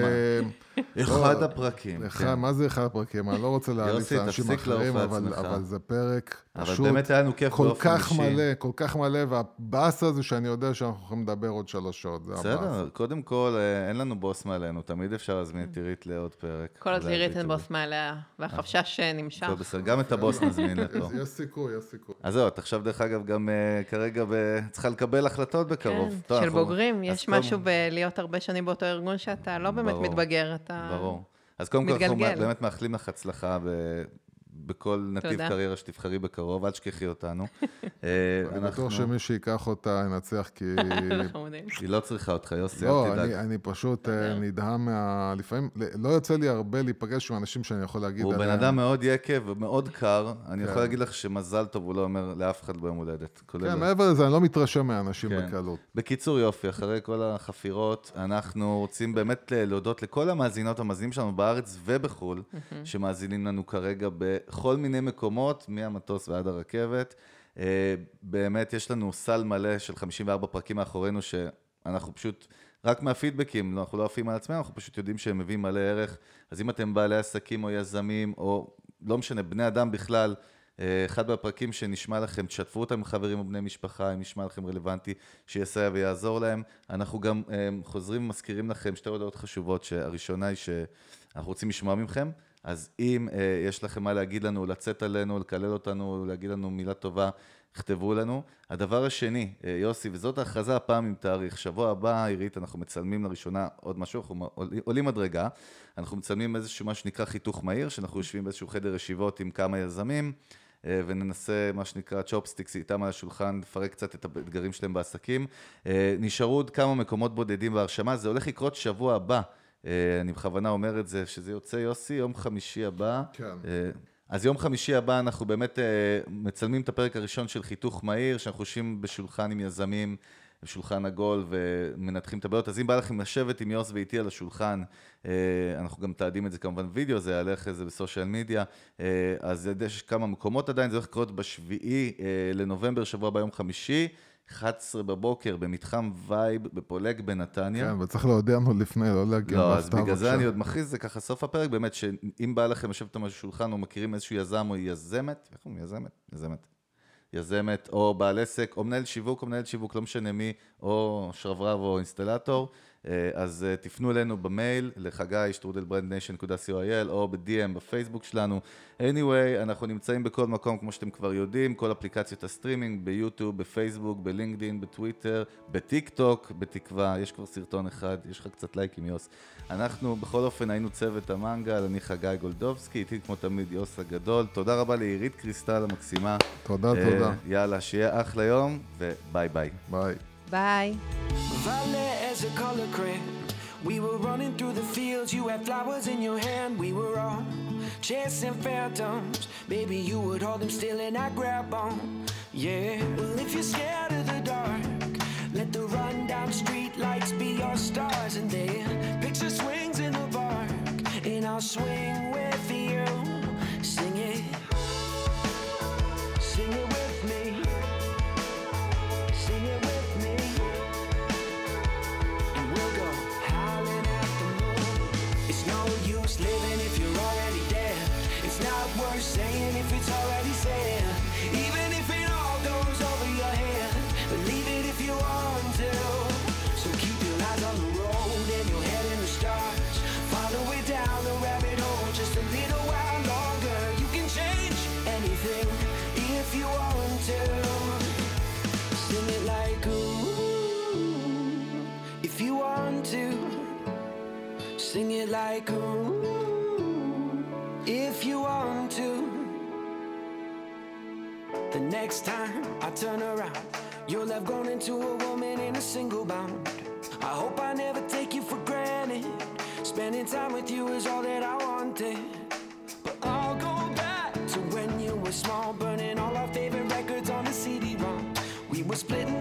Speaker 1: אחד הפרקים.
Speaker 3: מה זה אחד הפרקים? אני לא רוצה להריץ לאנשים אחרים, אבל זה פרק פשוט כל כך מלא, והבאס הזה שאני יודע שאנחנו יכולים לדבר עוד 3 שעות, זה הבאס.
Speaker 1: בסדר, קודם כל, אין לנו בוס מעלינו, תמיד אפשר להזמין את עירית לעוד פרק.
Speaker 2: כל עוד עירית אין בוס מעליה, והחפשש נמשך.
Speaker 1: גם את הבוס נזמין לפה.
Speaker 3: יש סיכוי.
Speaker 1: אז זהו, את עכשיו דרך אגב גם כרגע צריכה לקבל החלטות בקרוב.
Speaker 2: כן, של בוגרים, יש משהו בלהיות הרבה שנים באותו ארגון שאתה לא באמת מתבגר.
Speaker 1: ברור. אז קודם כל אנחנו באמת מאחלים לך הצלחה בכל נתיב קריירה שתבחרי בקרוב, אל תשכחי אותנו.
Speaker 3: אני בטוח שמי שיקח אותה ינצח, כי...
Speaker 1: היא לא צריכה אותך, יוסי,
Speaker 3: לא,
Speaker 1: אל תדאג.
Speaker 3: אני פשוט נדהם לפעמים, לא יוצא לי הרבה להיפגש עם אנשים שאני יכול להגיד
Speaker 1: עליהם. הוא בן אדם מאוד יקב ומאוד קר, אני יכול להגיד לך שמזל טוב, הוא לא אומר לאף אחד ביום הולדת.
Speaker 3: כן, מעבר לזה, אני לא מתרשם מהאנשים בקלות.
Speaker 1: בקיצור, יופי, אחרי כל החפירות, אנחנו רוצים באמת להודות לכל המאזינות המאזינים שלנו בארץ ובחול, שמאזינים לנו כרגע בכל מיני מקומות, מהמטוס ועד הרכבת. באמת יש לנו סל מלא של 54 פרקים מאחורינו, שאנחנו פשוט, רק מהפידבקים, אנחנו לא עפים על עצמנו, אנחנו פשוט יודעים שהם מביאים מלא ערך. אז אם אתם בעלי עסקים או יזמים, או לא משנה, בני אדם בכלל, אחד מהפרקים שנשמע לכם, תשתפו אותם עם חברים או בני משפחה, אם נשמע לכם רלוונטי, שיסייע ויעזור להם. אנחנו גם חוזרים ומזכירים לכם 2 הודעות חשובות, שהראשונה היא שאנחנו רוצים לשמוע מכם, אז אם יש לכם מה להגיד לנו, לצאת עלינו, לקלל אותנו, להגיד לנו מילה טובה, כתבו לנו. הדבר השני, יוסי, וזאת ההכרזה הפעם עם תאריך, שבוע הבא, עירית, אנחנו מצלמים לראשונה עוד משהו, אנחנו עולים מדרגה, אנחנו מצלמים איזשהו משהו שנקרא חיתוך מהיר, שאנחנו יושבים באיזשהו חדר ישיבות עם כמה יזמים, וננסה מה שנקרא צ'ופסטיקס איתם על השולחן, לפרק קצת את האתגרים שלהם בעסקים. נשארו עוד כמה מקומות בודדים בהרשמה, זה הולך לקרות שבוע הבא. אני בכוונה אומר את זה, שזה יוצא יוסי, יום חמישי הבא.
Speaker 3: כן.
Speaker 1: אז יום חמישי הבא אנחנו באמת מצלמים את הפרק הראשון של חיתוך מהיר, שאנחנו חושבים בשולחן עם יזמים, בשולחן עגול ומנתחים את הבעיות. אז אם בא לכם לשבת עם יוס ואיתי על השולחן, אנחנו גם תעדים את זה כמובן וידאו, זה יעלה אחרי זה בסושיאל מדיה, אז יש כמה מקומות עדיין, זה הולך לקרות בשביעי לנובמבר, שבוע ביום חמישי, 11 בבוקר במתחם וייב בפולג בנתניה.
Speaker 3: כן, וצריך להודיע לנו לפני, לא להגיע
Speaker 1: לא, אז בגלל זה אני עוד מכריז, זה ככה סוף הפרק, באמת שאם בא לכם לשבת על שולחן או מכירים איזשהו יזם או יזמת, איך אומרים? יזמת, או בעל עסק, או מנהל שיווק, לא משנה מי, או שרברב או אינסטלטור, אז תפנו אלינו במייל, לחגי@brandnation.coil, או ב-DM בפייסבוק שלנו. anyway, אנחנו נמצאים בכל מקום, כמו שאתם כבר יודעים, כל אפליקציות הסטרימינג, ביוטיוב, בפייסבוק, בלינקדין, בטוויטר, בטיק טוק, בתקווה, יש כבר סרטון אחד, יש לך קצת לייקים, יוס. אנחנו בכל אופן היינו צוות המנגל, אני חגי גולדובסקי, איתי כמו תמיד יוס הגדול. תודה רבה לעירית קריסטל המקסימה.
Speaker 3: תודה.
Speaker 1: יאללה, שיהיה אחלה יום, וביי ביי.
Speaker 3: ביי.
Speaker 2: ביי.
Speaker 4: Violet as a color crayon. We were running through the fields, you had flowers in your hand. We were all chasing phantoms. Baby, you would hold them still and I'd grab on. Yeah, well if you're scared of the dark, let the rundown street lights be your stars. And then picture swings in the park, and I'll swing with you. Sing it with me. Sing it with me. And we'll go howling at the moon. It's no use living if you're already dead. It's not worth saying if it's already said. Even if it all goes over your head, believe it if you want to. So keep your eyes on the road and your head in the stars. Follow it down the rabbit hole just a little while longer. You can change anything if you want to. Sing it like ooh, if you want to. Sing it like ooh, if you want to. The next time I turn around, you'll have grown into a woman in a single bound. I hope I never take you for granted. Spending time with you is all that I wanted. But I'll go back to when you were small, burning all our favorite records on the CD-ROM. We were splitting